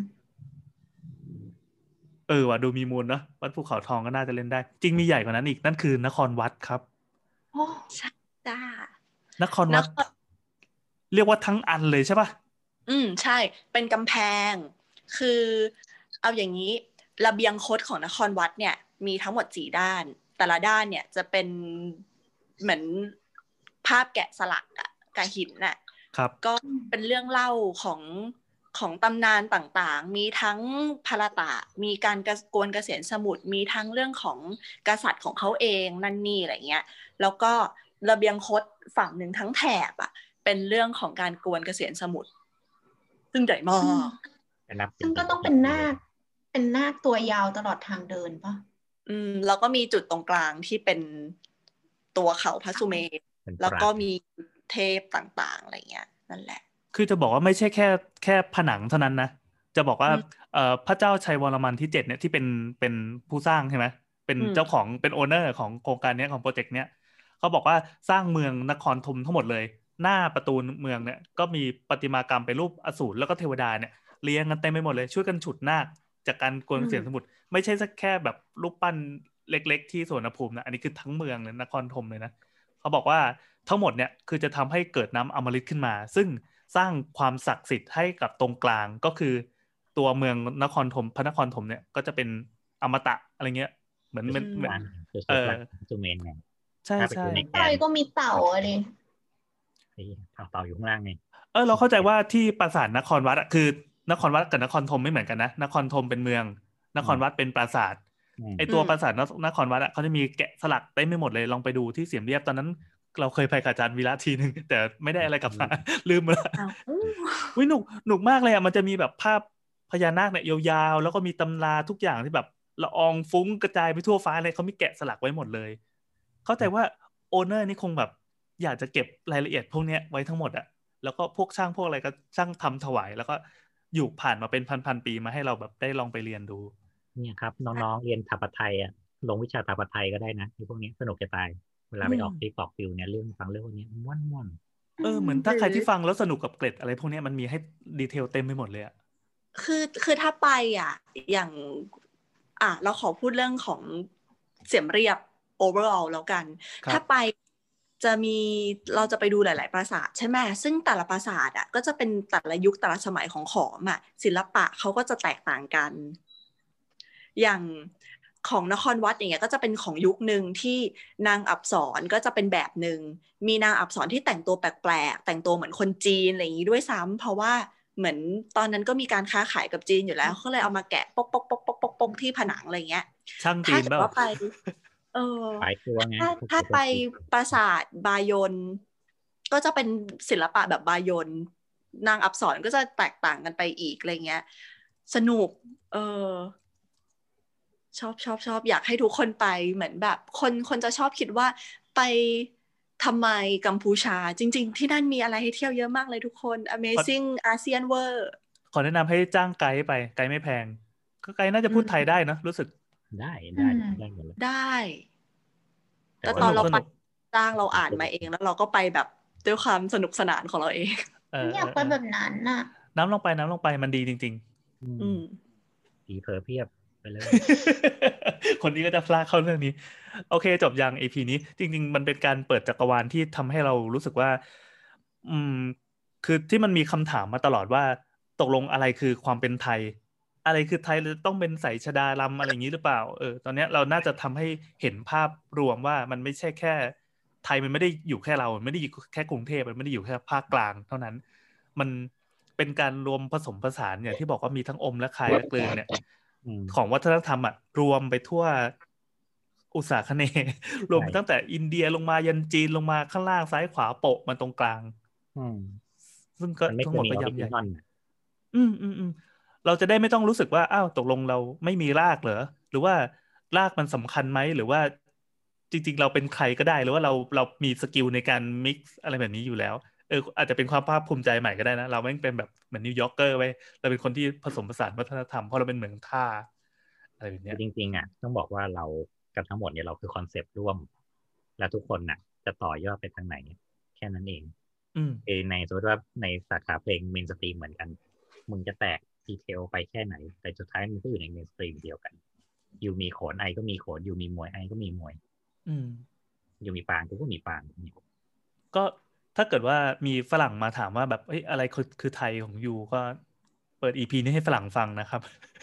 เออว่ะดูมีมูลนะวัดภูเขาทองก็น่าจะเล่นได้จริงมีใหญ่กว่านั้นอีกนั่นคือนครวัดครับโอ้ใช่จ้านครวัดเรียกว่าทั้งอันเลยใช่ป่ะอืมใช่เป็นกำแพงคือเอาอย่างนี้ระเบียงคดของนครวัดเนี่ยมีทั้งหมดสี่ด้านแต่ละด้านเนี่ยจะเป็นเหมือนภาพแกะสลักอะกับหินน่ะครับก็เป็นเรื่องเล่าของของตำนานต่างๆมีทั้งภารตะมีการโกนเกษียณสมุทรมีทั้งเรื่องของกษัตริย์ของเขาเองนั่นนี่อะไรเงี้ยแล้วก็ระเบียงคดฝั่งหนึ่งทั้งแถบอะเป็นเรื่องของการโกนเกษียณสมุทรซึ่งใหญ่มากซึ่งก็ต้องเป็นนาคเป็นนาคตัวยาวตลอดทางเดินป่ะอืมแล้วก็มีจุดตรงกลางที่เป็นตัวเขาพระสุเมรุแล้วก็มีเทพต่างๆอะไรเงี้ยนั่นแหละคือจะบอกว่าไม่ใช่แค่แค่ผนังเท่านั้นนะจะบอกว่าเอ่อพระเจ้าชัยวรมันที่เจ็ดเนี่ยที่เป็นเป็นผู้สร้างใช่ไหมเป็นเจ้าของเป็นโอเนอร์ของโครงการนี้ของโปรเจกต์เนี้ยเขาบอกว่าสร้างเมืองนครธมทั้งหมดเลยหน้าประตูเมืองเนี่ยก็มีประติมากรรมเป็นรูปอสูรแล้วก็เทวดาเนี่ยเรียงกันเต็มไปหมดเลยช่วยกันฉุดนาคจากการโกนเกษียณสมุทรไม่ใช่สักแค่แบบรูปปั้นเล็กๆที่สวนภูมินะอันนี้คือทั้งเมืองเลยนครธมเลยนะเขาบอกว่าทั้งหมดเนี่ยคือจะทำให้เกิดน้ำอมฤตขึ้นมาซึ่งสร้างความศักดิ์สิทธิ์ให้กับตรงกลางก็คือตัวเมืองนครธมพระนครธมเนี่ยก็จะเป็นอมตะอะไรเงี้ยเหมือนเหมือนเหมือนเออซูเมนไงใช่ใช่ใช่ก็มีเต่าอะไรเต่าอยู่ข้างล่างไงเออเราเข้าใจว่าที่ปราสาทนครวัดคือนครวัดกับนครธมไม่เหมือนกันนะนครธมเป็นเมืองนครวัดเป็นปราสาทไอตัวปราสาทนครวัดอ่ะเขาจะมีแกะสลักเต็มไปหมดเลยลองไปดูที่เสียมเรียบตอนนั้นเราเคยไปกับอาจารย์วีระทีนึงแต่ไม่ได้อะไรกลับมาลืมไปแล้ววิหนุกหนุกมากเลยอ่ะมันจะมีแบบภาพพญานาคเนี่ยยาวๆแล้วก็มีตำราทุกอย่างที่แบบละอองฟุ้งกระจายไปทั่วฟ้าเลยเขามีแกะสลักไว้หมดเลยเข้าใจว่าโอเนอร์นี่คงแบบอยากจะเก็บรายละเอียดพวกนี้ไว้ทั้งหมดอ่ะแล้วก็พวกช่างพวกอะไรก็ช่างทำถวายแล้วก็อยู่ผ่านมาเป็นพันๆปีมาให้เราแบบได้ลองไปเรียนดูเนี่ยครับน้องๆเรียนสถาปัตย์ไทยอ่ะลงวิชาสถาปัตย์ไทยก็ได้นะที่พวกนี้สนุกจะตายเวลาไปออกที่ปอกฟิวเนี่ยเรื่องฟังเรื่องพวกนี้ม่วนม่วนเออเหมือนถ้าใครที่ฟังแล้วสนุกกับเกร็ดอะไรพวกนี้มันมีให้ดีเทลเต็มไปหมดเลยอ่ะคือคือถ้าไปอ่ะอย่างอ่ะเราขอพูดเรื่องของเสียมเรียบ overall แล้วกันถ้าไปจะมีเราจะไปดูหลายๆปราสาทใช่ไหมซึ่งแต่ละปราสาทอ่ะก็จะเป็นแต่ละยุคแต่ละสมัยของขอมอ่ะศิลปะเขาก็จะแตกต่างกันอย่างของนครวัดอย่างเงี้ยก็จะเป็นของยุคนึงที่นางอับสรก็จะเป็นแบบนึงมีนางอับสรที่แต่งตัวแปลกๆแต่งตัวเหมือนคนจีนอะไรอย่างงี้ด้วยซ้ำเพราะว่าเหมือนตอนนั้นก็มีการค้าขายกับจีนอยู่แล้วก็เลยเอามาแกะปกปกปกปกปกปกที่ผนังอะไรเงี้ยช่างจีนเปล่าไปเออถ้าถ้าไปปราสาทบายอนก็จะเป็นศิลปะแบบบายอนนางอับสรก็จะแตกต่างกันไปอีกอะไรเงี้ยสนุกเออชอบชอบชอบอยากให้ทุกคนไปเหมือนแบบคนคนจะชอบคิดว่าไปทำไมกัมพูชาจริงๆที่นั่นมีอะไรให้เที่ยวเยอะมากเลยทุกคน Amazing อาเซียนเวอร์ขอแนะนำให้จ้างไกด์ไปไกด์ไม่แพงก็ไกด์น่าจะพูดไทยได้นะรู้สึกได้ได้ได้หมดเลยได้แต่ตอนเราไปจ้างเราอ่านมาเองแล้วเราก็ไปแบบด้วยความสนุกสนานของเราเองอยากไปแบบนั้นน่ะน้ำลงไปน้ำลงไปมันดีจริงๆอืมผีเผลอเพียบไปเลยคนนี้ก็จะพลาดเข้าเรื่องนี้โอเคจบยัง อี พี นี้จริงๆมันเป็นการเปิดจักรวาลที่ทำให้เรารู้สึกว่าอืมคือที่มันมีคำถามมาตลอดว่าตกลงอะไรคือความเป็นไทยอะไรคือไทยหรือต้องเป็นใส่ชฎาลัมอะไรอย่างนี้หรือเปล่าเออตอนนี้เราน่าจะทำให้เห็นภาพรวมว่ามันไม่ใช่แค่ไทยมันไม่ได้อยู่แค่เราไม่ได้อยู่แค่กรุงเทพมันไม่ได้อยู่แค่ภาคกลางเท่านั้นมันเป็นการรวมผสมผสานอย่างที่บอกว่ามีทั้งอมและคายและกลืนเนี่ยของวัฒนธรรมอ่ะรวมไปทั่วอุตสาคเนย์รวมตั้งแต่อินเดียลงมายันจีนลงมาข้างล่างซ้ายขวาโปะมันตรงกลางซึ่งก็ทั้งหมดก็ยำใหญ่อืมอืมอืมเราจะได้ไม่ต้องรู้สึกว่าอ้าวตกลงเราไม่มีรากเหรอหรือว่ารากมันสำคัญไหมหรือว่าจริงๆเราเป็นใครก็ได้หรือว่าเราเรามีสกิลในการมิกซ์อะไรแบบนี้อยู่แล้วเอออาจจะเป็นความภาคภูมิใจใหม่ก็ได้นะเราไม่เป็นแบบเหมือนนิวยอร์กเกอร์ไว้เราเป็นคนที่ผสมผสานวัฒนธรรมเพราะเราเป็นเหมืองท่าอะไรแบบนี้จริงๆอ่ะต้องบอกว่าเรากับทั้งหมดเนี่ยเราคือคอนเซปต์ร่วมและทุกคนน่ะจะต่อยอดไปทางไหนแค่นั้นเองอืมเอในสมมติว่าในสาขาเพลงเมนสตรีมเหมือนกันมึงจะแตกดีเทลไปแค่ไหนแต่สุดท้ายมันก็อยู่ในเมนสตรีมเดียวกันอยู่มีโขนไอก็มีโขนอยู่มีมวยไอก็มีมวยอืมอยู่มีปางกูก็มีปางก็ถ้าเกิดว่ามีฝรั่งมาถามว่าแบบเอ้ยอะไรคือคือไทยของยูก็เปิด อี พี นี้ให้ฝรั่งฟังนะครับ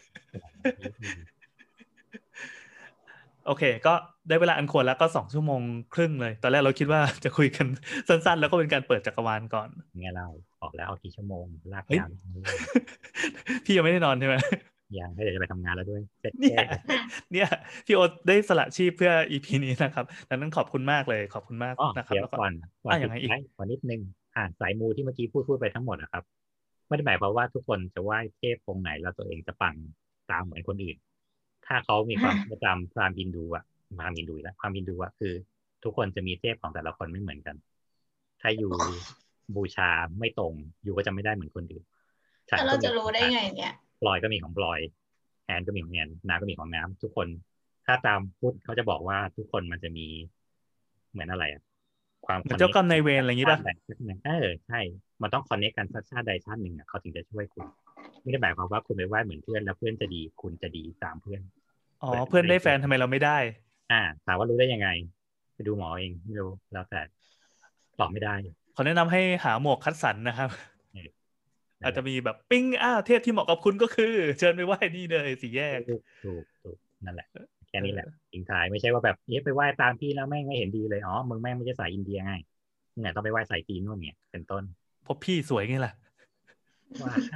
โอเคก็ได้เวลาอันควรแล้วก็สองชั่วโมงครึ่งเลยตอนแรกเราคิดว่าจะคุยกันสั้นๆแล้วก็เป็นการเปิดจักรวาลก่อนไงเราออกแล้วเอากี่ชั่วโมงลากยาวพี่ยังไม่ได้นอนใช่ไหมยังให้เดี๋ยวจะไปทำงานแล้วด้วยเนี่ยเนี่ยพี่โอ๊ตได้สละชีพเพื่อ อี พี นี้นะครับดังนั้นขอบคุณมากเลยขอบคุณมากนะครับเดี๋ยวก่อนก่อนอย่างไรอีกก่อนนิดนึงอ่านสายมูที่เมื่อกี้พูดพูดไปทั้งหมดนะครับไม่ได้หมายความว่าทุกคนจะไหว้เทพองค์ไหนแล้วตัวเองจะปังตามเหมือนคนอื่นถ้าเขามีความประจำพราหมณ์ฮินดูอะพราหมณ์ฮินดูแล้วพราหมณ์ฮินดูอะคือทุกคนจะมีเทพของแต่ละคนไม่เหมือนกันถ้าอยู่บูชาไม่ตรงอยู่ก็จะไม่ได้เหมือนคนอื่นแต่เราจะรู้ได้ไงเนี่ยพลอยก็มีของพลอยแอนก็มีของแอนน้ำก็มีของน้ำทุกคนถ้าตามพุทธเขาจะบอกว่าทุกคนมันจะมีเหมือนอะไรอะความเจ้ากรรมนายเวรอะไรอย่างนี้ป่ะเออใช่มันต้องคอนเนคกันสักชาติใดชาติหนึ่งอ่ะเขาถึงจะช่วยคุณไม่ได้หมายความว่าคุณไปไหว้เหมือนเพื่อนแล้วเพื่อนจะดีคุณจะดีตามเพื่อนอ๋อเพื่อนได้แฟนทำไมเราไม่ได้อ่าถามว่ารู้ได้ยังไงไปดูหมอเองไม่รู้แล้วแต่ตอบไม่ได้ขอแนะนำให้หาหมวกคัดสรรนะครับอาจจะมีแบบปิ้งอ้าเทพที่เหมาะกับคุณก็คือเชิญไปไหว้นี่เลยสี่แยกถูกถูกถูกนั่นแหละแค่นี้แหละทิ้งท้ายไม่ใช่ว่าแบบเอ๊ะไปไหว้ตามพี่แล้วแม่งไม่เห็นดีเลยอ๋อมึงแม่งไม่ใช่สายอินเดียไงเนี่ยต้องไปไหว้สายจีนนู่นเนี่ยเป็นต้นเพราะพี่สวยไงล่ะว้า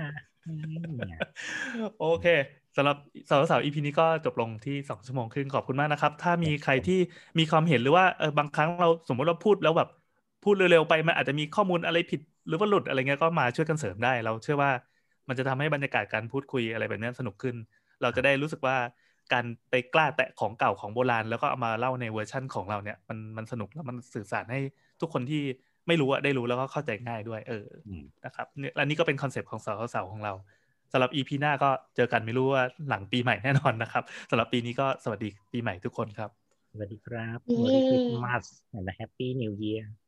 โอเคสำหรับสาวสาว อี พี นี้ก็จบลงที่สองชั่วโมงครึ่งขอบคุณมากนะครับถ้ามีใครที่มีความเห็นหรือว่าเออบางครั้งเราสมมติเราพูดแล้วแบบพูดเร็วๆไปมันอาจจะมีข้อมูลอะไรผิดหรือว่าหลุดอะไรเงี้ยก็มาช่วยกันเสริมได้เราเชื่อว่ามันจะทำให้บรรยากาศการพูดคุยอะไรแบบนี้สนุกขึ้นเราจะได้รู้สึกว่าการไปกล้าแตะของเก่าของโบราณแล้วก็เอามาเล่าในเวอร์ชั่นของเราเนี่ยมันมันสนุกแล้วมันสื่อสารให้ทุกคนที่ไม่รู้อะได้รู้แล้วก็เข้าใจง่ายด้วยเออนะครับเนี่ยและนี่ก็เป็นคอนเซปต์ของสาวสาวของเราสำหรับ อี พี หน้าก็เจอกันไม่รู้ว่าหลังปีใหม่แน่นอนนะครับสำหรับปีนี้ก็สวัสดีปีใหม่ทุกคนครับสวัสดีครับ Merry Christmas and a Happy New Year